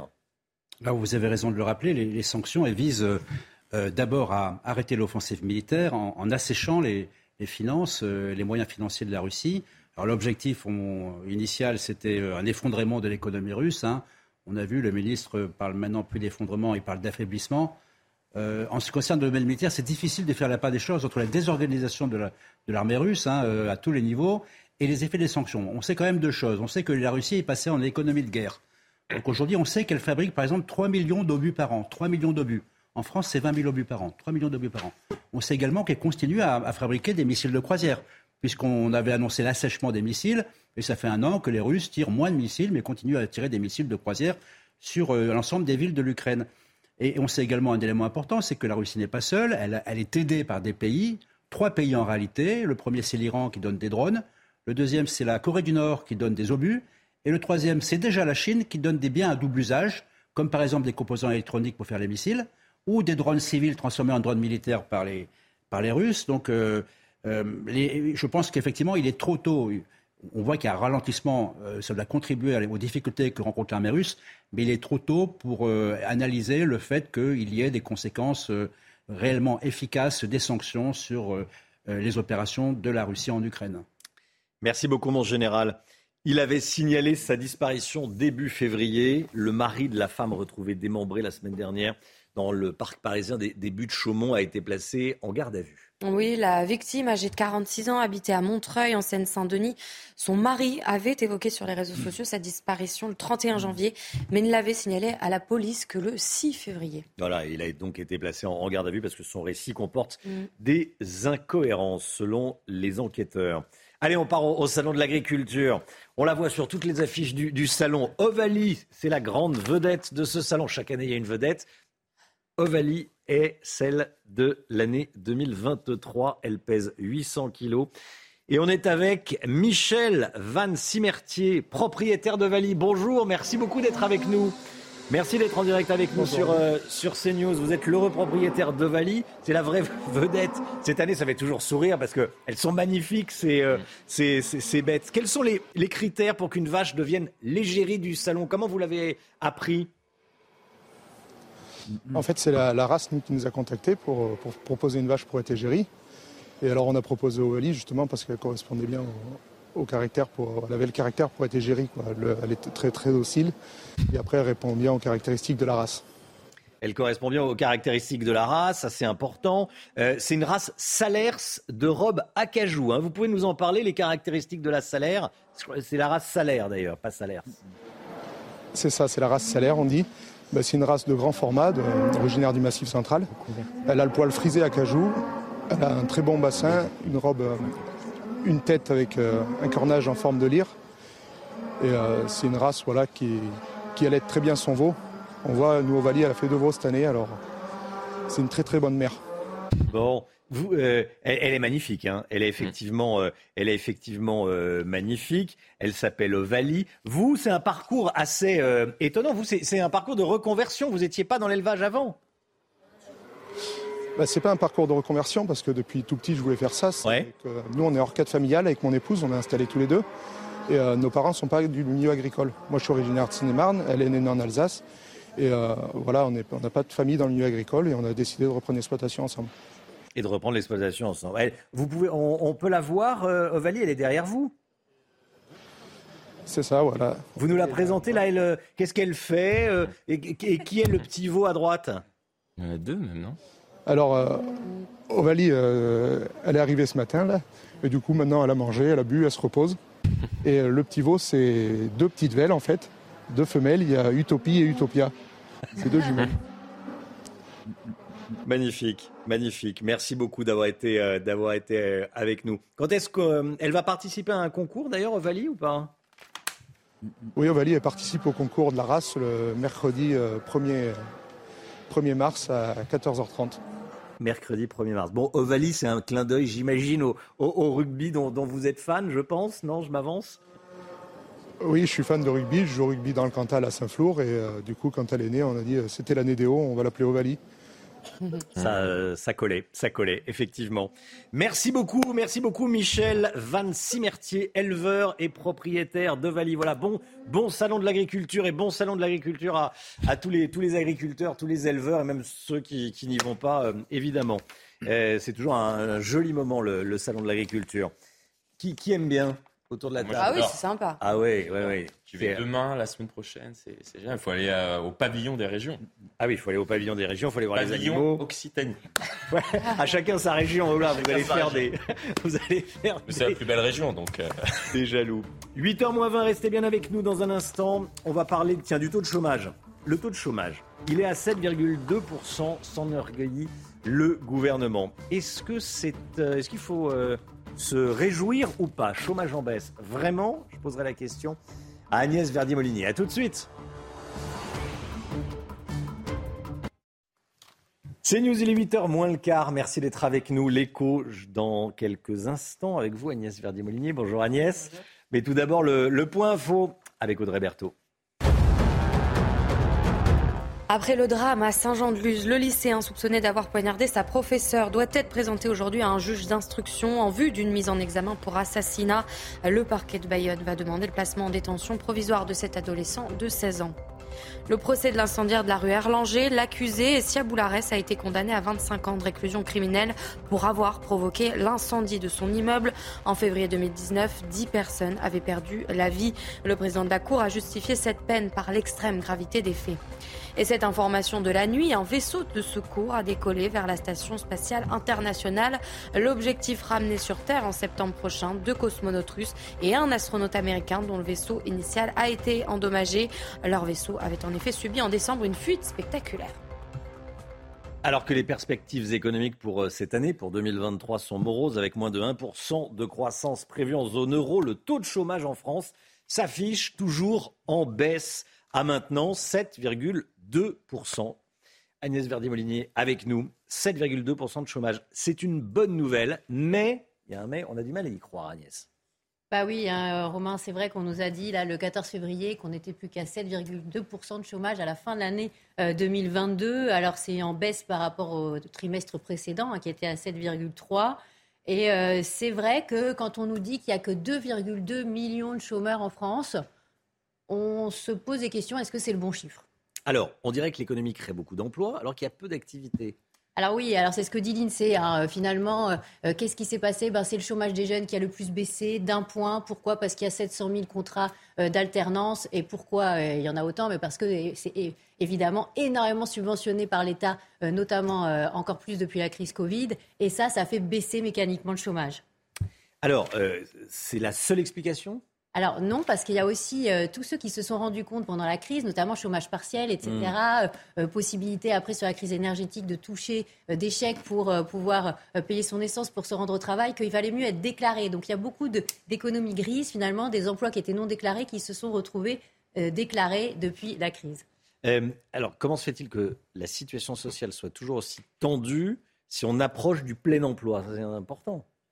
Là, vous avez raison de le rappeler, les, les sanctions, elles visent euh, d'abord à arrêter l'offensive militaire en, en asséchant les, les finances, euh, les moyens financiers de la Russie. Alors l'objectif on, initial, c'était un effondrement de l'économie russe. Hein. On a vu, le ministre parle maintenant plus d'effondrement, il parle d'affaiblissement. Euh, en ce qui concerne le domaine militaire, c'est difficile de faire la part des choses entre la désorganisation de, la, de l'armée russe hein, euh, à tous les niveaux et les effets des sanctions. On sait quand même deux choses. On sait que la Russie est passée en économie de guerre. Donc aujourd'hui, on sait qu'elle fabrique par exemple trois millions d'obus par an. trois millions d'obus. En France, c'est vingt mille obus par an. trois millions d'obus par an. On sait également qu'elle continue à, à fabriquer des missiles de croisière, puisqu'on avait annoncé l'assèchement des missiles, et ça fait un an que les Russes tirent moins de missiles, mais continuent à tirer des missiles de croisière sur euh, l'ensemble des villes de l'Ukraine. Et on sait également un élément important, c'est que la Russie n'est pas seule, elle, elle est aidée par des pays, trois pays en réalité. Le premier, c'est l'Iran qui donne des drones. Le deuxième, c'est la Corée du Nord qui donne des obus. Et le troisième, c'est déjà la Chine qui donne des biens à double usage, comme par exemple des composants électroniques pour faire les missiles, ou des drones civils transformés en drones militaires par les, par les Russes. Donc euh, euh, les, je pense qu'effectivement, il est trop tôt. On voit qu'il y a un ralentissement, euh, ça doit contribuer aux difficultés que rencontre l'armée russe, mais il est trop tôt pour euh, analyser le fait qu'il y ait des conséquences euh, réellement efficaces des sanctions sur euh, les opérations de la Russie en Ukraine. Merci beaucoup, mon général. Il avait signalé sa disparition début février. Le mari de la femme retrouvée démembrée la semaine dernière dans le parc parisien des, des Buttes-Chaumont a été placé en garde à vue. Oui, la victime, âgée de quarante-six ans, habitait à Montreuil, en Seine-Saint-Denis. Son mari avait évoqué sur les réseaux sociaux sa disparition le trente et un janvier, mais ne l'avait signalé à la police que le six février. Voilà, il a donc été placé en, en garde à vue parce que son récit comporte Mm. des incohérences selon les enquêteurs. Allez, on part au, au salon de l'agriculture. On la voit sur toutes les affiches du, du salon. Ovalie, c'est la grande vedette de ce salon. Chaque année, il y a une vedette. Ovalie est celle de l'année deux mille vingt-trois. Elle pèse huit cents kilos. Et on est avec Michel Van Simertier, propriétaire d'Ovalie. Bonjour, merci beaucoup d'être avec nous. Merci d'être en direct avec nous sur, euh, sur CNews. Vous êtes l'heureux propriétaire d'Ovalie. C'est la vraie vedette. Cette année, ça fait toujours sourire parce qu'elles sont magnifiques, ces, euh, ces, ces, ces bêtes. Quels sont les, les critères pour qu'une vache devienne l'égérie du salon ? Comment vous l'avez appris ? En fait, c'est la, la race nous, qui nous a contactés pour, pour proposer une vache pour être égérie. Et alors, on a proposé Ovalie justement parce qu'elle correspondait bien au, au caractère. Pour, elle avait le caractère pour être égérie, quoi. Le, elle est très très docile. Et après, elle répond bien aux caractéristiques de la race. Elle correspond bien aux caractéristiques de la race, ça c'est important. Euh, c'est une race Salers de robe acajou. Hein. Vous pouvez nous en parler, les caractéristiques de la Salaire ? C'est la race Salaire d'ailleurs, pas Salers. C'est ça, c'est la race Salaire, on dit. Ben, c'est une race de grand format, de, originaire du Massif central. Elle a le poil frisé acajou, elle a un très bon bassin, une robe, euh, une tête avec euh, un cornage en forme de lyre. Et euh, c'est une race voilà, qui, qui allait très bien son veau. On voit, nous, Ovalie, elle a fait deux veaux cette année, alors c'est une très très bonne mère. Bon, vous, euh, elle, elle est magnifique, hein. Elle est effectivement, euh, elle est effectivement euh, magnifique. Elle s'appelle Ovalie. Vous, c'est un parcours assez euh, étonnant. Vous, c'est, c'est un parcours de reconversion. Vous n'étiez pas dans l'élevage avant. Bah, c'est pas un parcours de reconversion parce que depuis tout petit, je voulais faire ça. C'est Ouais. que, nous, on est hors cadre familial avec mon épouse, on est installés tous les deux. Et euh, nos parents ne sont pas du milieu agricole. Moi, je suis originaire de Seine-et-Marne, elle est née en Alsace. Et euh, voilà, on n'a pas de famille dans le milieu agricole et on a décidé de reprendre l'exploitation ensemble. Et de reprendre l'exploitation ensemble. Elle, vous pouvez, on, on peut la voir, euh, Ovalie, elle est derrière vous. C'est ça, voilà. Vous nous la présentez là, elle, euh, qu'est-ce qu'elle fait euh, et, et qui est le petit veau à droite? Il y en a deux même, non? Alors, euh, Ovalie, euh, elle est arrivée ce matin, là. Et du coup, maintenant, elle a mangé, elle a bu, elle se repose. Et euh, le petit veau, c'est deux petites velles, en fait. Deux femelles, il y a Utopie et Utopia. C'est deux jumelles. Magnifique, magnifique. Merci beaucoup d'avoir été, euh, d'avoir été euh, avec nous. Quand est-ce qu'elle euh, va participer à un concours, d'ailleurs, Ovalie, ou pas? Oui, Ovalie, elle participe au concours de la race le mercredi euh, premier mars à quatorze heures trente. Mercredi premier mars. Bon, Ovalie, c'est un clin d'œil, j'imagine, au, au, au rugby dont, dont vous êtes fan, je pense. Non, je m'avance? Oui, je suis fan de rugby. Je joue au rugby dans le Cantal à Saint-Flour. Et euh, du coup, quand elle est née, on a dit euh, c'était l'année des hauts, on va l'appeler Ovalie. Ça, euh, ça collait, ça collait, effectivement. Merci beaucoup, merci beaucoup Michel Van Simertier, éleveur et propriétaire d'Ovalie. Voilà, bon, bon salon de l'agriculture et bon salon de l'agriculture à, à tous, les, tous les agriculteurs, tous les éleveurs et même ceux qui, qui n'y vont pas, euh, évidemment. Euh, c'est toujours un, un joli moment, le, le salon de l'agriculture. Qui, qui aime bien autour de la table? Ah oui, c'est sympa. Ah oui, oui, oui. Tu vais demain, la semaine prochaine, c'est, c'est génial. Il faut aller euh, au pavillon des régions. Ah oui, il faut aller au pavillon des régions, il faut aller voir pavillon les animaux. Occitanie. Ouais, à chacun sa région. Là, vous allez faire des, vous allez faire. Mais c'est des... la plus belle région, donc. Euh... Des jaloux. huit heures moins vingt, restez bien avec nous dans un instant. On va parler, tiens, du taux de chômage. Le taux de chômage, il est à sept virgule deux pour cent, s'enorgueillit le gouvernement. Est-ce que c'est, euh, est-ce qu'il faut euh, se réjouir ou pas? Chômage en baisse, vraiment? Je poserai la question à Agnès Verdier-Molinier. A tout de suite. C'est News, il est huit heures moins le quart. Merci d'être avec nous. L'écho dans quelques instants avec vous, Agnès Verdier-Molinier. Bonjour Agnès. Bonjour. Mais tout d'abord, le, le point info avec Audrey Berthaud. Après le drame à Saint-Jean-de-Luz, le lycéen soupçonné d'avoir poignardé sa professeure doit être présenté aujourd'hui à un juge d'instruction en vue d'une mise en examen pour assassinat. Le parquet de Bayonne va demander le placement en détention provisoire de cet adolescent de seize ans. Le procès de l'incendiaire de la rue Erlanger, l'accusé, Essia Boularès, a été condamné à vingt-cinq ans de réclusion criminelle pour avoir provoqué l'incendie de son immeuble. En février deux mille dix-neuf, dix personnes avaient perdu la vie. Le président de la Cour a justifié cette peine par l'extrême gravité des faits. Et cette information de la nuit, un vaisseau de secours a décollé vers la Station spatiale internationale. L'objectif, ramener sur Terre en septembre prochain deux cosmonautes russes et un astronaute américain dont le vaisseau initial a été endommagé. Leur vaisseau avait en effet subi en décembre une fuite spectaculaire. Alors que les perspectives économiques pour cette année, pour deux mille vingt-trois, sont moroses, avec moins de un pour cent de croissance prévue en zone euro, le taux de chômage en France s'affiche toujours en baisse à maintenant sept virgule deux pour cent. Agnès Verdier-Molinier avec nous, sept virgule deux pour cent de chômage. C'est une bonne nouvelle, mais, il y a un mais, on a du mal à y croire, Agnès. Bah oui, hein, Romain, c'est vrai qu'on nous a dit là, le quatorze février qu'on n'était plus qu'à sept virgule deux pour cent de chômage à la fin de l'année euh, deux mille vingt-deux. Alors c'est en baisse par rapport au trimestre précédent hein, qui était à sept virgule trois. Et euh, c'est vrai que quand on nous dit qu'il n'y a que deux virgule deux millions de chômeurs en France, on se pose des questions, est-ce que c'est le bon chiffre ? Alors, on dirait que l'économie crée beaucoup d'emplois alors qu'il y a peu d'activités. Alors oui, alors c'est ce que dit l'INSEE. Hein. Finalement, euh, qu'est-ce qui s'est passé ? Ben, c'est le chômage des jeunes qui a le plus baissé d'un point. Pourquoi ? Parce qu'il y a sept cent mille contrats euh, d'alternance. Et pourquoi euh, il y en a autant ? Mais parce que c'est é- évidemment énormément subventionné par l'État, euh, notamment euh, encore plus depuis la crise Covid. Et ça, ça fait baisser mécaniquement le chômage. Alors, euh, c'est la seule explication ? Alors non, parce qu'il y a aussi euh, tous ceux qui se sont rendus compte pendant la crise, notamment chômage partiel, et cetera, mmh. euh, possibilité après sur la crise énergétique de toucher euh, des chèques pour euh, pouvoir euh, payer son essence pour se rendre au travail, qu'il valait mieux être déclaré. Donc il y a beaucoup de, d'économies grises, finalement, des emplois qui étaient non déclarés, qui se sont retrouvés euh, déclarés depuis la crise. Euh, alors comment se fait-il que la situation sociale soit toujours aussi tendue si on approche du plein emploi ? C'est important.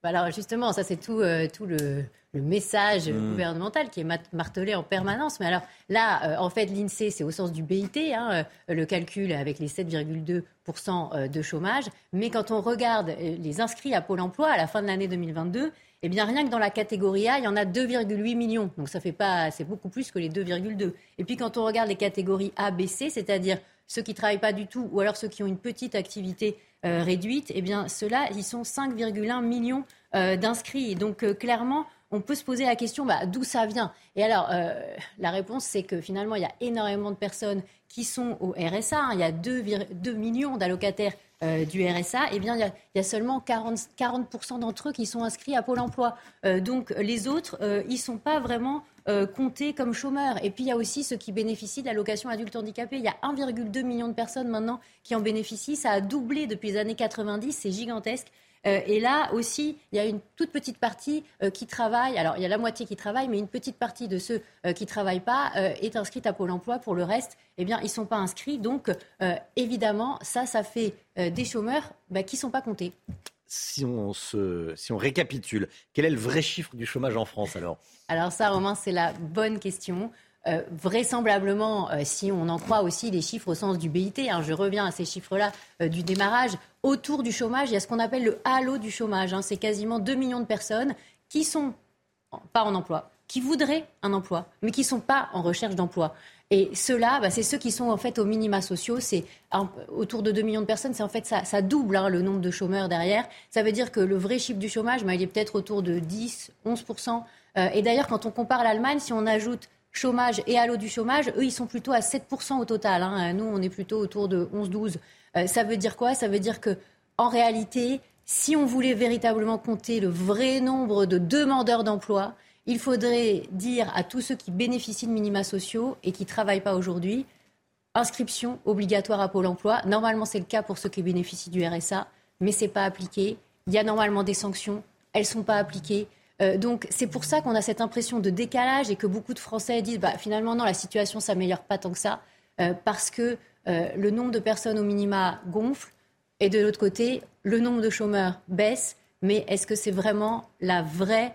Alors justement, ça c'est tout, euh, tout le, le message Mmh. gouvernemental qui est mat- martelé en permanence. Mais alors là, euh, en fait, l'INSEE, c'est au sens du B I T, hein, euh, le calcul avec les sept virgule deux pour cent de chômage. Mais quand on regarde euh, les inscrits à Pôle emploi à la fin de l'année deux mille vingt-deux, eh bien rien que dans la catégorie A, il y en a deux virgule huit millions. Donc ça fait pas, c'est beaucoup plus que les deux virgule deux. Et puis quand on regarde les catégories A, B, C, c'est-à-dire ceux qui ne travaillent pas du tout ou alors ceux qui ont une petite activité euh, réduite, eh bien ceux-là, ils sont cinq virgule un millions euh, d'inscrits. Et donc euh, clairement, on peut se poser la question bah, d'où ça vient. Et alors, euh, la réponse, c'est que finalement, il y a énormément de personnes qui sont au R S A. Hein. Il y a deux millions d'allocataires euh, du R S A. Eh bien, il y a, il y a seulement quarante, quarante pour cent d'entre eux qui sont inscrits à Pôle emploi. Euh, donc, les autres, euh, ils ne sont pas vraiment euh, comptés comme chômeurs. Et puis, il y a aussi ceux qui bénéficient de l'allocation adulte handicapé. Il y a un virgule deux million de personnes maintenant qui en bénéficient. Ça a doublé depuis les années quatre-vingt-dix. C'est gigantesque. Euh, et là aussi, il y a une toute petite partie euh, qui travaille. Alors, il y a la moitié qui travaille, mais une petite partie de ceux euh, qui ne travaillent pas euh, est inscrite à Pôle emploi. Pour le reste, eh bien, ils ne sont pas inscrits. Donc, euh, évidemment, ça, ça fait euh, des chômeurs bah, qui ne sont pas comptés. Si on, se, si on récapitule, quel est le vrai chiffre du chômage en France alors ? Alors ça, Romain, c'est la bonne question. Euh, vraisemblablement, euh, si on en croit aussi les chiffres au sens du B I T, hein, je reviens à ces chiffres-là euh, du démarrage, autour du chômage, il y a ce qu'on appelle le halo du chômage. Hein, c'est quasiment deux millions de personnes qui sont pas en emploi, qui voudraient un emploi, mais qui ne sont pas en recherche d'emploi. Et ceux-là, bah, c'est ceux qui sont en fait aux minima sociaux. C'est un, autour de deux millions de personnes. C'est en fait ça, ça double hein, le nombre de chômeurs derrière. Ça veut dire que le vrai chiffre du chômage, bah, il est peut-être autour de dix, onze pour cent. Euh, et d'ailleurs, quand on compare l'Allemagne, si on ajoute chômage et halo du chômage, eux, ils sont plutôt à sept pour cent au total. Hein. Nous, on est plutôt autour de onze douze. Euh, ça veut dire quoi ? Ça veut dire que, en réalité, si on voulait véritablement compter le vrai nombre de demandeurs d'emploi, il faudrait dire à tous ceux qui bénéficient de minima sociaux et qui ne travaillent pas aujourd'hui, inscription obligatoire à Pôle emploi. Normalement, c'est le cas pour ceux qui bénéficient du R S A, mais ce n'est pas appliqué. Il y a normalement des sanctions, elles ne sont pas appliquées. Euh, donc, c'est pour ça qu'on a cette impression de décalage et que beaucoup de Français disent bah, finalement, non, la situation ne s'améliore pas tant que ça, euh, parce que euh, le nombre de personnes au minima gonfle et de l'autre côté, le nombre de chômeurs baisse. Mais est-ce que c'est vraiment la vraie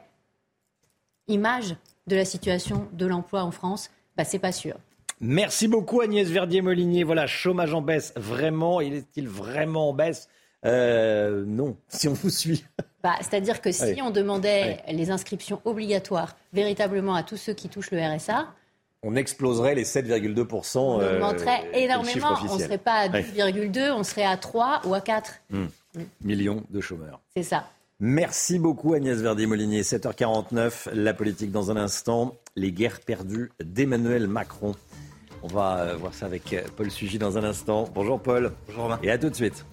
image de la situation de l'emploi en France? Bah, c'est pas sûr. Merci beaucoup Agnès Verdier-Molinier. Voilà, chômage en baisse, vraiment, il est-il vraiment en baisse ? euh, Non, si on vous suit. Bah, c'est-à-dire que si Allez. on demandait Allez. les inscriptions obligatoires véritablement à tous ceux qui touchent le R S A, On exploserait les sept virgule deux pour cent. on euh, augmenterait le énormément. chiffre On ne officiel. serait pas à Ouais. douze virgule deux, on serait à trois ou à quatre. Mmh. Millions de chômeurs. C'est ça. Merci beaucoup Agnès Verdier-Molinier. sept heures quarante-neuf, la politique dans un instant. Les guerres perdues d'Emmanuel Macron. On va voir ça avec Paul Sugy dans un instant. Bonjour Paul. Bonjour Romain. Et à tout de suite.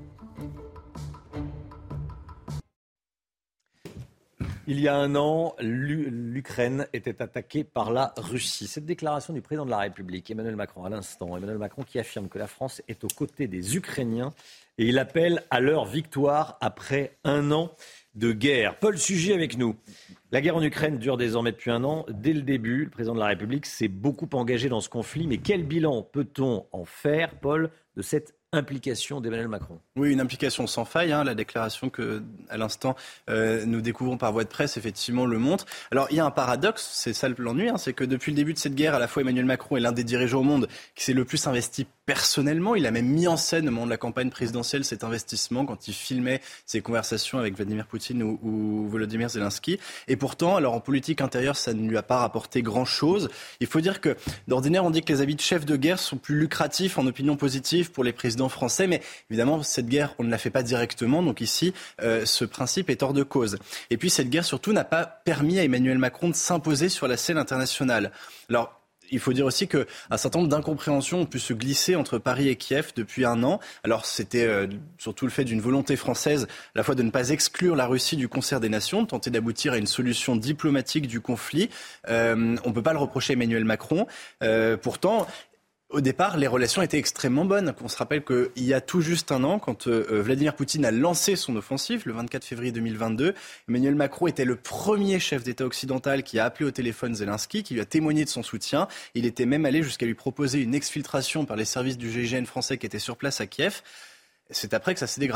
Il y a un an, l'Ukraine était attaquée par la Russie. Cette déclaration du président de la République, Emmanuel Macron, à l'instant, Emmanuel Macron qui affirme que la France est aux côtés des Ukrainiens et il appelle à leur victoire après un an de guerre. Paul Sugy avec nous. La guerre en Ukraine dure désormais depuis un an. Dès le début, le président de la République s'est beaucoup engagé dans ce conflit. Mais quel bilan peut-on en faire, Paul, de cette implication d'Emmanuel Macron? Oui, une implication sans faille. Hein. La déclaration que, à l'instant, euh, nous découvrons par voie de presse, effectivement, le montre. Alors, il y a un paradoxe, c'est ça l'ennui, hein, c'est que depuis le début de cette guerre, à la fois Emmanuel Macron est l'un des dirigeants au monde qui s'est le plus investi personnellement. Il a même mis en scène au moment de la campagne présidentielle cet investissement quand il filmait ses conversations avec Vladimir Poutine ou, ou Volodymyr Zelensky. Et pourtant, alors en politique intérieure, ça ne lui a pas rapporté grand-chose. Il faut dire que d'ordinaire, on dit que les habits de chef de guerre sont plus lucratifs en opinion positive pour les présidents français, mais évidemment, cette guerre, on ne la fait pas directement. Donc ici, euh, ce principe est hors de cause. Et puis, cette guerre, surtout, n'a pas permis à Emmanuel Macron de s'imposer sur la scène internationale. Alors, il faut dire aussi qu'un certain nombre d'incompréhensions ont pu se glisser entre Paris et Kiev depuis un an. Alors c'était euh, surtout le fait d'une volonté française, à la fois de ne pas exclure la Russie du concert des nations, de tenter d'aboutir à une solution diplomatique du conflit. Euh, on ne peut pas le reprocher à Emmanuel Macron. Euh, pourtant... Au départ, les relations étaient extrêmement bonnes. On se rappelle qu'il y a tout juste un an, quand euh, Vladimir Poutine a lancé son offensive, le vingt-quatre février deux mille vingt-deux, Emmanuel Macron était le premier chef d'État occidental qui a appelé au téléphone Zelensky, qui lui a témoigné de son soutien. Il était même allé jusqu'à lui proposer une exfiltration par les services du G I G N français qui étaient sur place à Kiev. C'est après que ça s'est dégradé.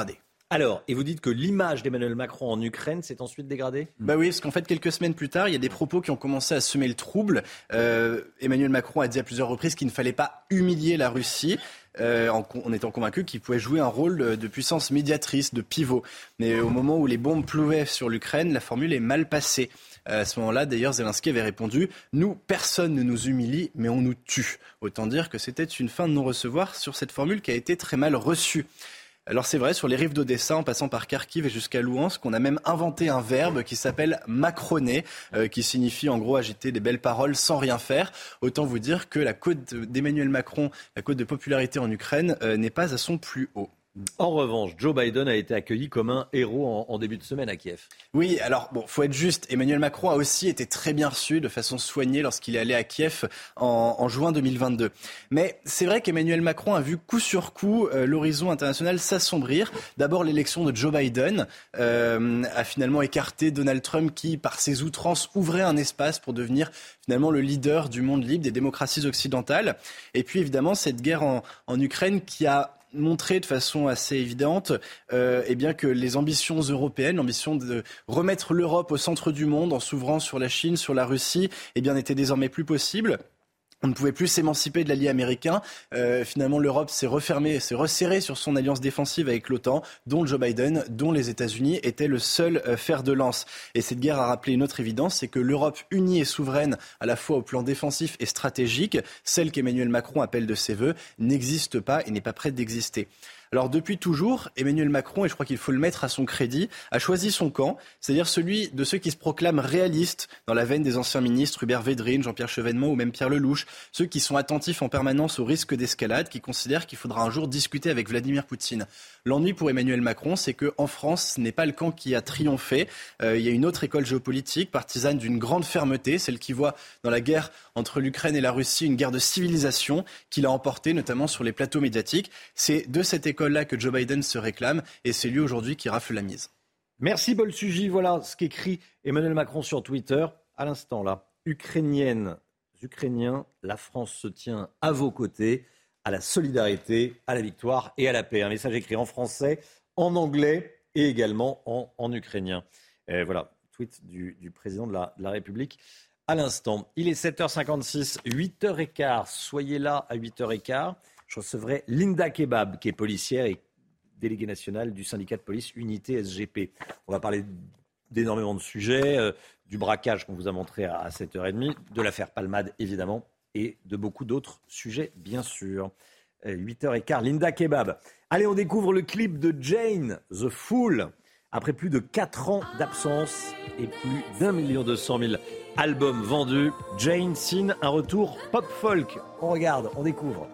Alors, et vous dites que l'image d'Emmanuel Macron en Ukraine s'est ensuite dégradée ? Bah oui, parce qu'en fait, quelques semaines plus tard, il y a des propos qui ont commencé à semer le trouble. Euh, Emmanuel Macron a dit à plusieurs reprises qu'il ne fallait pas humilier la Russie. Euh, en, en étant convaincu qu'il pouvait jouer un rôle de puissance médiatrice, de pivot. Mais au moment où les bombes plouaient sur l'Ukraine, la formule est mal passée. À ce moment-là, d'ailleurs, Zelensky avait répondu « Nous, personne ne nous humilie, mais on nous tue ». Autant dire que c'était une fin de non-recevoir sur cette formule qui a été très mal reçue. Alors c'est vrai, sur les rives d'Odessa, en passant par Kharkiv et jusqu'à Louhansk, on a même inventé un verbe qui s'appelle macroner, euh, qui signifie en gros agiter des belles paroles sans rien faire. Autant vous dire que la cote d'Emmanuel Macron, la cote de popularité en Ukraine, euh, n'est pas à son plus haut. En revanche, Joe Biden a été accueilli comme un héros en, en début de semaine à Kiev. Oui, alors bon, faut être juste. Emmanuel Macron a aussi été très bien reçu de façon soignée lorsqu'il est allé à Kiev en, en juin deux mille vingt-deux. Mais c'est vrai qu'Emmanuel Macron a vu coup sur coup euh, l'horizon international s'assombrir. D'abord, l'élection de Joe Biden euh, a finalement écarté Donald Trump qui, par ses outrances, ouvrait un espace pour devenir finalement le leader du monde libre, des démocraties occidentales. Et puis évidemment, cette guerre en, en Ukraine qui a montrer de façon assez évidente euh, eh bien que les ambitions européennes, l'ambition de remettre l'Europe au centre du monde en s'ouvrant sur la Chine, sur la Russie, eh bien n'était désormais plus possible. On ne pouvait plus s'émanciper de l'allié américain. Euh, finalement, l'Europe s'est refermée, s'est resserrée sur son alliance défensive avec l'OTAN, dont Joe Biden, dont les États-Unis étaient le seul euh, fer de lance. Et cette guerre a rappelé une autre évidence, c'est que l'Europe unie et souveraine, à la fois au plan défensif et stratégique, celle qu'Emmanuel Macron appelle de ses vœux, n'existe pas et n'est pas prête d'exister. Alors depuis toujours, Emmanuel Macron, et je crois qu'il faut le mettre à son crédit, a choisi son camp, c'est-à-dire celui de ceux qui se proclament réalistes dans la veine des anciens ministres Hubert Védrine, Jean-Pierre Chevènement ou même Pierre Lelouch, ceux qui sont attentifs en permanence au risque d'escalade, qui considèrent qu'il faudra un jour discuter avec Vladimir Poutine. L'ennui pour Emmanuel Macron, c'est qu'en France, ce n'est pas le camp qui a triomphé. Euh, il y a une autre école géopolitique, partisane d'une grande fermeté, celle qui voit dans la guerre entre l'Ukraine et la Russie une guerre de civilisation qu'il a emportée, notamment sur les plateaux médiatiques. C'est de cette école là que Joe Biden se réclame et c'est lui aujourd'hui qui rafle la mise. Merci Bolsugi. Voilà ce qu'écrit Emmanuel Macron sur Twitter à l'instant là. Ukrainiennes, Ukrainiens, la France se tient à vos côtés, à la solidarité, à la victoire et à la paix. Un message écrit en français, en anglais et également en, en ukrainien. Et voilà, tweet du, du président de la, de la République à l'instant. Il est sept heures cinquante-six, huit heures quinze. Soyez là à huit heures quinze. Je recevrai Linda Kebab, qui est policière et déléguée nationale du syndicat de police Unité S G P. On va parler d'énormément de sujets, euh, du braquage qu'on vous a montré à, à sept heures trente, de l'affaire Palmade évidemment, et de beaucoup d'autres sujets bien sûr. Euh, huit heures quinze, Linda Kebab. Allez, on découvre le clip de Jane, The Fool. Après plus de quatre ans d'absence et plus d'un million deux cent mille albums vendus, Jane signe un retour pop-folk. On regarde, on découvre.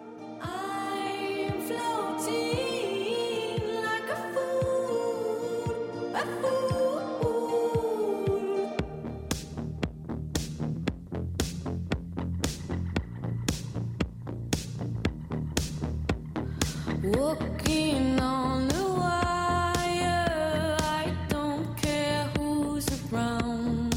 Walking on the wire, I don't care who's around.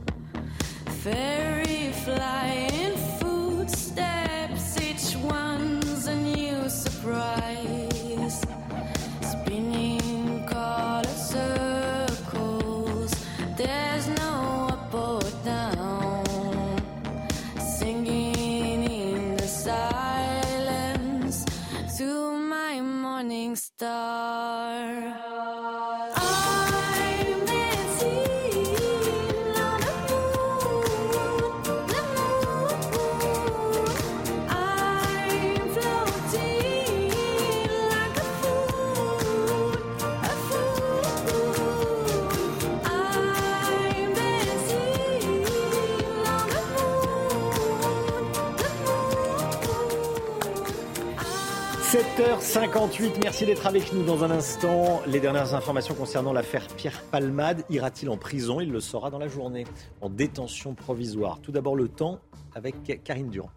Fairy flying footsteps, each one's a new surprise. Spinning color circles, there's no up or down. Singing in the silence to my morning star. I'm dancing on the moon, the moon. I'm floating like a fool, a fool. I'm dancing on the sept heures cinquante-huit, merci d'être avec nous dans un instant. Les dernières informations concernant l'affaire Pierre Palmade. Ira-t-il en prison ? Il le saura dans la journée, en détention provisoire. Tout d'abord le temps avec Karine Durand.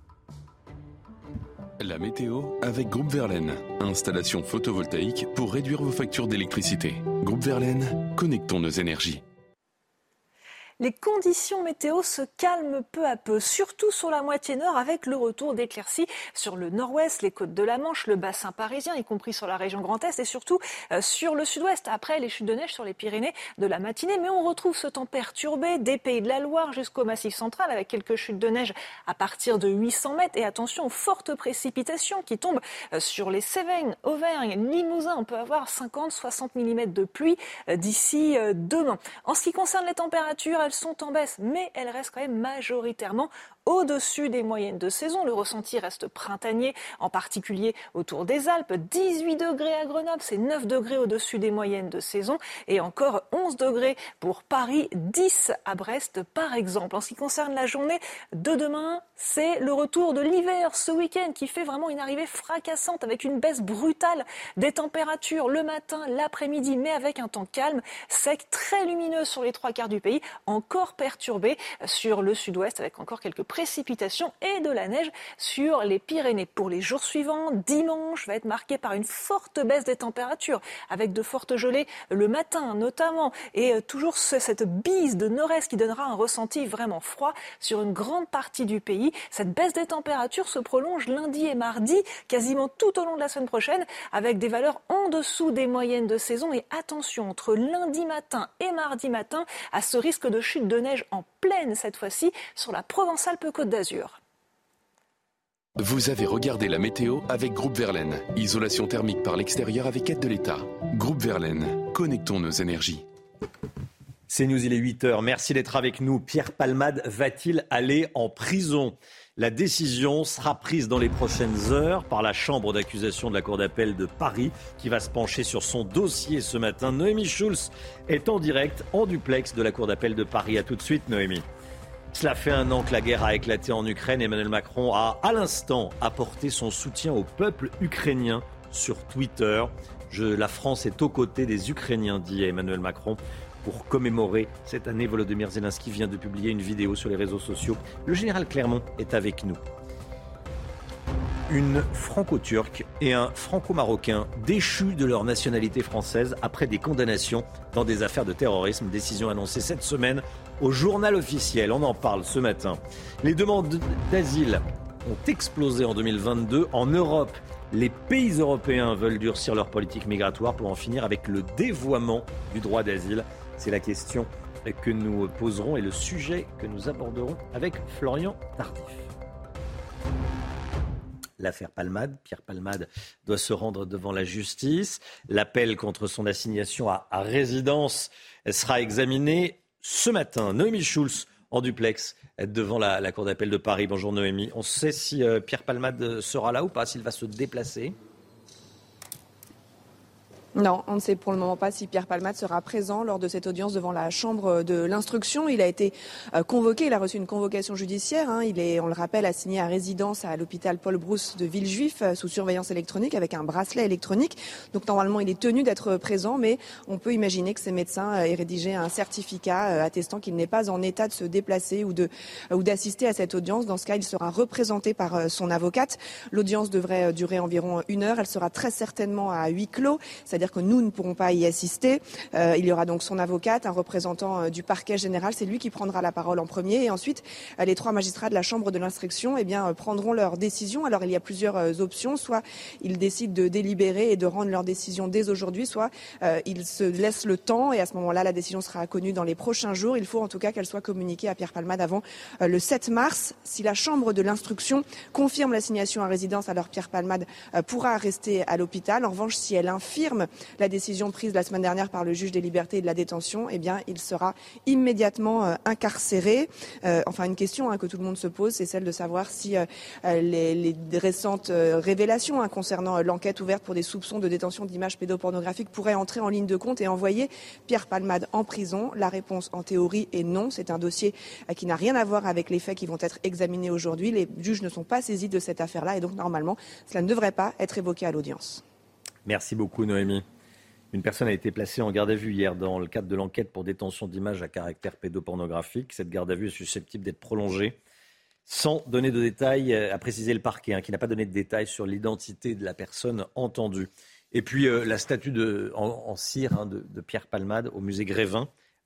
La météo avec Groupe Verlaine. Installation photovoltaïque pour réduire vos factures d'électricité. Groupe Verlaine, connectons nos énergies. Les conditions météo se calment peu à peu, surtout sur la moitié nord avec le retour d'éclaircies sur le nord-ouest, les côtes de la Manche, le bassin parisien, y compris sur la région Grand Est et surtout euh, sur le sud-ouest. Après les chutes de neige sur les Pyrénées de la matinée, mais on retrouve ce temps perturbé des Pays de la Loire jusqu'au Massif central avec quelques chutes de neige à partir de huit cents mètres et attention aux fortes précipitations qui tombent euh, sur les Cévennes, Auvergne, Limousin. On peut avoir cinquante à soixante millimètres de pluie euh, d'ici euh, demain. En ce qui concerne les températures, elles sont en baisse, mais elles restent quand même majoritairement au-dessus des moyennes de saison. Le ressenti reste printanier, en particulier autour des Alpes. dix-huit degrés à Grenoble, c'est neuf degrés au-dessus des moyennes de saison. Et encore onze degrés pour Paris, dix à Brest par exemple. En ce qui concerne la journée de demain, c'est le retour de l'hiver ce week-end qui fait vraiment une arrivée fracassante avec une baisse brutale des températures le matin, l'après-midi, mais avec un temps calme, sec, très lumineux sur les trois quarts du pays, encore perturbé sur le sud-ouest avec encore quelques précipitations et de la neige sur les Pyrénées. Pour les jours suivants, dimanche va être marqué par une forte baisse des températures avec de fortes gelées le matin notamment et toujours cette bise de nord-est qui donnera un ressenti vraiment froid sur une grande partie du pays. Cette baisse des températures se prolonge lundi et mardi quasiment tout au long de la semaine prochaine avec des valeurs en dessous des moyennes de saison et attention entre lundi matin et mardi matin à ce risque de chute de neige en pleine cette fois-ci sur la Provence-Alpes-Côte d'Azur. Vous avez regardé la météo avec Groupe Verlaine. Isolation thermique par l'extérieur avec aide de l'État. Groupe Verlaine, connectons nos énergies. C'est News, il est huit heures. Merci d'être avec nous. Pierre Palmade va-t-il aller en prison ? La décision sera prise dans les prochaines heures par la chambre d'accusation de la Cour d'appel de Paris qui va se pencher sur son dossier ce matin. Noémie Schulz est en direct, en duplex de la Cour d'appel de Paris. À tout de suite, Noémie. Cela fait un an que la guerre a éclaté en Ukraine. Emmanuel Macron a, à l'instant, apporté son soutien au peuple ukrainien sur Twitter. Je, la France est aux côtés des Ukrainiens, dit Emmanuel Macron. Pour commémorer cette année, Volodymyr Zelensky vient de publier une vidéo sur les réseaux sociaux. Le général Clermont est avec nous. Une franco-turque et un franco-marocain déchus de leur nationalité française après des condamnations dans des affaires de terrorisme. Décision annoncée cette semaine au journal officiel. On en parle ce matin. Les demandes d'asile ont explosé en deux mille vingt-deux. En Europe, les pays européens veulent durcir leur politique migratoire pour en finir avec le dévoiement du droit d'asile. C'est la question que nous poserons et le sujet que nous aborderons avec Florian Tardif. L'affaire Palmade, Pierre Palmade doit se rendre devant la justice. L'appel contre son assignation à, à résidence sera examiné ce matin. Noémie Schulz en duplex devant la, la Cour d'appel de Paris. Bonjour Noémie. On sait si euh, Pierre Palmade sera là ou pas, s'il va se déplacer ? Non, on ne sait pour le moment pas si Pierre Palmade sera présent lors de cette audience devant la chambre de l'instruction. Il a été euh, convoqué, il a reçu une convocation judiciaire. Hein. Il est, on le rappelle, assigné à résidence à l'hôpital Paul Brousse de Villejuif euh, sous surveillance électronique avec un bracelet électronique. Donc normalement, il est tenu d'être présent, mais on peut imaginer que ces médecins euh, aient rédigé un certificat euh, attestant qu'il n'est pas en état de se déplacer ou de euh, ou d'assister à cette audience. Dans ce cas, il sera représenté par euh, son avocate. L'audience devrait euh, durer environ une heure. Elle sera très certainement à huis clos, c'est-à-dire c'est-à-dire que nous ne pourrons pas y assister. Euh, il y aura donc son avocate, un représentant euh, du parquet général, c'est lui qui prendra la parole en premier. Et ensuite, euh, les trois magistrats de la chambre de l'instruction eh bien, euh, prendront leur décision. Alors, il y a plusieurs euh, options. Soit ils décident de délibérer et de rendre leur décision dès aujourd'hui, soit euh, ils se laissent le temps et à ce moment-là, la décision sera connue dans les prochains jours. Il faut en tout cas qu'elle soit communiquée à Pierre Palmade avant euh, le sept mars. Si la chambre de l'instruction confirme l'assignation à résidence, alors Pierre Palmade euh, pourra rester à l'hôpital. En revanche, si elle infirme la décision prise la semaine dernière par le juge des libertés et de la détention, eh bien, il sera immédiatement euh, incarcéré. Euh, enfin, une question hein, que tout le monde se pose, c'est celle de savoir si euh, les, les récentes euh, révélations hein, concernant euh, l'enquête ouverte pour des soupçons de détention d'images pédopornographiques pourraient entrer en ligne de compte et envoyer Pierre Palmade en prison. La réponse, en théorie, est non. C'est un dossier euh, qui n'a rien à voir avec les faits qui vont être examinés aujourd'hui. Les juges ne sont pas saisis de cette affaire-là et donc, normalement, cela ne devrait pas être évoqué à l'audience. Merci beaucoup, Noémie. Une personne a été placée en garde à vue hier dans le cadre de l'enquête pour détention d'images à caractère pédopornographique. Cette garde à vue est susceptible d'être prolongée sans donner de détails, a précisé le parquet, hein, qui n'a pas donné de détails sur l'identité de la personne entendue. Et puis euh, la statue de, en, en cire hein, de, de Pierre Palmade au musée Grévin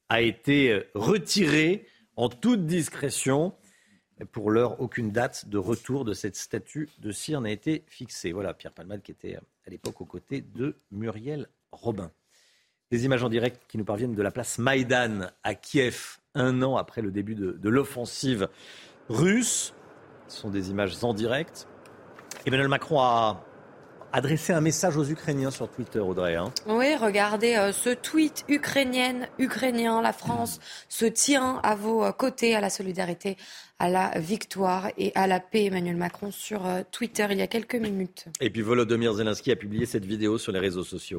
a été retiré en toute discrétion. Pour l'heure, aucune date de retour de cette statue de cire n'a été fixée. Voilà, Pierre Palmade qui était à l'époque aux côtés de Muriel Robin. Des images en direct qui nous parviennent de la place Maïdan à Kiev, un an après le début de, de l'offensive russe. Ce sont des images en direct. Emmanuel Macron a adressé un message aux Ukrainiens sur Twitter, Audrey. Hein. Oui, regardez euh, ce tweet ukrainienne, ukrainien. La France se tient à vos côtés, à la solidarité, à la victoire et à la paix. Emmanuel Macron sur euh, Twitter il y a quelques minutes. Et puis Volodymyr Zelensky a publié cette vidéo sur les réseaux sociaux.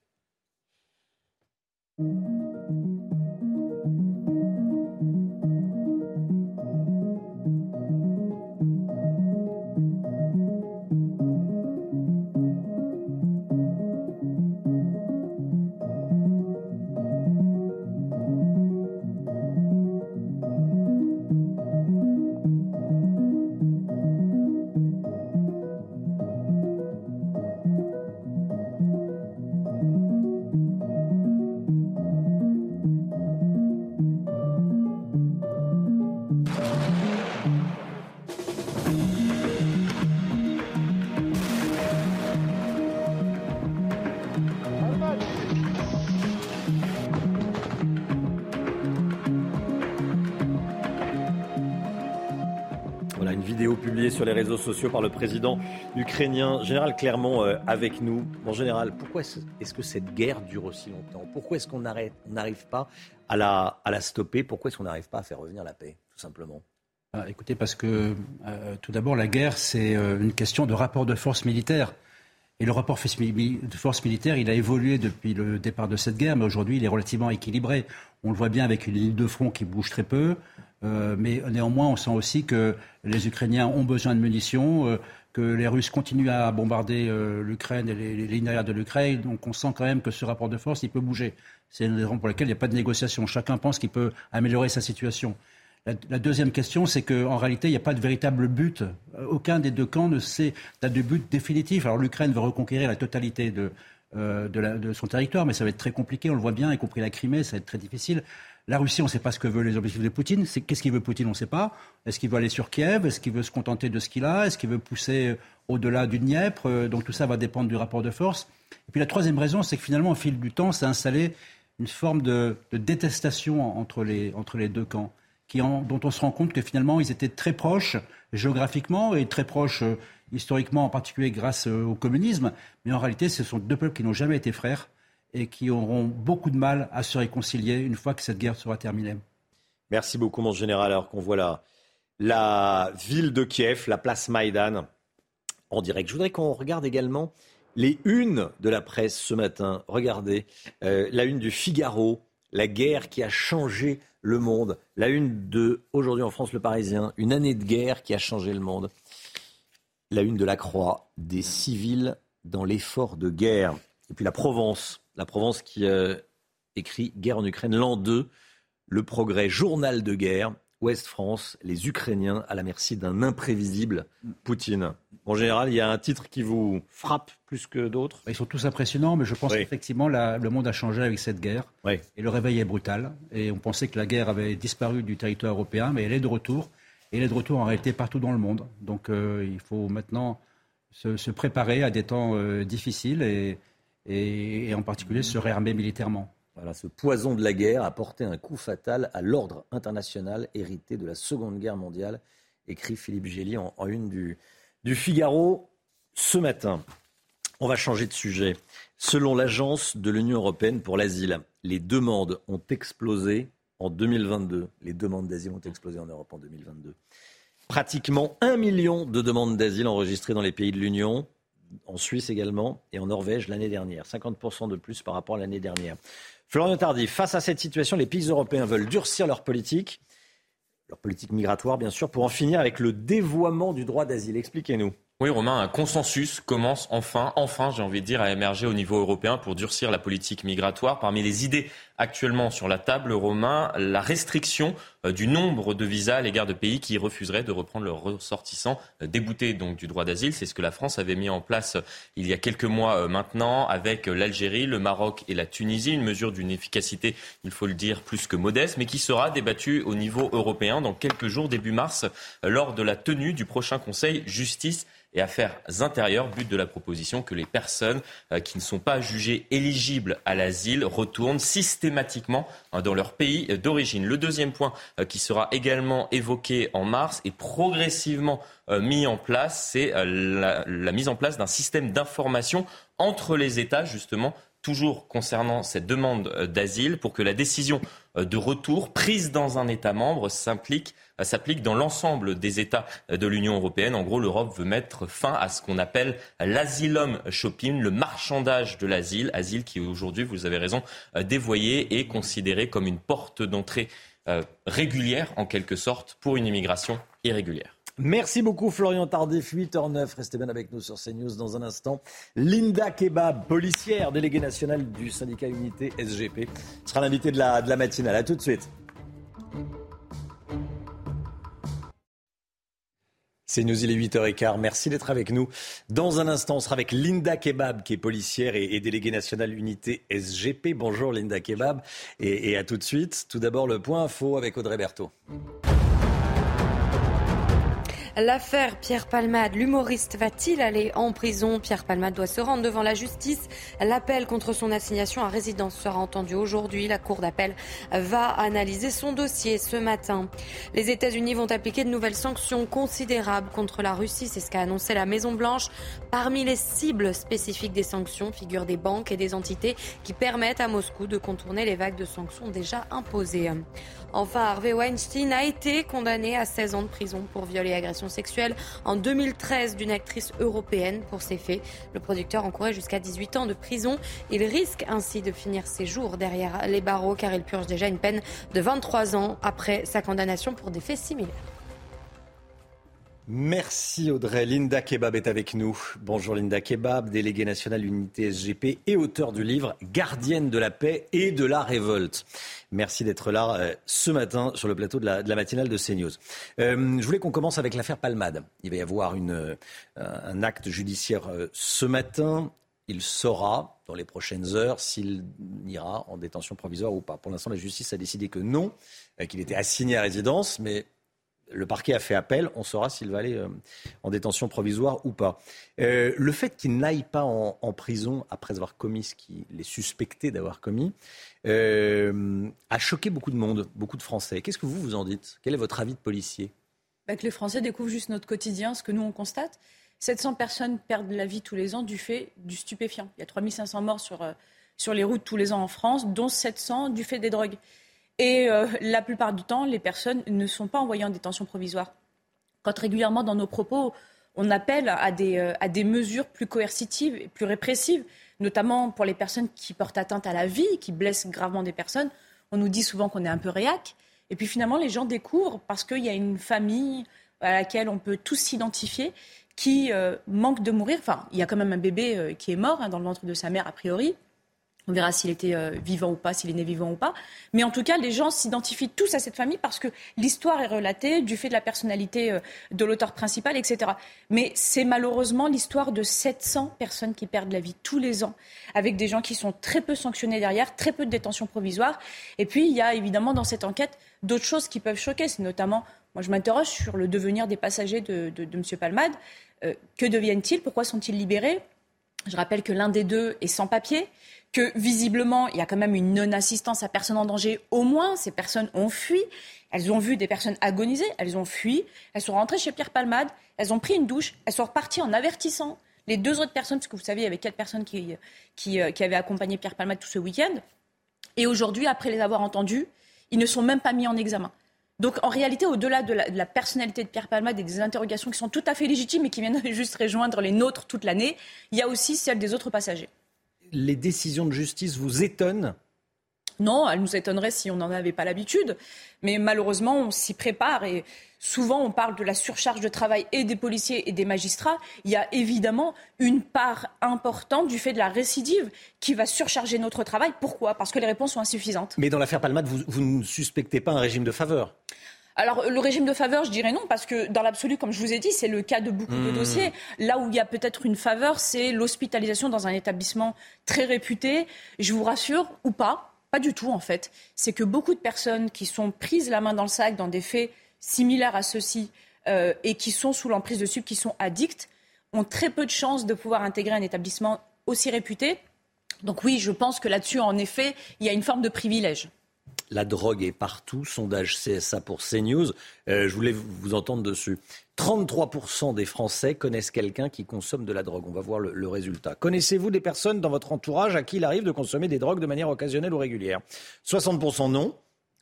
Sur les réseaux sociaux par le président ukrainien. Général Clermont euh, avec nous. Bon, général, pourquoi est-ce, est-ce que cette guerre dure aussi longtemps ? Pourquoi est-ce qu'on n'arrête, on n'arrive pas à la, à la stopper ? Pourquoi est-ce qu'on n'arrive pas à faire revenir la paix, tout simplement ? ah, Écoutez, parce que euh, tout d'abord, la guerre, c'est euh, une question de rapport de force militaire. Et le rapport de force militaire, il a évolué depuis le départ de cette guerre, mais aujourd'hui, il est relativement équilibré. On le voit bien avec une ligne de front qui bouge très peu. Euh, mais néanmoins, on sent aussi que les Ukrainiens ont besoin de munitions, euh, que les Russes continuent à bombarder euh, l'Ukraine et les, les lignes arrières de l'Ukraine. Donc on sent quand même que ce rapport de force, il peut bouger. C'est une raison pour laquelle il n'y a pas de négociation. Chacun pense qu'il peut améliorer sa situation. La, la deuxième question, c'est qu'en réalité, il n'y a pas de véritable but. Aucun des deux camps ne sait date de but définitif. Alors l'Ukraine veut reconquérir la totalité de, euh, de, la, de son territoire, mais ça va être très compliqué, on le voit bien, y compris la Crimée, ça va être très difficile. La Russie, on ne sait pas ce que veulent les objectifs de Poutine. C'est, qu'est-ce qu'il veut Poutine, on ne sait pas. Est-ce qu'il veut aller sur Kiev ? Est-ce qu'il veut se contenter de ce qu'il a ? Est-ce qu'il veut pousser au-delà du Dniepr ? Donc tout ça va dépendre du rapport de force. Et puis la troisième raison, c'est que finalement, au fil du temps, ça a installé une forme de, de détestation entre les, entre les deux camps, qui en, dont on se rend compte que finalement, ils étaient très proches géographiquement et très proches euh, historiquement, en particulier grâce euh, au communisme. Mais en réalité, ce sont deux peuples qui n'ont jamais été frères et qui auront beaucoup de mal à se réconcilier une fois que cette guerre sera terminée. Merci beaucoup, mon général. Alors qu'on voit la, la ville de Kiev, la place Maïdan, en direct. Je voudrais qu'on regarde également les unes de la presse ce matin. Regardez, euh, la une du Figaro, la guerre qui a changé le monde. La une de, aujourd'hui en France, Le Parisien, une année de guerre qui a changé le monde. La une de La Croix, des civils dans l'effort de guerre. Et puis la Provence, la Provence qui euh, écrit « Guerre en Ukraine, l'an deux, le progrès, journal de guerre, Ouest-France, les Ukrainiens à la merci d'un imprévisible Poutine ». En général, il y a un titre qui vous frappe plus que d'autres ? Ils sont tous impressionnants, mais je pense oui. qu'effectivement, la, le monde a changé avec cette guerre. Oui. Et le réveil est brutal. Et on pensait que la guerre avait disparu du territoire européen, mais elle est de retour. Et elle est de retour en réalité partout dans le monde. Donc euh, il faut maintenant se, se préparer à des temps euh, difficiles et... Et, et en particulier se réarmer militairement. Voilà, ce poison de la guerre a porté un coup fatal à l'ordre international hérité de la Seconde Guerre mondiale, écrit Philippe Gély en, en une du, du Figaro ce matin. On va changer de sujet. Selon l'Agence de l'Union européenne pour l'asile, les demandes ont explosé en deux mille vingt-deux. Les demandes d'asile ont explosé en Europe en deux mille vingt-deux. Pratiquement un million de demandes d'asile enregistrées dans les pays de l'Union, en Suisse également, et en Norvège l'année dernière. cinquante pour cent de plus par rapport à l'année dernière. Florian Tardif, face à cette situation, les pays européens veulent durcir leur politique, leur politique migratoire bien sûr, pour en finir avec le dévoiement du droit d'asile. Expliquez-nous. Oui, Romain, un consensus commence enfin, enfin, j'ai envie de dire, à émerger au niveau européen pour durcir la politique migratoire. Parmi les idées actuellement sur la table, Romain, la restriction du nombre de visas à l'égard de pays qui refuseraient de reprendre leurs ressortissants déboutés donc du droit d'asile. C'est ce que la France avait mis en place il y a quelques mois maintenant avec l'Algérie, le Maroc et la Tunisie. Une mesure d'une efficacité, il faut le dire, plus que modeste, mais qui sera débattue au niveau européen dans quelques jours, début mars, lors de la tenue du prochain Conseil Justice et Affaires intérieures. But de la proposition que les personnes euh, qui ne sont pas jugées éligibles à l'asile retournent systématiquement euh, dans leur pays d'origine. Le deuxième point euh, qui sera également évoqué en mars et progressivement euh, mis en place, c'est euh, la, la mise en place d'un système d'information entre les États, justement, toujours concernant cette demande d'asile, pour que la décision de retour prise dans un État membre s'implique, s'applique dans l'ensemble des États de l'Union européenne. En gros, l'Europe veut mettre fin à ce qu'on appelle l'asylum shopping, le marchandage de l'asile, asile qui aujourd'hui, vous avez raison, dévoyé et considéré comme une porte d'entrée euh, régulière, en quelque sorte, pour une immigration irrégulière. Merci beaucoup Florian Tardif, huit heures neuf. Restez bien avec nous sur CNews dans un instant. Linda Kebab, policière, déléguée nationale du syndicat Unité S G P, sera l'invitée de la, de la matinale. A tout de suite. CNews, il est huit heures quinze. Merci d'être avec nous. Dans un instant, on sera avec Linda Kebab, qui est policière et, et déléguée nationale Unité S G P. Bonjour Linda Kebab et, et à tout de suite. Tout d'abord, le point info avec Audrey Berthaud. L'affaire Pierre Palmade, l'humoriste va-t-il aller en prison ? Pierre Palmade doit se rendre devant la justice. L'appel contre son assignation à résidence sera entendu aujourd'hui. La cour d'appel va analyser son dossier ce matin. Les États-Unis vont appliquer de nouvelles sanctions considérables contre la Russie. C'est ce qu'a annoncé la Maison-Blanche. Parmi les cibles spécifiques des sanctions figurent des banques et des entités qui permettent à Moscou de contourner les vagues de sanctions déjà imposées. Enfin, Harvey Weinstein a été condamné à seize ans de prison pour viol et agression sexuelle en deux mille treize d'une actrice européenne. Pour ces faits, le producteur encourait jusqu'à dix-huit ans de prison. Il risque ainsi de finir ses jours derrière les barreaux car il purge déjà une peine de vingt-trois ans après sa condamnation pour des faits similaires. Merci Audrey. Linda Kebab est avec nous. Bonjour Linda Kebab, déléguée nationale Unité S G P et auteur du livre Gardienne de la paix et de la révolte. Merci d'être là euh, ce matin sur le plateau de la, de la matinale de CNews. Euh, je voulais qu'on commence avec l'affaire Palmade. Il va y avoir une, euh, un acte judiciaire euh, ce matin. Il saura dans les prochaines heures s'il ira en détention provisoire ou pas. Pour l'instant, la justice a décidé que non, euh, qu'il était assigné à résidence, mais le parquet a fait appel, on saura s'il va aller euh, en détention provisoire ou pas. Euh, le fait qu'il n'aille pas en, en prison après avoir commis ce qu'il est suspecté d'avoir commis euh, a choqué beaucoup de monde, beaucoup de Français. Qu'est-ce que vous vous en dites ? Quel est votre avis de policier ? Bah, que les Français découvrent juste notre quotidien, ce que nous on constate. sept cents personnes perdent la vie tous les ans du fait du stupéfiant. Il y a trois mille cinq cents morts sur, euh, sur les routes tous les ans en France, dont sept cents du fait des drogues. Et euh, la plupart du temps, les personnes ne sont pas envoyées en détention provisoire. Quand régulièrement, dans nos propos, on appelle à des, euh, à des mesures plus coercitives et plus répressives, notamment pour les personnes qui portent atteinte à la vie, qui blessent gravement des personnes, on nous dit souvent qu'on est un peu réac. Et puis finalement, les gens découvrent, parce qu'il y a une famille à laquelle on peut tous s'identifier, qui euh, manque de mourir. Enfin, il y a quand même un bébé euh, qui est mort hein, dans le ventre de sa mère, a priori. On verra s'il était euh, vivant ou pas, s'il est né vivant ou pas. Mais en tout cas, les gens s'identifient tous à cette famille parce que l'histoire est relatée du fait de la personnalité euh, de l'auteur principal, et cetera. Mais c'est malheureusement l'histoire de sept cents personnes qui perdent la vie tous les ans, avec des gens qui sont très peu sanctionnés derrière, très peu de détention provisoire. Et puis, il y a évidemment dans cette enquête d'autres choses qui peuvent choquer. C'est notamment, moi je m'interroge sur le devenir des passagers de, de, de M. Palmade. Euh, que deviennent-ils ? Pourquoi sont-ils libérés ? Je rappelle que l'un des deux est sans papier, que visiblement, il y a quand même une non-assistance à personne en danger. Au moins, ces personnes ont fui. Elles ont vu des personnes agoniser, elles ont fui. Elles sont rentrées chez Pierre Palmade, elles ont pris une douche, elles sont reparties en avertissant les deux autres personnes, parce que vous savez, il y avait quatre personnes qui, qui, qui avaient accompagné Pierre Palmade tout ce week-end. Et aujourd'hui, après les avoir entendus, ils ne sont même pas mis en examen. Donc en réalité, au-delà de la, de la personnalité de Pierre Palmade et des interrogations qui sont tout à fait légitimes et qui viennent juste rejoindre les nôtres toute l'année, il y a aussi celle des autres passagers. Les décisions de justice vous étonnent ? Non, elle nous étonnerait si on n'en avait pas l'habitude. Mais malheureusement, on s'y prépare et souvent on parle de la surcharge de travail et des policiers et des magistrats. Il y a évidemment une part importante du fait de la récidive qui va surcharger notre travail. Pourquoi ? Parce que les réponses sont insuffisantes. Mais dans l'affaire Palmade, vous, vous ne suspectez pas un régime de faveur ? Alors, le régime de faveur, je dirais non, parce que dans l'absolu, comme je vous ai dit, c'est le cas de beaucoup mmh. de dossiers. Là où il y a peut-être une faveur, c'est l'hospitalisation dans un établissement très réputé. Je vous rassure, ou pas, pas du tout en fait. C'est que beaucoup de personnes qui sont prises la main dans le sac dans des faits similaires à ceux-ci euh, et qui sont sous l'emprise de subs, qui sont addicts, ont très peu de chances de pouvoir intégrer un établissement aussi réputé. Donc oui, je pense que là-dessus, en effet, il y a une forme de privilège. La drogue est partout, sondage C S A pour CNews. Euh, je voulais vous entendre dessus. trente-trois pour cent des Français connaissent quelqu'un qui consomme de la drogue. On va voir le, le résultat. Connaissez-vous des personnes dans votre entourage à qui il arrive de consommer des drogues de manière occasionnelle ou régulière ? soixante pour cent non.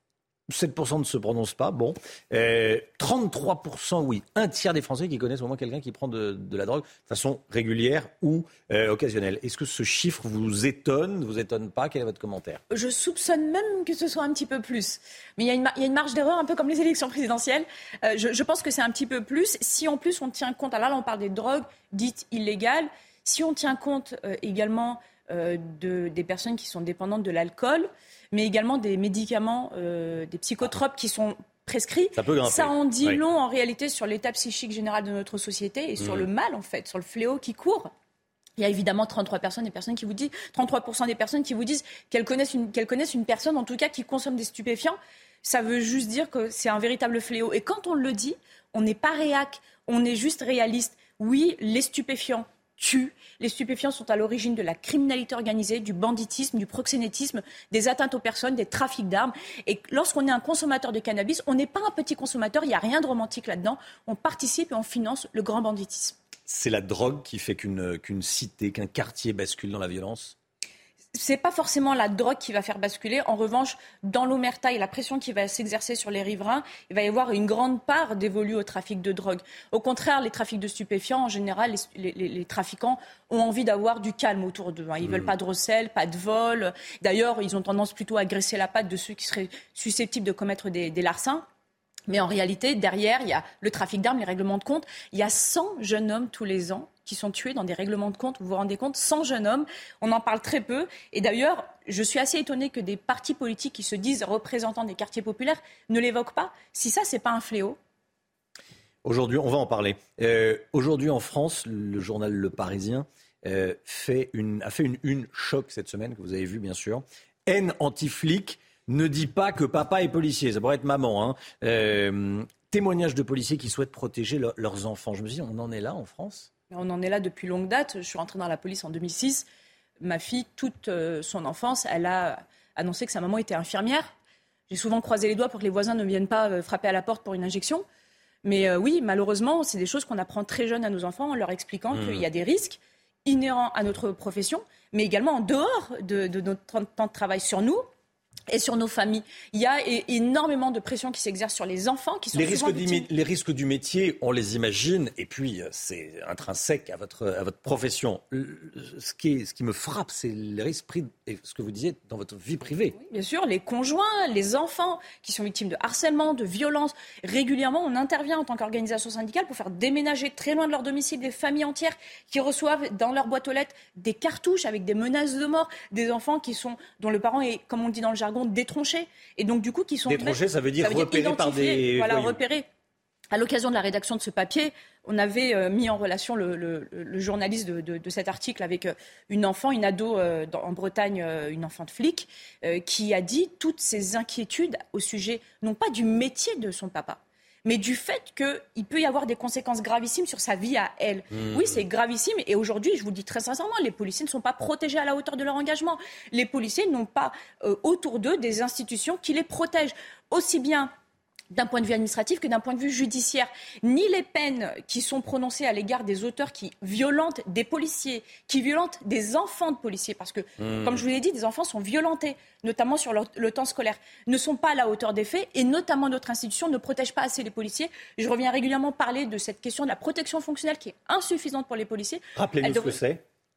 sept pour cent ne se prononcent pas. Bon. Euh, trente-trois pour cent oui. Un tiers des Français qui connaissent au moins quelqu'un qui prend de, de la drogue de façon régulière ou euh, occasionnelle. Est-ce que ce chiffre vous étonne, ne vous étonne pas ? Quel est votre commentaire ? Je soupçonne même que ce soit un petit peu plus. Mais il y a une, il y a une marge d'erreur, un peu comme les élections présidentielles. Euh, je, je pense que c'est un petit peu plus. Si en plus on tient compte, alors là on parle des drogues dites illégales, si on tient compte euh, également euh, de, des personnes qui sont dépendantes de l'alcool, mais également des médicaments, euh, des psychotropes qui sont prescrits. Ça peut grimper. Ça en dit oui. long en réalité sur l'état psychique général de notre société et sur mmh. le mal en fait, sur le fléau qui court. Il y a évidemment trente-trois personnes, des personnes qui vous disent, trente-trois pour cent des personnes qui vous disent qu'elles connaissent une, qu'elles connaissent une personne en tout cas qui consomme des stupéfiants. Ça veut juste dire que c'est un véritable fléau. Et quand on le dit, on n'est pas réac, on est juste réaliste. Oui, les stupéfiants tuent. Les stupéfiants sont à l'origine de la criminalité organisée, du banditisme, du proxénétisme, des atteintes aux personnes, des trafics d'armes. Et lorsqu'on est un consommateur de cannabis, on n'est pas un petit consommateur, il n'y a rien de romantique là-dedans. On participe et on finance le grand banditisme. C'est la drogue qui fait qu'une, qu'une cité, qu'un quartier bascule dans la violence ? C'est pas forcément la drogue qui va faire basculer. En revanche, dans l'omerta et la pression qui va s'exercer sur les riverains, il va y avoir une grande part dévolue au trafic de drogue. Au contraire, les trafics de stupéfiants, en général, les, les, les trafiquants ont envie d'avoir du calme autour d'eux. Ils mmh. veulent pas de recel, pas de vol. D'ailleurs, ils ont tendance plutôt à graisser la patte de ceux qui seraient susceptibles de commettre des, des larcins. Mais en réalité, derrière, il y a le trafic d'armes, les règlements de compte. Il y a cent jeunes hommes tous les ans qui sont tués dans des règlements de compte. Vous vous rendez compte ? cent jeunes hommes. On en parle très peu. Et d'ailleurs, je suis assez étonnée que des partis politiques qui se disent représentants des quartiers populaires ne l'évoquent pas. Si ça, c'est pas un fléau. Aujourd'hui, on va en parler. Euh, aujourd'hui, en France, le journal Le Parisien euh, fait une, a fait une une choc cette semaine, que vous avez vu, bien sûr. Haine anti-flic. Ne dit pas que papa est policier, ça pourrait être maman. Hein. Euh, témoignage de policiers qui souhaitent protéger le, leurs enfants. Je me suis dit, on en est là en France ? On en est là depuis longue date. Je suis rentrée dans la police en deux mille six. Ma fille, toute euh, son enfance, elle a annoncé que sa maman était infirmière. J'ai souvent croisé les doigts pour que les voisins ne viennent pas euh, frapper à la porte pour une injection. Mais euh, oui, malheureusement, c'est des choses qu'on apprend très jeune à nos enfants en leur expliquant mmh. qu'il y a des risques inhérents à notre profession, mais également en dehors de, de notre temps de travail sur nous. Et sur nos familles. Il y a é- énormément de pression qui s'exerce sur les enfants qui sont les souvent risques, victimes. du, les risques du métier, on les imagine, et puis c'est intrinsèque à votre, à votre profession. Ce qui, est, ce qui me frappe, c'est les risques pris, et ce que vous disiez, dans votre vie privée. Oui, bien sûr, les conjoints, les enfants qui sont victimes de harcèlement, de violence. Régulièrement, on intervient en tant qu'organisation syndicale pour faire déménager très loin de leur domicile des familles entières qui reçoivent dans leur boîte aux lettres des cartouches avec des menaces de mort, des enfants qui sont, dont le parent est, comme on le dit dans le jargon, détronchés, et donc du coup qui sont détronchés, ça veut dire repérés par des voilà, voyous. repérés. À l'occasion de la rédaction de ce papier, on avait euh, mis en relation le, le, le journaliste de, de, de cet article avec euh, une enfant, une ado euh, dans, en Bretagne, euh, une enfant de flic, euh, qui a dit toutes ses inquiétudes au sujet non pas du métier de son papa, mais du fait qu'il peut y avoir des conséquences gravissimes sur sa vie à elle. Mmh. Oui, c'est gravissime. Et aujourd'hui, je vous le dis très sincèrement, les policiers ne sont pas protégés à la hauteur de leur engagement. Les policiers n'ont pas euh, autour d'eux des institutions qui les protègent, aussi bien d'un point de vue administratif que d'un point de vue judiciaire. Ni les peines qui sont prononcées à l'égard des auteurs qui violentent des policiers, qui violentent des enfants de policiers, parce que, mmh. comme je vous l'ai dit, des enfants sont violentés, notamment sur leur, le temps scolaire, ne sont pas à la hauteur des faits, et notamment notre institution ne protège pas assez les policiers. Je reviens régulièrement parler de cette question de la protection fonctionnelle qui est insuffisante pour les policiers. Rappelez-nous Elle ce devrait... que c'est.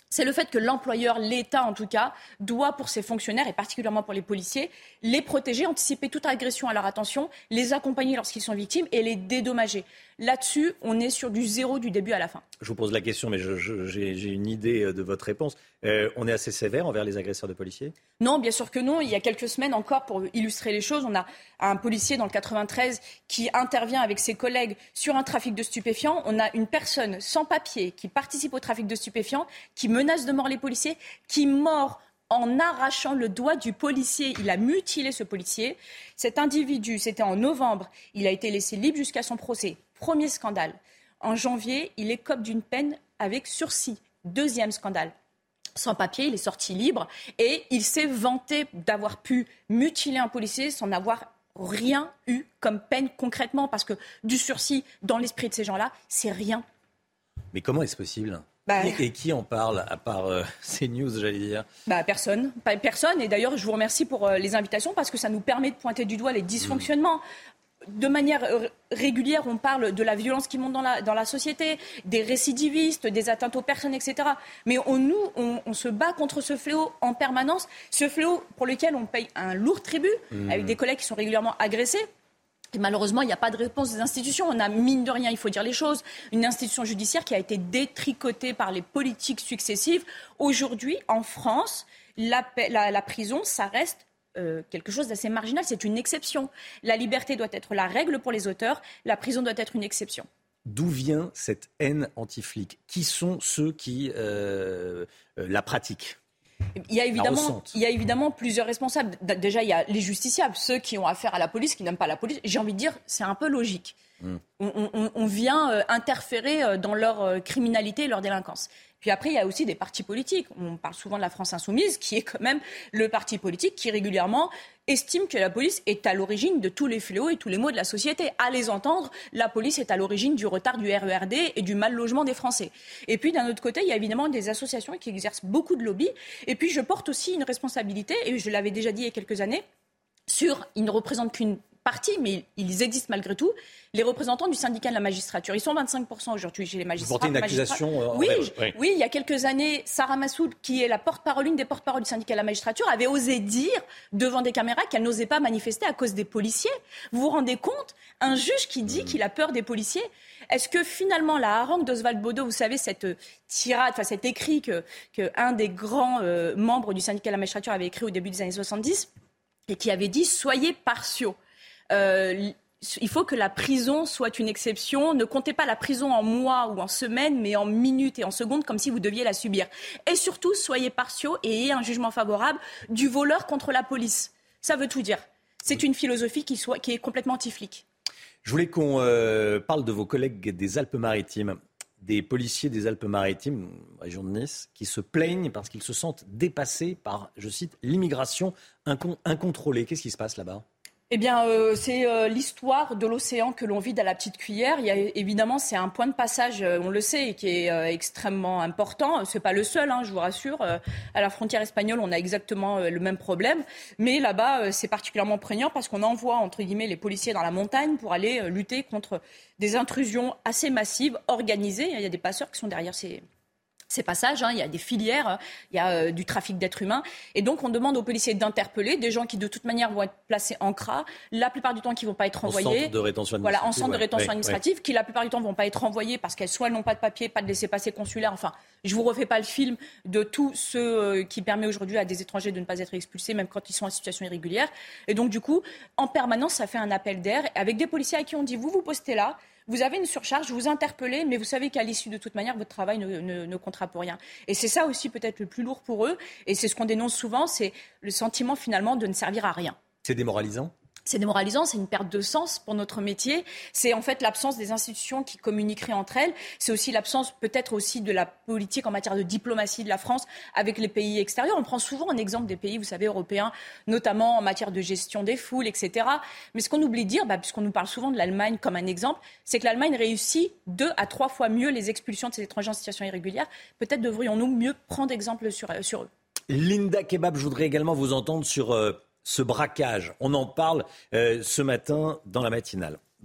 c'est le fait que l'employeur, l'État en tout cas, doit pour ses fonctionnaires et particulièrement pour les policiers, les protéger, anticiper toute agression à leur attention, les accompagner lorsqu'ils sont victimes et les dédommager. Là-dessus, on est sur du zéro du début à la fin. Je vous pose la question, mais je, je, j'ai, j'ai une idée de votre réponse. Euh, on est assez sévère envers les agresseurs de policiers ? Non, bien sûr que non. Il y a quelques semaines encore, pour illustrer les choses, on a un policier dans le quatre-vingt-treize qui intervient avec ses collègues sur un trafic de stupéfiants. On a une personne sans papier qui participe au trafic de stupéfiants, qui menace de mort les policiers, qui mord en arrachant le doigt du policier. Il a mutilé ce policier. Cet individu, c'était en novembre, il a été laissé libre jusqu'à son procès. Premier scandale. En janvier, il écope d'une peine avec sursis. Deuxième scandale. Sans papier, il est sorti libre et il s'est vanté d'avoir pu mutiler un policier sans avoir rien eu comme peine concrètement, parce que du sursis, dans l'esprit de ces gens-là, c'est rien. Mais comment est-ce possible ? Bah, et, et qui en parle, à part euh, CNews, j'allais dire ? Bah, personne. Pas, personne. Et d'ailleurs, je vous remercie pour euh, les invitations, parce que ça nous permet de pointer du doigt les dysfonctionnements. Mmh. De manière régulière, on parle de la violence qui monte dans la, dans la société, des récidivistes, des atteintes aux personnes, et cetera. Mais on, nous, on, on se bat contre ce fléau en permanence, ce fléau pour lequel on paye un lourd tribut, mmh. avec des collègues qui sont régulièrement agressés. Et malheureusement, il n'y a pas de réponse des institutions. On a, mine de rien, il faut dire les choses, une institution judiciaire qui a été détricotée par les politiques successives. Aujourd'hui, en France, la, la, la prison, ça reste Euh, quelque chose d'assez marginal, c'est une exception. La liberté doit être la règle pour les auteurs, la prison doit être une exception. D'où vient cette haine anti-flic ? Qui sont ceux qui euh, euh, la pratiquent ? Il y, a évidemment, il y a évidemment plusieurs responsables. Déjà, il y a les justiciables, ceux qui ont affaire à la police, qui n'aiment pas la police. J'ai envie de dire, c'est un peu logique. Mmh. On, on, on vient euh, interférer dans leur euh, criminalité et leur délinquance. Puis après, il y a aussi des partis politiques. On parle souvent de la France insoumise, qui est quand même le parti politique qui régulièrement estime que la police est à l'origine de tous les fléaux et tous les maux de la société. À les entendre, la police est à l'origine du retard du R E R D et du mal logement des Français. Et puis d'un autre côté, il y a évidemment des associations qui exercent beaucoup de lobby. Et puis je porte aussi une responsabilité, et je l'avais déjà dit il y a quelques années, sur, ils ne représentent qu'une partie, mais ils existent malgré tout, les représentants du syndicat de la magistrature. Ils sont vingt-cinq pour cent aujourd'hui chez les magistrats. Vous portez une accusation euh, oui, envers... oui, oui, il y a quelques années, Sarah Massoud, qui est la porte-parole, une des porte-paroles du syndicat de la magistrature, avait osé dire devant des caméras qu'elle n'osait pas manifester à cause des policiers. Vous vous rendez compte ? Un juge qui dit mmh. qu'il a peur des policiers. Est-ce que finalement la harangue d'Oswald Bodo, vous savez, cette tirade, enfin cet écrit que, que un des grands euh, membres du syndicat de la magistrature avait écrit au début des années soixante-dix, et qui avait dit « Soyez partiaux ». Euh, il faut que la prison soit une exception. Ne comptez pas la prison en mois ou en semaines, mais en minutes et en secondes, comme si vous deviez la subir. Et surtout, soyez partiaux et ayez un jugement favorable du voleur contre la police. Ça veut tout dire. C'est une philosophie qui, soit, qui est complètement anti-flic. Je voulais qu'on euh, parle de vos collègues des Alpes-Maritimes, des policiers des Alpes-Maritimes, région de Nice, qui se plaignent parce qu'ils se sentent dépassés par, je cite, l'immigration incon- incontrôlée. Qu'est-ce qui se passe là-bas ? Eh bien, euh, c'est euh, l'histoire de l'océan que l'on vide à la petite cuillère. Il y a, évidemment, c'est un point de passage, euh, on le sait, qui est euh, extrêmement important. C'est pas le seul, hein, je vous rassure. Euh, à la frontière espagnole, on a exactement euh, le même problème. Mais là-bas, euh, c'est particulièrement prégnant parce qu'on envoie, entre guillemets, les policiers dans la montagne pour aller euh, lutter contre des intrusions assez massives, organisées. Il y a des passeurs qui sont derrière ces... ces passages, hein, il y a des filières, il y a euh, du trafic d'êtres humains. Et donc, on demande aux policiers d'interpeller des gens qui, de toute manière, vont être placés en C R A, la plupart du temps, qui ne vont pas être renvoyés. En centre de rétention administrative. Voilà, en centre ouais. de rétention ouais, administrative, ouais. qui, la plupart du temps, ne vont pas être renvoyés parce qu'elles soit n'ont pas de papier, pas de laissez-passer consulaire. Enfin, je ne vous refais pas le film de tout ce euh, qui permet aujourd'hui à des étrangers de ne pas être expulsés, même quand ils sont en situation irrégulière. Et donc, du coup, en permanence, ça fait un appel d'air avec des policiers à qui on dit, vous vous postez là, vous avez une surcharge, vous interpellez, mais vous savez qu'à l'issue de toute manière, votre travail ne, ne, ne comptera pour rien. Et c'est ça aussi peut-être le plus lourd pour eux, et c'est ce qu'on dénonce souvent, c'est le sentiment finalement de ne servir à rien. C'est démoralisant ? C'est démoralisant, c'est une perte de sens pour notre métier. C'est en fait l'absence des institutions qui communiqueraient entre elles. C'est aussi l'absence peut-être aussi de la politique en matière de diplomatie de la France avec les pays extérieurs. On prend souvent un exemple des pays, vous savez, européens, notamment en matière de gestion des foules, et cetera. Mais ce qu'on oublie de dire, bah, puisqu'on nous parle souvent de l'Allemagne comme un exemple, c'est que l'Allemagne réussit deux à trois fois mieux les expulsions de ces étrangers en situation irrégulière. Peut-être devrions-nous mieux prendre exemple sur, euh, sur eux. Linda Kebab, je voudrais également vous entendre sur... Euh... ce braquage, on en parle euh, ce matin dans la matinale.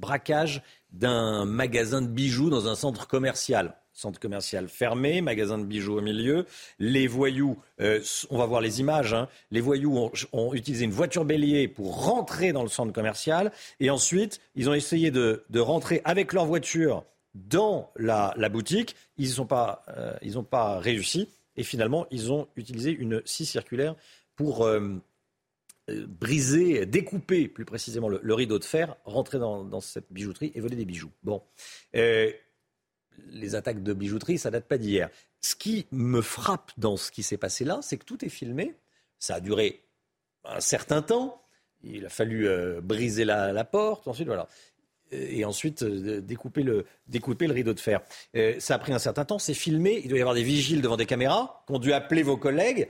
braquage d'un magasin de bijoux dans un centre commercial. Centre commercial fermé, magasin de bijoux au milieu. Les voyous, euh, on va voir les images, hein, les voyous ont, ont utilisé une voiture bélier pour rentrer dans le centre commercial. Et ensuite, ils ont essayé de, de rentrer avec leur voiture dans la, la boutique. Ils n'ont pas, euh, ils n'ont pas réussi. Et finalement, ils ont utilisé une scie circulaire pour euh, euh, briser, découper plus précisément le, le rideau de fer, rentrer dans, dans cette bijouterie et voler des bijoux. Bon, euh, les attaques de bijouterie, ça date pas d'hier. Ce qui me frappe dans ce qui s'est passé là, c'est que tout est filmé. Ça a duré un certain temps. Il a fallu euh, briser la, la porte, ensuite voilà. Et ensuite euh, découper, le, découper le rideau de fer. Euh, ça a pris un certain temps, c'est filmé, il doit y avoir des vigiles devant des caméras qui ont dû appeler vos collègues.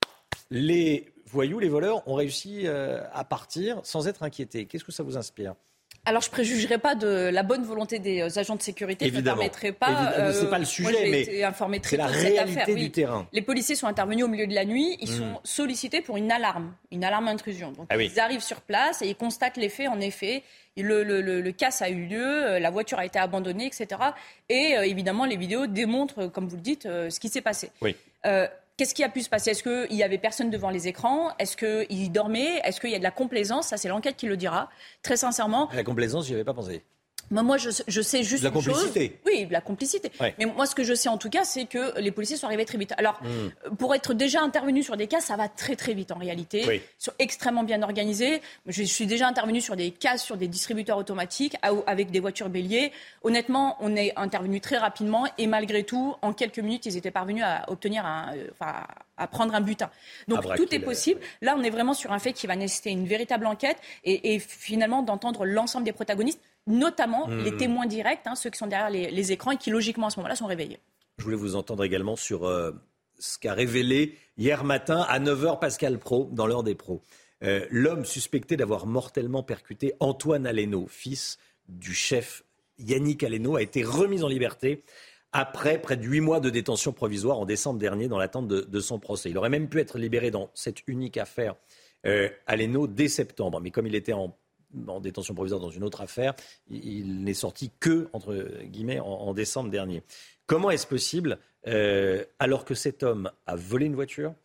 Les voyous, les voleurs ont réussi euh, à partir sans être inquiétés. Qu'est-ce que ça vous inspire ? Alors, je ne préjugerai pas de la bonne volonté des euh, agents de sécurité. Évidemment. Je ne permettrai pas. Évidemment. C'est pas le sujet, moi, j'ai mais été informé très c'est la tôt de cette réalité affaire. du Oui. terrain. Les policiers sont intervenus au milieu de la nuit. Ils Mmh. sont sollicités pour une alarme, une alarme intrusion. Donc, Ah oui. ils arrivent sur place et ils constatent les faits. En effet, le, le, le, le casse a eu lieu, la voiture a été abandonnée, et cetera. Et euh, évidemment, les vidéos démontrent, comme vous le dites, euh, ce qui s'est passé. Oui. Euh, Qu'est-ce qui a pu se passer ? Est-ce qu'il y avait personne devant les écrans ? Est-ce qu'il dormait ? Est-ce qu'il y a de la complaisance ? Ça, c'est l'enquête qui le dira. Très sincèrement. La complaisance, j'y avais pas pensé. Moi, moi je, je sais juste De la une chose. complicité. Oui, de la complicité. Ouais. Mais moi, ce que je sais en tout cas, c'est que les policiers sont arrivés très vite. Alors, Mmh. pour être déjà intervenu sur des cas, ça va très très vite en réalité. Oui. Ils sont extrêmement bien organisés. Je, je suis déjà intervenu sur des cas, sur des distributeurs automatiques, à- avec des voitures béliers. Honnêtement, on est intervenu très rapidement et malgré tout, en quelques minutes, ils étaient parvenus à obtenir un, euh, enfin, à prendre un butin. Donc À braquer tout est la- possible. Là, on est vraiment sur un fait qui va nécessiter une véritable enquête et, et finalement d'entendre l'ensemble des protagonistes, notamment Mmh. les témoins directs, hein, ceux qui sont derrière les, les écrans et qui logiquement à ce moment-là sont réveillés. Je voulais vous entendre également sur euh, ce qu'a révélé hier matin à neuf heures Pascal Praud, dans l'heure des pros. Euh, l'homme suspecté d'avoir mortellement percuté Antoine Aleno, fils du chef Yannick Aleno, a été remis en liberté après près de huit mois de détention provisoire en décembre dernier dans l'attente de, de son procès. Il aurait même pu être libéré dans cette unique affaire euh, Aleno dès septembre. Mais comme il était en, en détention provisoire dans une autre affaire, il, il n'est sorti que, entre guillemets, en, en décembre dernier. Comment est-ce possible, euh, alors que cet homme a volé une voiture,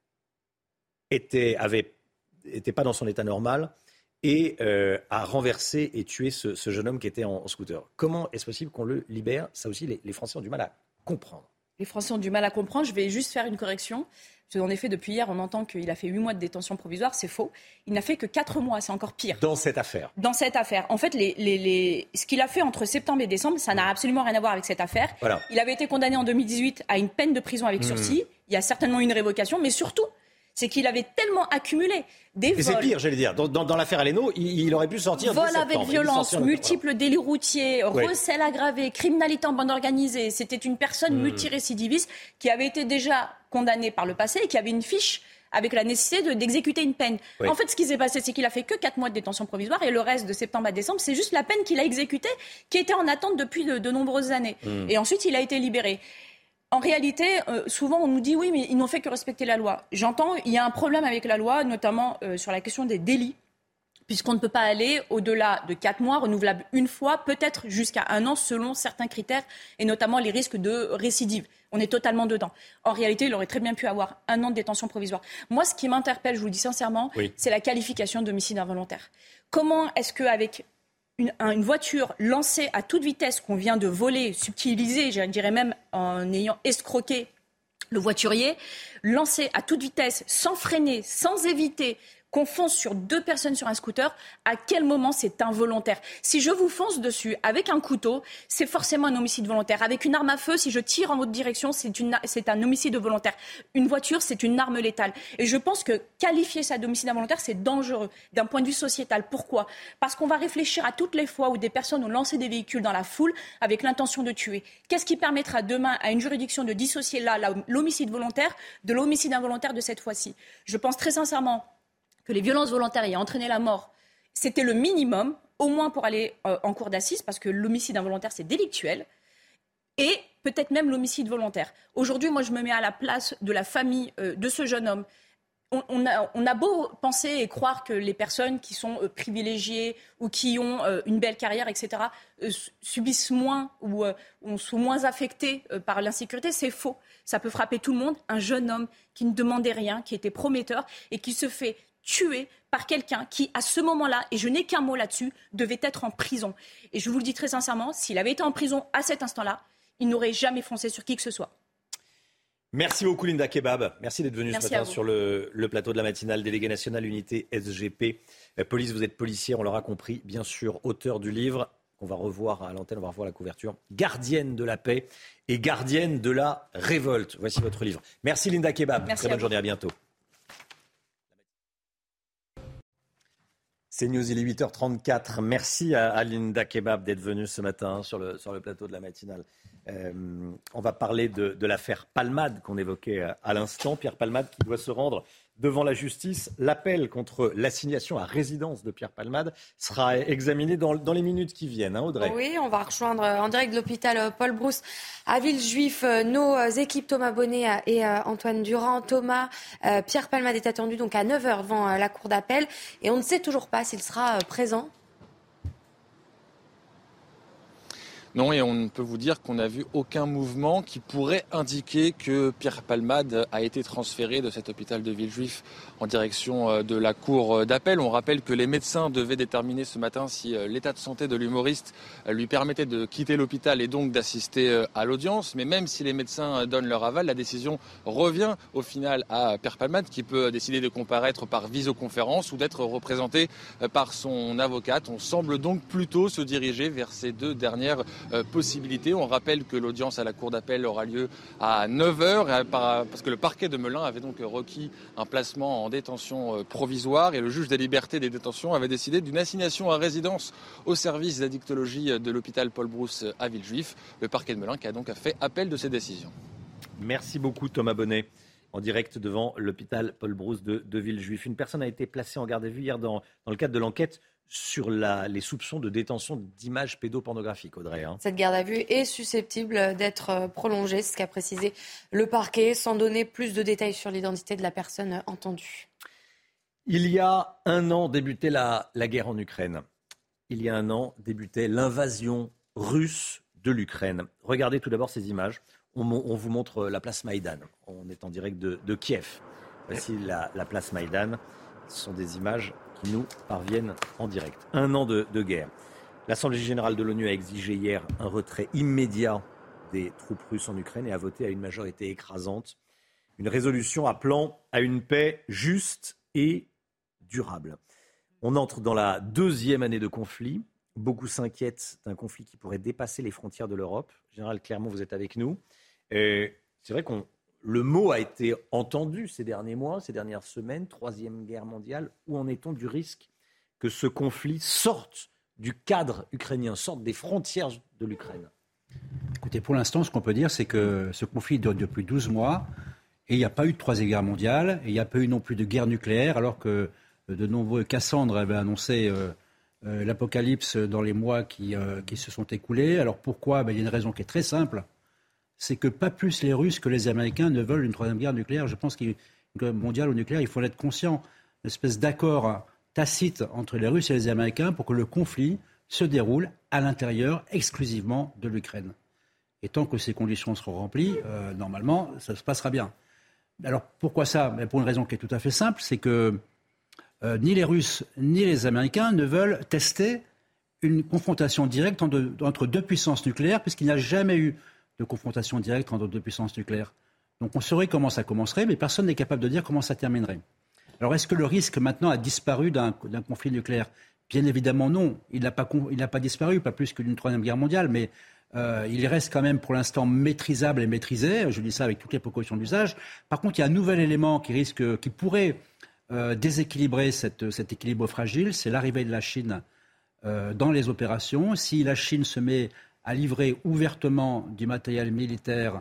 était, avait, était pas dans son état normal et euh, a renversé et tué ce, ce jeune homme qui était en, en scooter. Comment est-ce possible qu'on le libère ? Ça aussi, les, les Français ont du mal à comprendre. Les Français ont du mal à comprendre. Je vais juste faire une correction. Parce qu'en effet, depuis hier, on entend qu'il a fait huit mois de détention provisoire. C'est faux. Il n'a fait que quatre mois. C'est encore pire. Dans cette affaire. Dans cette affaire. En fait, les, les, les... ce qu'il a fait entre septembre et décembre, ça n'a absolument rien à voir avec cette affaire. Voilà. Il avait été condamné en deux mille dix-huit à une peine de prison avec sursis. Mmh. Il y a certainement une révocation. Mais surtout, c'est qu'il avait tellement accumulé des vols. Et c'est pire, j'allais dire. Dans, dans, dans l'affaire Aleno, il, il aurait pu sortir. Vol dès avec septembre. violence, Il sortit en- multiples délits routiers, Oui. recel aggravé, criminalité en bande organisée. C'était une personne Mmh. multirécidiviste qui avait été déjà condamnée par le passé et qui avait une fiche avec la nécessité de- d'exécuter une peine. Oui. En fait, ce qui s'est passé, c'est qu'il a fait que quatre mois de détention provisoire et le reste de septembre à décembre, c'est juste la peine qu'il a exécutée, qui était en attente depuis de, de nombreuses années. Mmh. Et ensuite, il a été libéré. En réalité, euh, souvent on nous dit oui, mais ils n'ont fait que respecter la loi. J'entends, il y a un problème avec la loi, notamment euh, sur la question des délits, puisqu'on ne peut pas aller au-delà de quatre mois, renouvelable une fois, peut-être jusqu'à un an, selon certains critères, et notamment les risques de récidive. On est totalement dedans. En réalité, il aurait très bien pu avoir un an de détention provisoire. Moi, ce qui m'interpelle, je vous le dis sincèrement, Oui. c'est la qualification d'homicide involontaire. Comment est-ce qu'avec une, un- une voiture lancée à toute vitesse qu'on vient de voler, subtiliser, je dirais même en ayant escroqué le voiturier, lancée à toute vitesse, sans freiner, sans éviter, qu'on fonce sur deux personnes sur un scooter, à quel moment c'est involontaire ? Si je vous fonce dessus avec un couteau, c'est forcément un homicide volontaire. Avec une arme à feu, si je tire en votre direction, c'est, une, c'est un homicide volontaire. Une voiture, c'est une arme létale. Et je pense que qualifier ça d'homicide involontaire, c'est dangereux d'un point de vue sociétal. Pourquoi ? Parce qu'on va réfléchir à toutes les fois où des personnes ont lancé des véhicules dans la foule avec l'intention de tuer. Qu'est-ce qui permettra demain à une juridiction de dissocier là, là l'homicide volontaire de l'homicide involontaire de cette fois-ci ? Je pense très sincèrement que les violences volontaires ayant entraîné la mort, c'était le minimum, au moins pour aller euh, en cour d'assises, parce que l'homicide involontaire, c'est délictuel, et peut-être même l'homicide volontaire. Aujourd'hui, moi, je me mets à la place de la famille euh, de ce jeune homme. On, on, a, on a beau penser et croire que les personnes qui sont euh, privilégiées ou qui ont euh, une belle carrière, et cetera, euh, subissent moins ou euh, sont moins affectées euh, par l'insécurité, c'est faux. Ça peut frapper tout le monde. Un jeune homme qui ne demandait rien, qui était prometteur et qui se fait tuer par quelqu'un qui, à ce moment-là, et je n'ai qu'un mot là-dessus, devait être en prison. Et je vous le dis très sincèrement, s'il avait été en prison à cet instant-là, il n'aurait jamais foncé sur qui que ce soit. Merci beaucoup Linda Kebab. Merci d'être venue Merci ce matin sur le, le plateau de la matinale. Déléguée nationale unité S G P. Euh, police, vous êtes policière, on l'aura compris. Bien sûr, auteur du livre qu'on va revoir à l'antenne, on va revoir la couverture. Gardienne de la paix et gardienne de la révolte. Voici votre livre. Merci Linda Kebab. Merci Très bonne vous. journée, à bientôt. C'est News, il est huit heures trente-quatre. Merci à, à Linda Kebab d'être venue ce matin sur le, sur le plateau de la matinale. Euh, on va parler de, de l'affaire Palmade qu'on évoquait à, à l'instant. Pierre Palmade qui doit se rendre devant la justice. L'appel contre l'assignation à résidence de Pierre Palmade sera examiné dans, dans les minutes qui viennent, hein, Audrey. Oui, on va rejoindre en direct de l'hôpital Paul Brousse à Villejuif nos équipes Thomas Bonnet et Antoine Durand. Thomas, euh, Pierre Palmade est attendu donc à neuf heures devant la cour d'appel et on ne sait toujours pas s'il sera présent. Non, et on peut vous dire qu'on n'a vu aucun mouvement qui pourrait indiquer que Pierre Palmade a été transféré de cet hôpital de Villejuif en direction de la cour d'appel. On rappelle que les médecins devaient déterminer ce matin si l'état de santé de l'humoriste lui permettait de quitter l'hôpital et donc d'assister à l'audience. Mais même si les médecins donnent leur aval, la décision revient au final à Pierre Palmade qui peut décider de comparaître par visioconférence ou d'être représenté par son avocate. On semble donc plutôt se diriger vers ces deux dernières Euh, possibilité. On rappelle que l'audience à la cour d'appel aura lieu à neuf heures parce que le parquet de Melun avait donc requis un placement en détention provisoire et le juge des libertés et des détentions avait décidé d'une assignation à résidence au service d'addictologie de l'hôpital Paul Brousse à Villejuif. Le parquet de Melun qui a donc fait appel de ces décisions. Merci beaucoup Thomas Bonnet. En direct devant l'hôpital Paul Brousse de, de Villejuif. Une personne a été placée en garde à vue hier dans, dans le cadre de l'enquête sur la, les soupçons de détention d'images pédopornographiques, Audrey. Hein. Cette garde à vue est susceptible d'être prolongée, c'est ce qu'a précisé le parquet, sans donner plus de détails sur l'identité de la personne entendue. Il y a un an débutait la, la guerre en Ukraine. Il y a un an débutait l'invasion russe de l'Ukraine. Regardez tout d'abord ces images. On, on vous montre la place Maïdan. On est en direct de, de Kiev. Voici la, la place Maïdan. Ce sont des images qui nous parviennent en direct. Un an de, de guerre. L'Assemblée générale de l'ONU a exigé hier un retrait immédiat des troupes russes en Ukraine et a voté à une majorité écrasante une résolution appelant à une paix juste et durable. On entre dans la deuxième année de conflit. Beaucoup s'inquiètent d'un conflit qui pourrait dépasser les frontières de l'Europe. Général Clermont, vous êtes avec nous. Et c'est vrai qu'on le mot a été entendu ces derniers mois, ces dernières semaines, Troisième Guerre mondiale. Où en est-on du risque que ce conflit sorte du cadre ukrainien, sorte des frontières de l'Ukraine ? Écoutez, pour l'instant, ce qu'on peut dire, c'est que ce conflit dure depuis douze mois et il n'y a pas eu de Troisième Guerre mondiale et il n'y a pas eu non plus de guerre nucléaire, alors que de nombreux Cassandre avaient annoncé euh, euh, l'apocalypse dans les mois qui, euh, qui se sont écoulés. Alors pourquoi ? Ben, il y a une raison qui est très simple. C'est que pas plus les Russes que les Américains ne veulent une troisième guerre nucléaire. Je pense qu'une guerre mondiale ou nucléaire, il faut en être conscient. Une espèce d'accord tacite entre les Russes et les Américains pour que le conflit se déroule à l'intérieur exclusivement de l'Ukraine. Et tant que ces conditions seront remplies, euh, normalement, ça se passera bien. Alors pourquoi ça ? Ben, pour une raison qui est tout à fait simple, c'est que euh, ni les Russes ni les Américains ne veulent tester une confrontation directe entre, entre deux puissances nucléaires, puisqu'il n'y a jamais eu de confrontation directe entre deux puissances nucléaires. Donc on saurait comment ça commencerait, mais personne n'est capable de dire comment ça terminerait. Alors est-ce que le risque maintenant a disparu d'un, d'un conflit nucléaire ? Bien évidemment non, il n'a pas, il n'a pas disparu, pas plus que d'une troisième guerre mondiale, mais euh, il reste quand même pour l'instant maîtrisable et maîtrisé, je dis ça avec toutes les précautions d'usage. Par contre, il y a un nouvel élément qui, risque, qui pourrait euh, déséquilibrer cette, cet équilibre fragile, c'est l'arrivée de la Chine euh, dans les opérations. Si la Chine se met à livrer ouvertement du matériel militaire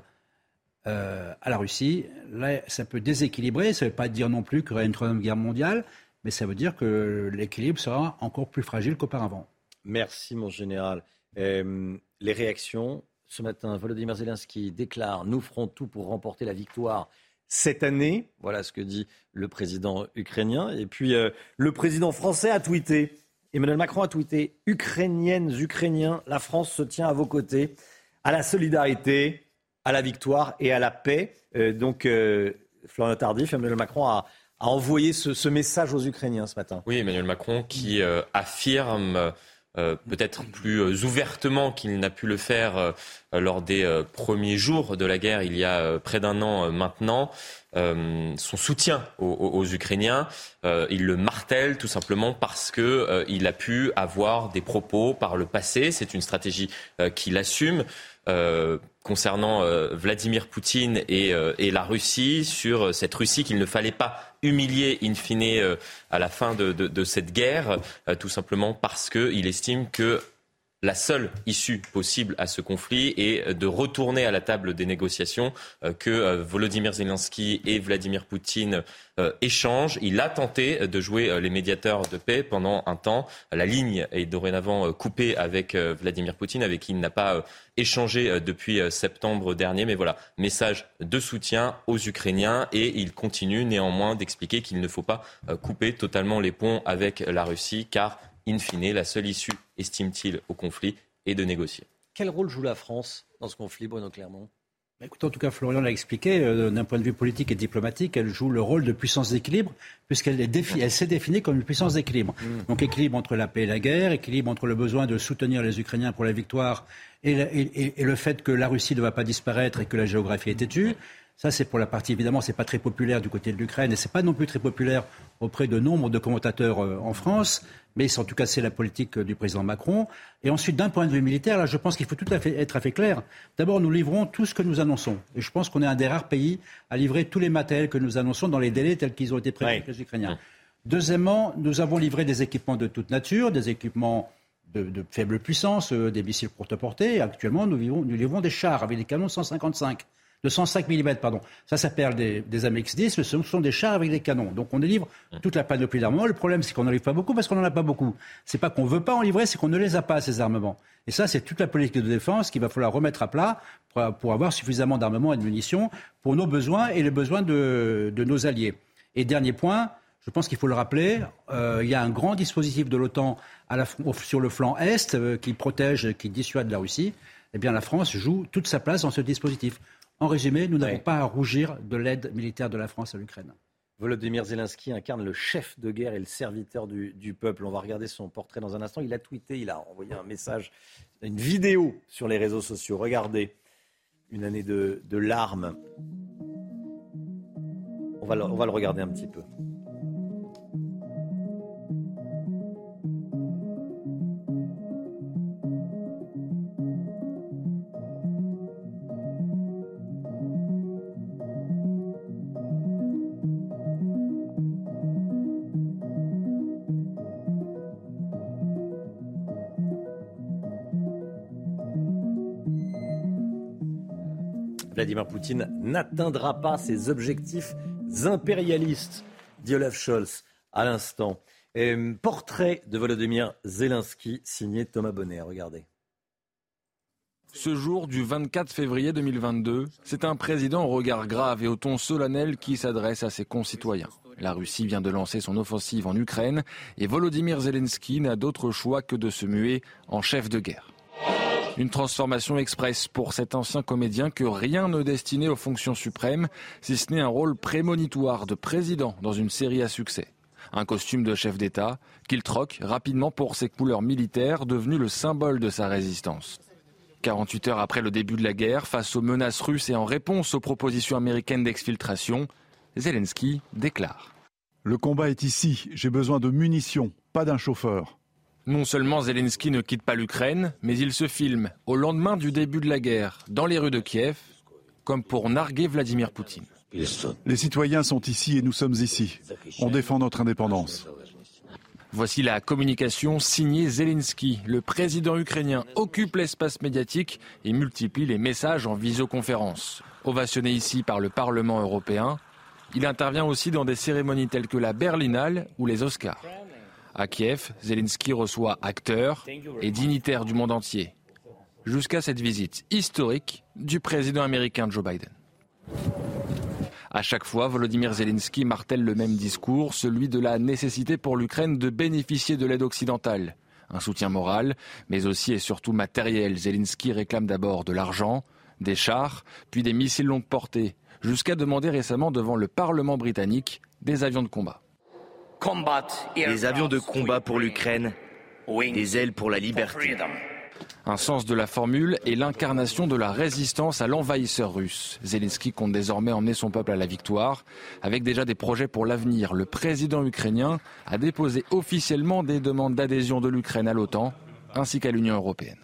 euh, à la Russie, là, ça peut déséquilibrer. Ça ne veut pas dire non plus qu'il y aura une troisième guerre mondiale, mais ça veut dire que l'équilibre sera encore plus fragile qu'auparavant. Merci, mon général. Euh, les réactions, ce matin, Volodymyr Zelensky déclare « Nous ferons tout pour remporter la victoire. cette année. Voilà ce que dit le président ukrainien. Et puis euh, le président français a tweeté, Emmanuel Macron a tweeté « Ukrainiennes, Ukrainiens, la France se tient à vos côtés, à la solidarité, à la victoire et à la paix. Euh, » Donc euh, Florian Tardif, Emmanuel Macron a, a envoyé ce, ce message aux Ukrainiens ce matin. Oui, Emmanuel Macron qui euh, affirme... Euh, peut-être plus euh, ouvertement qu'il n'a pu le faire euh, lors des euh, premiers jours de la guerre, il y a euh, près d'un an euh, maintenant, euh, son soutien aux, aux, aux Ukrainiens. Euh, il le martèle tout simplement parce que euh, il a pu avoir des propos par le passé. C'est une stratégie euh, qu'il assume. Euh, concernant euh, Vladimir Poutine et, euh, et la Russie, sur euh, cette Russie qu'il ne fallait pas humilier in fine euh, à la fin de, de, de cette guerre, euh, tout simplement parce qu'il estime que la seule issue possible à ce conflit est de retourner à la table des négociations, euh, que euh, Volodymyr Zelensky et Vladimir Poutine euh, échangent. Il a tenté de jouer euh, les médiateurs de paix pendant un temps. La ligne est dorénavant euh, coupée avec euh, Vladimir Poutine, avec qui il n'a pas euh, échangé euh, depuis euh, septembre dernier. Mais voilà, message de soutien aux Ukrainiens et il continue néanmoins d'expliquer qu'il ne faut pas euh, couper totalement les ponts avec la Russie, car in fine, la seule issue, estime-t-il, au conflit est de négocier. Quel rôle joue la France dans ce conflit, Bruno Clermont ? Écoute, en tout cas, Florian l'a expliqué, euh, d'un point de vue politique et diplomatique, elle joue le rôle de puissance d'équilibre, puisqu'elle est défi- elle s'est définie comme une puissance d'équilibre. Mmh. Donc équilibre entre la paix et la guerre, équilibre entre le besoin de soutenir les Ukrainiens pour la victoire et, la, et, et, et le fait que la Russie ne va pas disparaître et que la géographie est têtue. Ça, c'est pour la partie, évidemment, c'est pas très populaire du côté de l'Ukraine et c'est pas non plus très populaire auprès de nombre de commentateurs euh, en France. Mais en tout cas, c'est la politique du président Macron. Et ensuite, d'un point de vue militaire, là, je pense qu'il faut tout à fait être à fait clair. D'abord, nous livrons tout ce que nous annonçons. Et je pense qu'on est un des rares pays à livrer tous les matériels que nous annonçons dans les délais tels qu'ils ont été prévus avec les Ukrainiens. Deuxièmement, nous avons livré des équipements de toute nature, des équipements de, de faible puissance, euh, des missiles courte-portée. Actuellement, nous, vivons, nous livrons des chars avec des canons cent cinquante-cinq. De cent cinq millimètres, pardon. Ça s'appelle des, des A M X dix, mais ce sont des chars avec des canons. Donc on livre toute la panoplie d'armements. Le problème, c'est qu'on n'en livre pas beaucoup parce qu'on n'en a pas beaucoup. C'est pas qu'on veut pas en livrer, c'est qu'on ne les a pas, ces armements. Et ça, c'est toute la politique de défense qu'il va falloir remettre à plat pour, pour avoir suffisamment d'armements et de munitions pour nos besoins et les besoins de, de nos alliés. Et dernier point, je pense qu'il faut le rappeler, euh, il y a un grand dispositif de l'OTAN à la, sur le flanc Est euh, qui protège, qui dissuade la Russie. Eh bien, la France joue toute sa place dans ce dispositif. En résumé, nous n'avons oui. pas à rougir de l'aide militaire de la France à l'Ukraine. Volodymyr Zelensky incarne le chef de guerre et le serviteur du, du peuple. On va regarder son portrait dans un instant. Il a tweeté, il a envoyé un message, une vidéo sur les réseaux sociaux. Regardez, une année de, de larmes. On va, le, on va le regarder un petit peu. Vladimir Poutine n'atteindra pas ses objectifs impérialistes, dit Olaf Scholz à l'instant. Et, portrait de Volodymyr Zelensky, signé Thomas Bonnet. Regardez. Ce jour du vingt-quatre février deux mille vingt-deux, c'est un président au regard grave et au ton solennel qui s'adresse à ses concitoyens. La Russie vient de lancer son offensive en Ukraine et Volodymyr Zelensky n'a d'autre choix que de se muer en chef de guerre. Une transformation express pour cet ancien comédien que rien ne destinait aux fonctions suprêmes, si ce n'est un rôle prémonitoire de président dans une série à succès. Un costume de chef d'État qu'il troque rapidement pour ses couleurs militaires, devenu le symbole de sa résistance. quarante-huit heures après le début de la guerre, face aux menaces russes et en réponse aux propositions américaines d'exfiltration, Zelensky déclare : Le combat est ici, j'ai besoin de munitions, pas d'un chauffeur. Non seulement Zelensky ne quitte pas l'Ukraine, mais il se filme au lendemain du début de la guerre, dans les rues de Kiev, comme pour narguer Vladimir Poutine. Les citoyens sont ici et nous sommes ici. On défend notre indépendance. Voici la communication signée Zelensky. Le président ukrainien occupe l'espace médiatique et multiplie les messages en visioconférence. Ovationné ici par le Parlement européen, il intervient aussi dans des cérémonies telles que la Berlinale ou les Oscars. À Kiev, Zelensky reçoit acteurs et dignitaires du monde entier, jusqu'à cette visite historique du président américain Joe Biden. À chaque fois, Volodymyr Zelensky martèle le même discours, celui de la nécessité pour l'Ukraine de bénéficier de l'aide occidentale. Un soutien moral, mais aussi et surtout matériel. Zelensky réclame d'abord de l'argent, des chars, puis des missiles longue portée, jusqu'à demander récemment devant le Parlement britannique des avions de combat. Des avions de combat pour l'Ukraine, des ailes pour la liberté. Un sens de la formule et l'incarnation de la résistance à l'envahisseur russe. Zelensky compte désormais emmener son peuple à la victoire, avec déjà des projets pour l'avenir. Le président ukrainien a déposé officiellement des demandes d'adhésion de l'Ukraine à l'OTAN, ainsi qu'à l'Union européenne.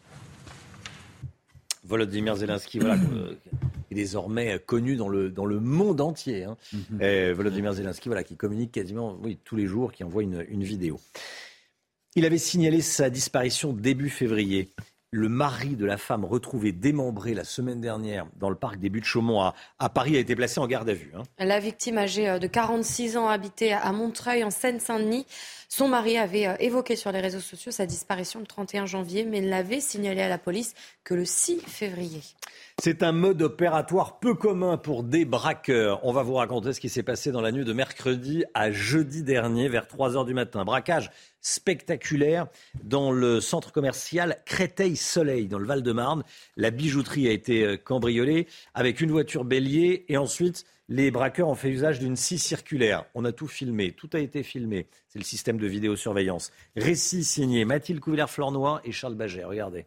Volodymyr Zelensky, voilà, euh, est désormais connu dans le, dans le monde entier. Hein. Mm-hmm. Et Volodymyr Zelensky, voilà, qui communique quasiment oui, tous les jours, qui envoie une, une vidéo. Il avait signalé sa disparition début février. Le mari de la femme retrouvée démembrée la semaine dernière dans le parc des Buttes-Chaumont à, à Paris a été placé en garde à vue. Hein. La victime âgée de quarante-six ans habitait à Montreuil en Seine-Saint-Denis. Son mari avait évoqué sur les réseaux sociaux sa disparition le trente et un janvier, mais l'avait signalé à la police que le six février. C'est un mode opératoire peu commun pour des braqueurs. On va vous raconter ce qui s'est passé dans la nuit de mercredi à jeudi dernier vers trois heures du matin. Braquage spectaculaire dans le centre commercial Créteil-Soleil dans le Val-de-Marne. La bijouterie a été cambriolée avec une voiture bélier et ensuite les braqueurs ont fait usage d'une scie circulaire. On a tout filmé, tout a été filmé. C'est le système de vidéosurveillance. Récit signé Mathilde Couvillère-Flornoy et Charles Baget. Regardez.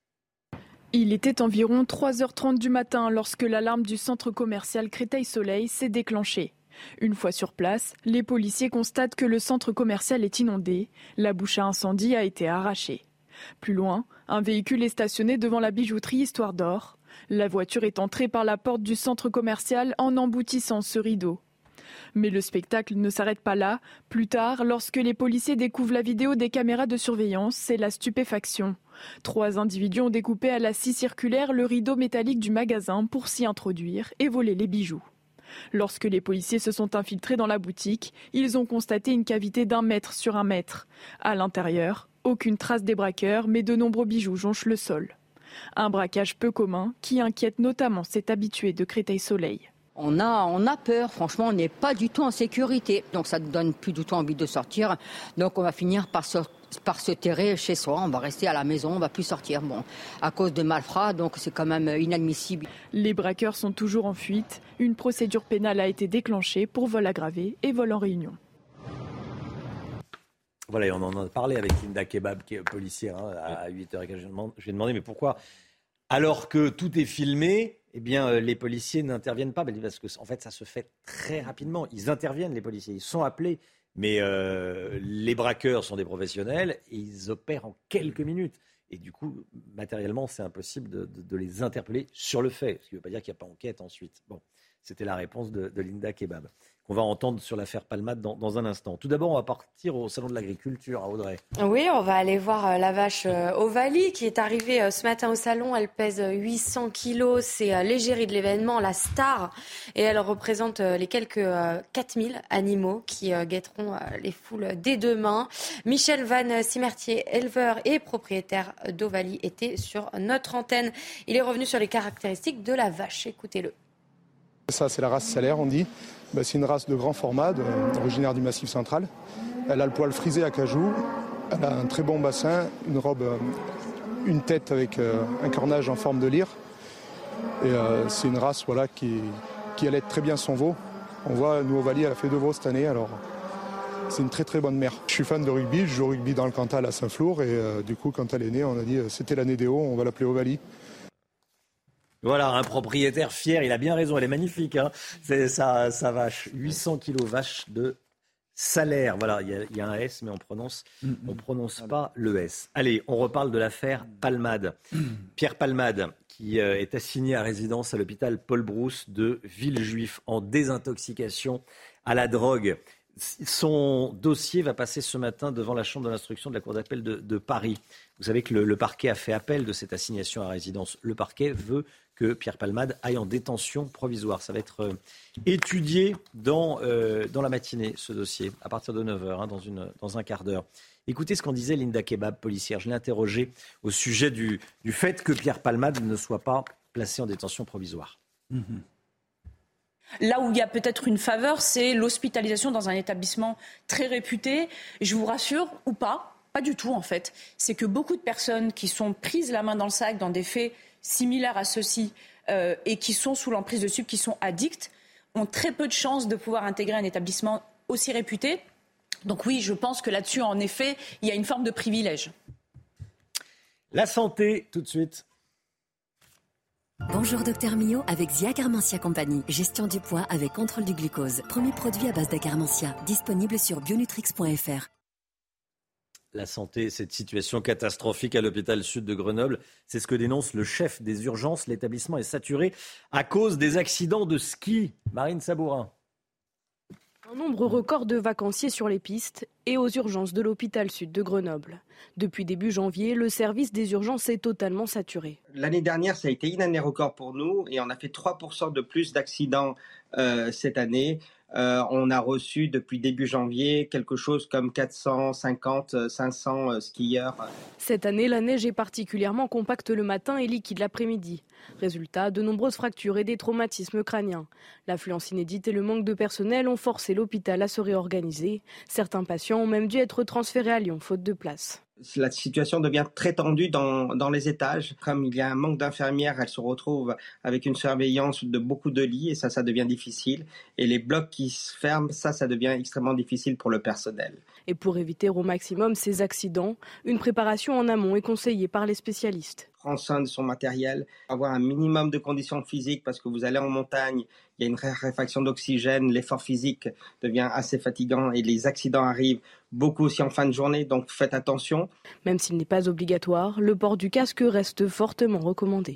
Il était environ trois heures trente du matin lorsque l'alarme du centre commercial Créteil-Soleil s'est déclenchée. Une fois sur place, les policiers constatent que le centre commercial est inondé. La bouche à incendie a été arrachée. Plus loin, un véhicule est stationné devant la bijouterie Histoire d'Or. La voiture est entrée par la porte du centre commercial en emboutissant ce rideau. Mais le spectacle ne s'arrête pas là. Plus tard, lorsque les policiers découvrent la vidéo des caméras de surveillance, c'est la stupéfaction. Trois individus ont découpé à la scie circulaire le rideau métallique du magasin pour s'y introduire et voler les bijoux. Lorsque les policiers se sont infiltrés dans la boutique, ils ont constaté une cavité d'un mètre sur un mètre. À l'intérieur, aucune trace des braqueurs, mais de nombreux bijoux jonchent le sol. Un braquage peu commun qui inquiète notamment cet habitué de Créteil-Soleil. On a, on a peur, franchement, on n'est pas du tout en sécurité. Donc ça ne donne plus du tout envie de sortir. Donc on va finir par se, par se terrer chez soi, on va rester à la maison, on ne va plus sortir. Bon, à cause de malfrats, donc c'est quand même inadmissible. Les braqueurs sont toujours en fuite. Une procédure pénale a été déclenchée pour vol aggravé et vol en réunion. Voilà, et on en a parlé avec Linda Kebab, qui est policière, hein, à huit heures quinze. Je lui ai demandé, mais pourquoi, alors que tout est filmé, eh bien, euh, les policiers n'interviennent pas? Parce que, en fait, ça se fait très rapidement. Ils interviennent, les policiers. Ils sont appelés. Mais euh, les braqueurs sont des professionnels et ils opèrent en quelques minutes. Et du coup, matériellement, c'est impossible de, de, de les interpeller sur le fait. Ce qui ne veut pas dire qu'il n'y a pas enquête ensuite. Bon, c'était la réponse de, de Linda Kebab, qu'on va entendre sur l'affaire Palmade dans, dans un instant. Tout d'abord, on va partir au Salon de l'Agriculture à Audrey. Oui, on va aller voir la vache Ovalie qui est arrivée ce matin au Salon. Elle pèse huit cents kilos, c'est l'égérie de l'événement, la star. Et elle représente les quelques quatre mille animaux qui guetteront les foules dès demain. Michel Van Simertier, éleveur et propriétaire d'Ovalie, était sur notre antenne. Il est revenu sur les caractéristiques de la vache. Écoutez-le. Ça, c'est la race salaire, on dit. Ben, c'est une race de grand format, de, originaire du Massif central. Elle a le poil frisé à cajou, elle a un très bon bassin, une robe, une tête avec euh, un cornage en forme de lyre. Et euh, c'est une race voilà, qui, qui allait très bien son veau. On voit, nous, Ovalie, elle a fait deux veaux cette année, alors c'est une très très bonne mère. Je suis fan de rugby, je joue au rugby dans le Cantal à Saint-Flour, et euh, du coup, quand elle est née, on a dit euh, c'était l'année des hauts, on va l'appeler Ovalie. Voilà, un propriétaire fier, il a bien raison, elle est magnifique, hein. C'est sa, sa vache, huit cents kilos, vache de salaire. Voilà, il y a, il y a un S, mais on prononce, on prononce pas le S. Allez, on reparle de l'affaire Palmade. Pierre Palmade, qui euh, est assigné à résidence à l'hôpital Paul Brousse de Villejuif en désintoxication à la drogue. Son dossier va passer ce matin devant la chambre de l'instruction de la cour d'appel de, de Paris. Vous savez que le, le parquet a fait appel de cette assignation à résidence. Le parquet veut que Pierre Palmade aille en détention provisoire. Ça va être euh, étudié dans, euh, dans la matinée, ce dossier, à partir de neuf heures, hein, dans, une, dans un quart d'heure. Écoutez ce qu'en disait Linda Kebab, policière. Je l'ai interrogée au sujet du, du fait que Pierre Palmade ne soit pas placé en détention provisoire. Mmh. Là où il y a peut-être une faveur, c'est l'hospitalisation dans un établissement très réputé. Je vous rassure, ou pas, pas du tout en fait. C'est que beaucoup de personnes qui sont prises la main dans le sac dans des faits similaires à ceux-ci euh, et qui sont sous l'emprise de subs, qui sont addicts, ont très peu de chances de pouvoir intégrer un établissement aussi réputé. Donc oui, je pense que là-dessus, en effet, il y a une forme de privilège. La santé, tout de suite. Bonjour Docteur Mio avec Ziacarmentia Compagnie. Gestion du poids avec contrôle du glucose. Premier produit à base d'acarmentia. Disponible sur bionutrix point f r. La santé, cette situation catastrophique à l'hôpital sud de Grenoble, c'est ce que dénonce le chef des urgences. L'établissement est saturé à cause des accidents de ski. Marine Sabourin. Un nombre record de vacanciers sur les pistes et aux urgences de l'hôpital sud de Grenoble. Depuis début janvier, le service des urgences est totalement saturé. L'année dernière, ça a été une année record pour nous et on a fait trois pour cent de plus d'accidents euh, cette année. Euh, on a reçu depuis début janvier quelque chose comme quatre cent cinquante à cinq cents euh, skieurs. Cette année, la neige est particulièrement compacte le matin et liquide l'après-midi. Résultat, de nombreuses fractures et des traumatismes crâniens. L'affluence inédite et le manque de personnel ont forcé l'hôpital à se réorganiser. Certains patients ont même dû être transférés à Lyon, faute de place. La situation devient très tendue dans, dans les étages. Comme il y a un manque d'infirmières, elles se retrouvent avec une surveillance de beaucoup de lits et ça, ça devient difficile. Et les blocs qui se ferment, ça, ça devient extrêmement difficile pour le personnel. Et pour éviter au maximum ces accidents, une préparation en amont est conseillée par les spécialistes. Prendre soin de son matériel, avoir un minimum de conditions physiques parce que vous allez en montagne, il y a une raréfaction d'oxygène, l'effort physique devient assez fatigant et les accidents arrivent beaucoup aussi en fin de journée, donc faites attention. Même s'il n'est pas obligatoire, le port du casque reste fortement recommandé.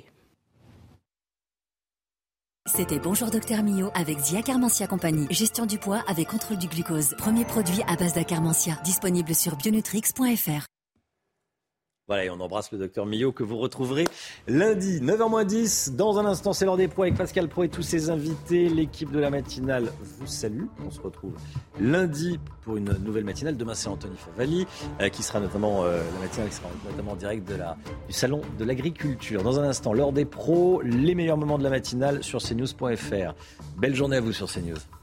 C'était Bonjour Docteur Mio avec Ziacarmentia Compagnie. Gestion du poids avec contrôle du glucose. Premier produit à base d'acarmentia. Disponible sur bionutrix point f r. Voilà, et on embrasse le docteur Millot que vous retrouverez lundi, neuf heures moins dix. Dans un instant, c'est l'heure des pros avec Pascal Pro et tous ses invités. L'équipe de la matinale vous salue. On se retrouve lundi pour une nouvelle matinale. Demain, c'est Anthony Favalli euh, qui sera notamment, euh, la matinale qui sera notamment en direct de la, du salon de l'agriculture. Dans un instant, l'heure des pros, les meilleurs moments de la matinale sur c news point f r. Belle journée à vous sur CNews.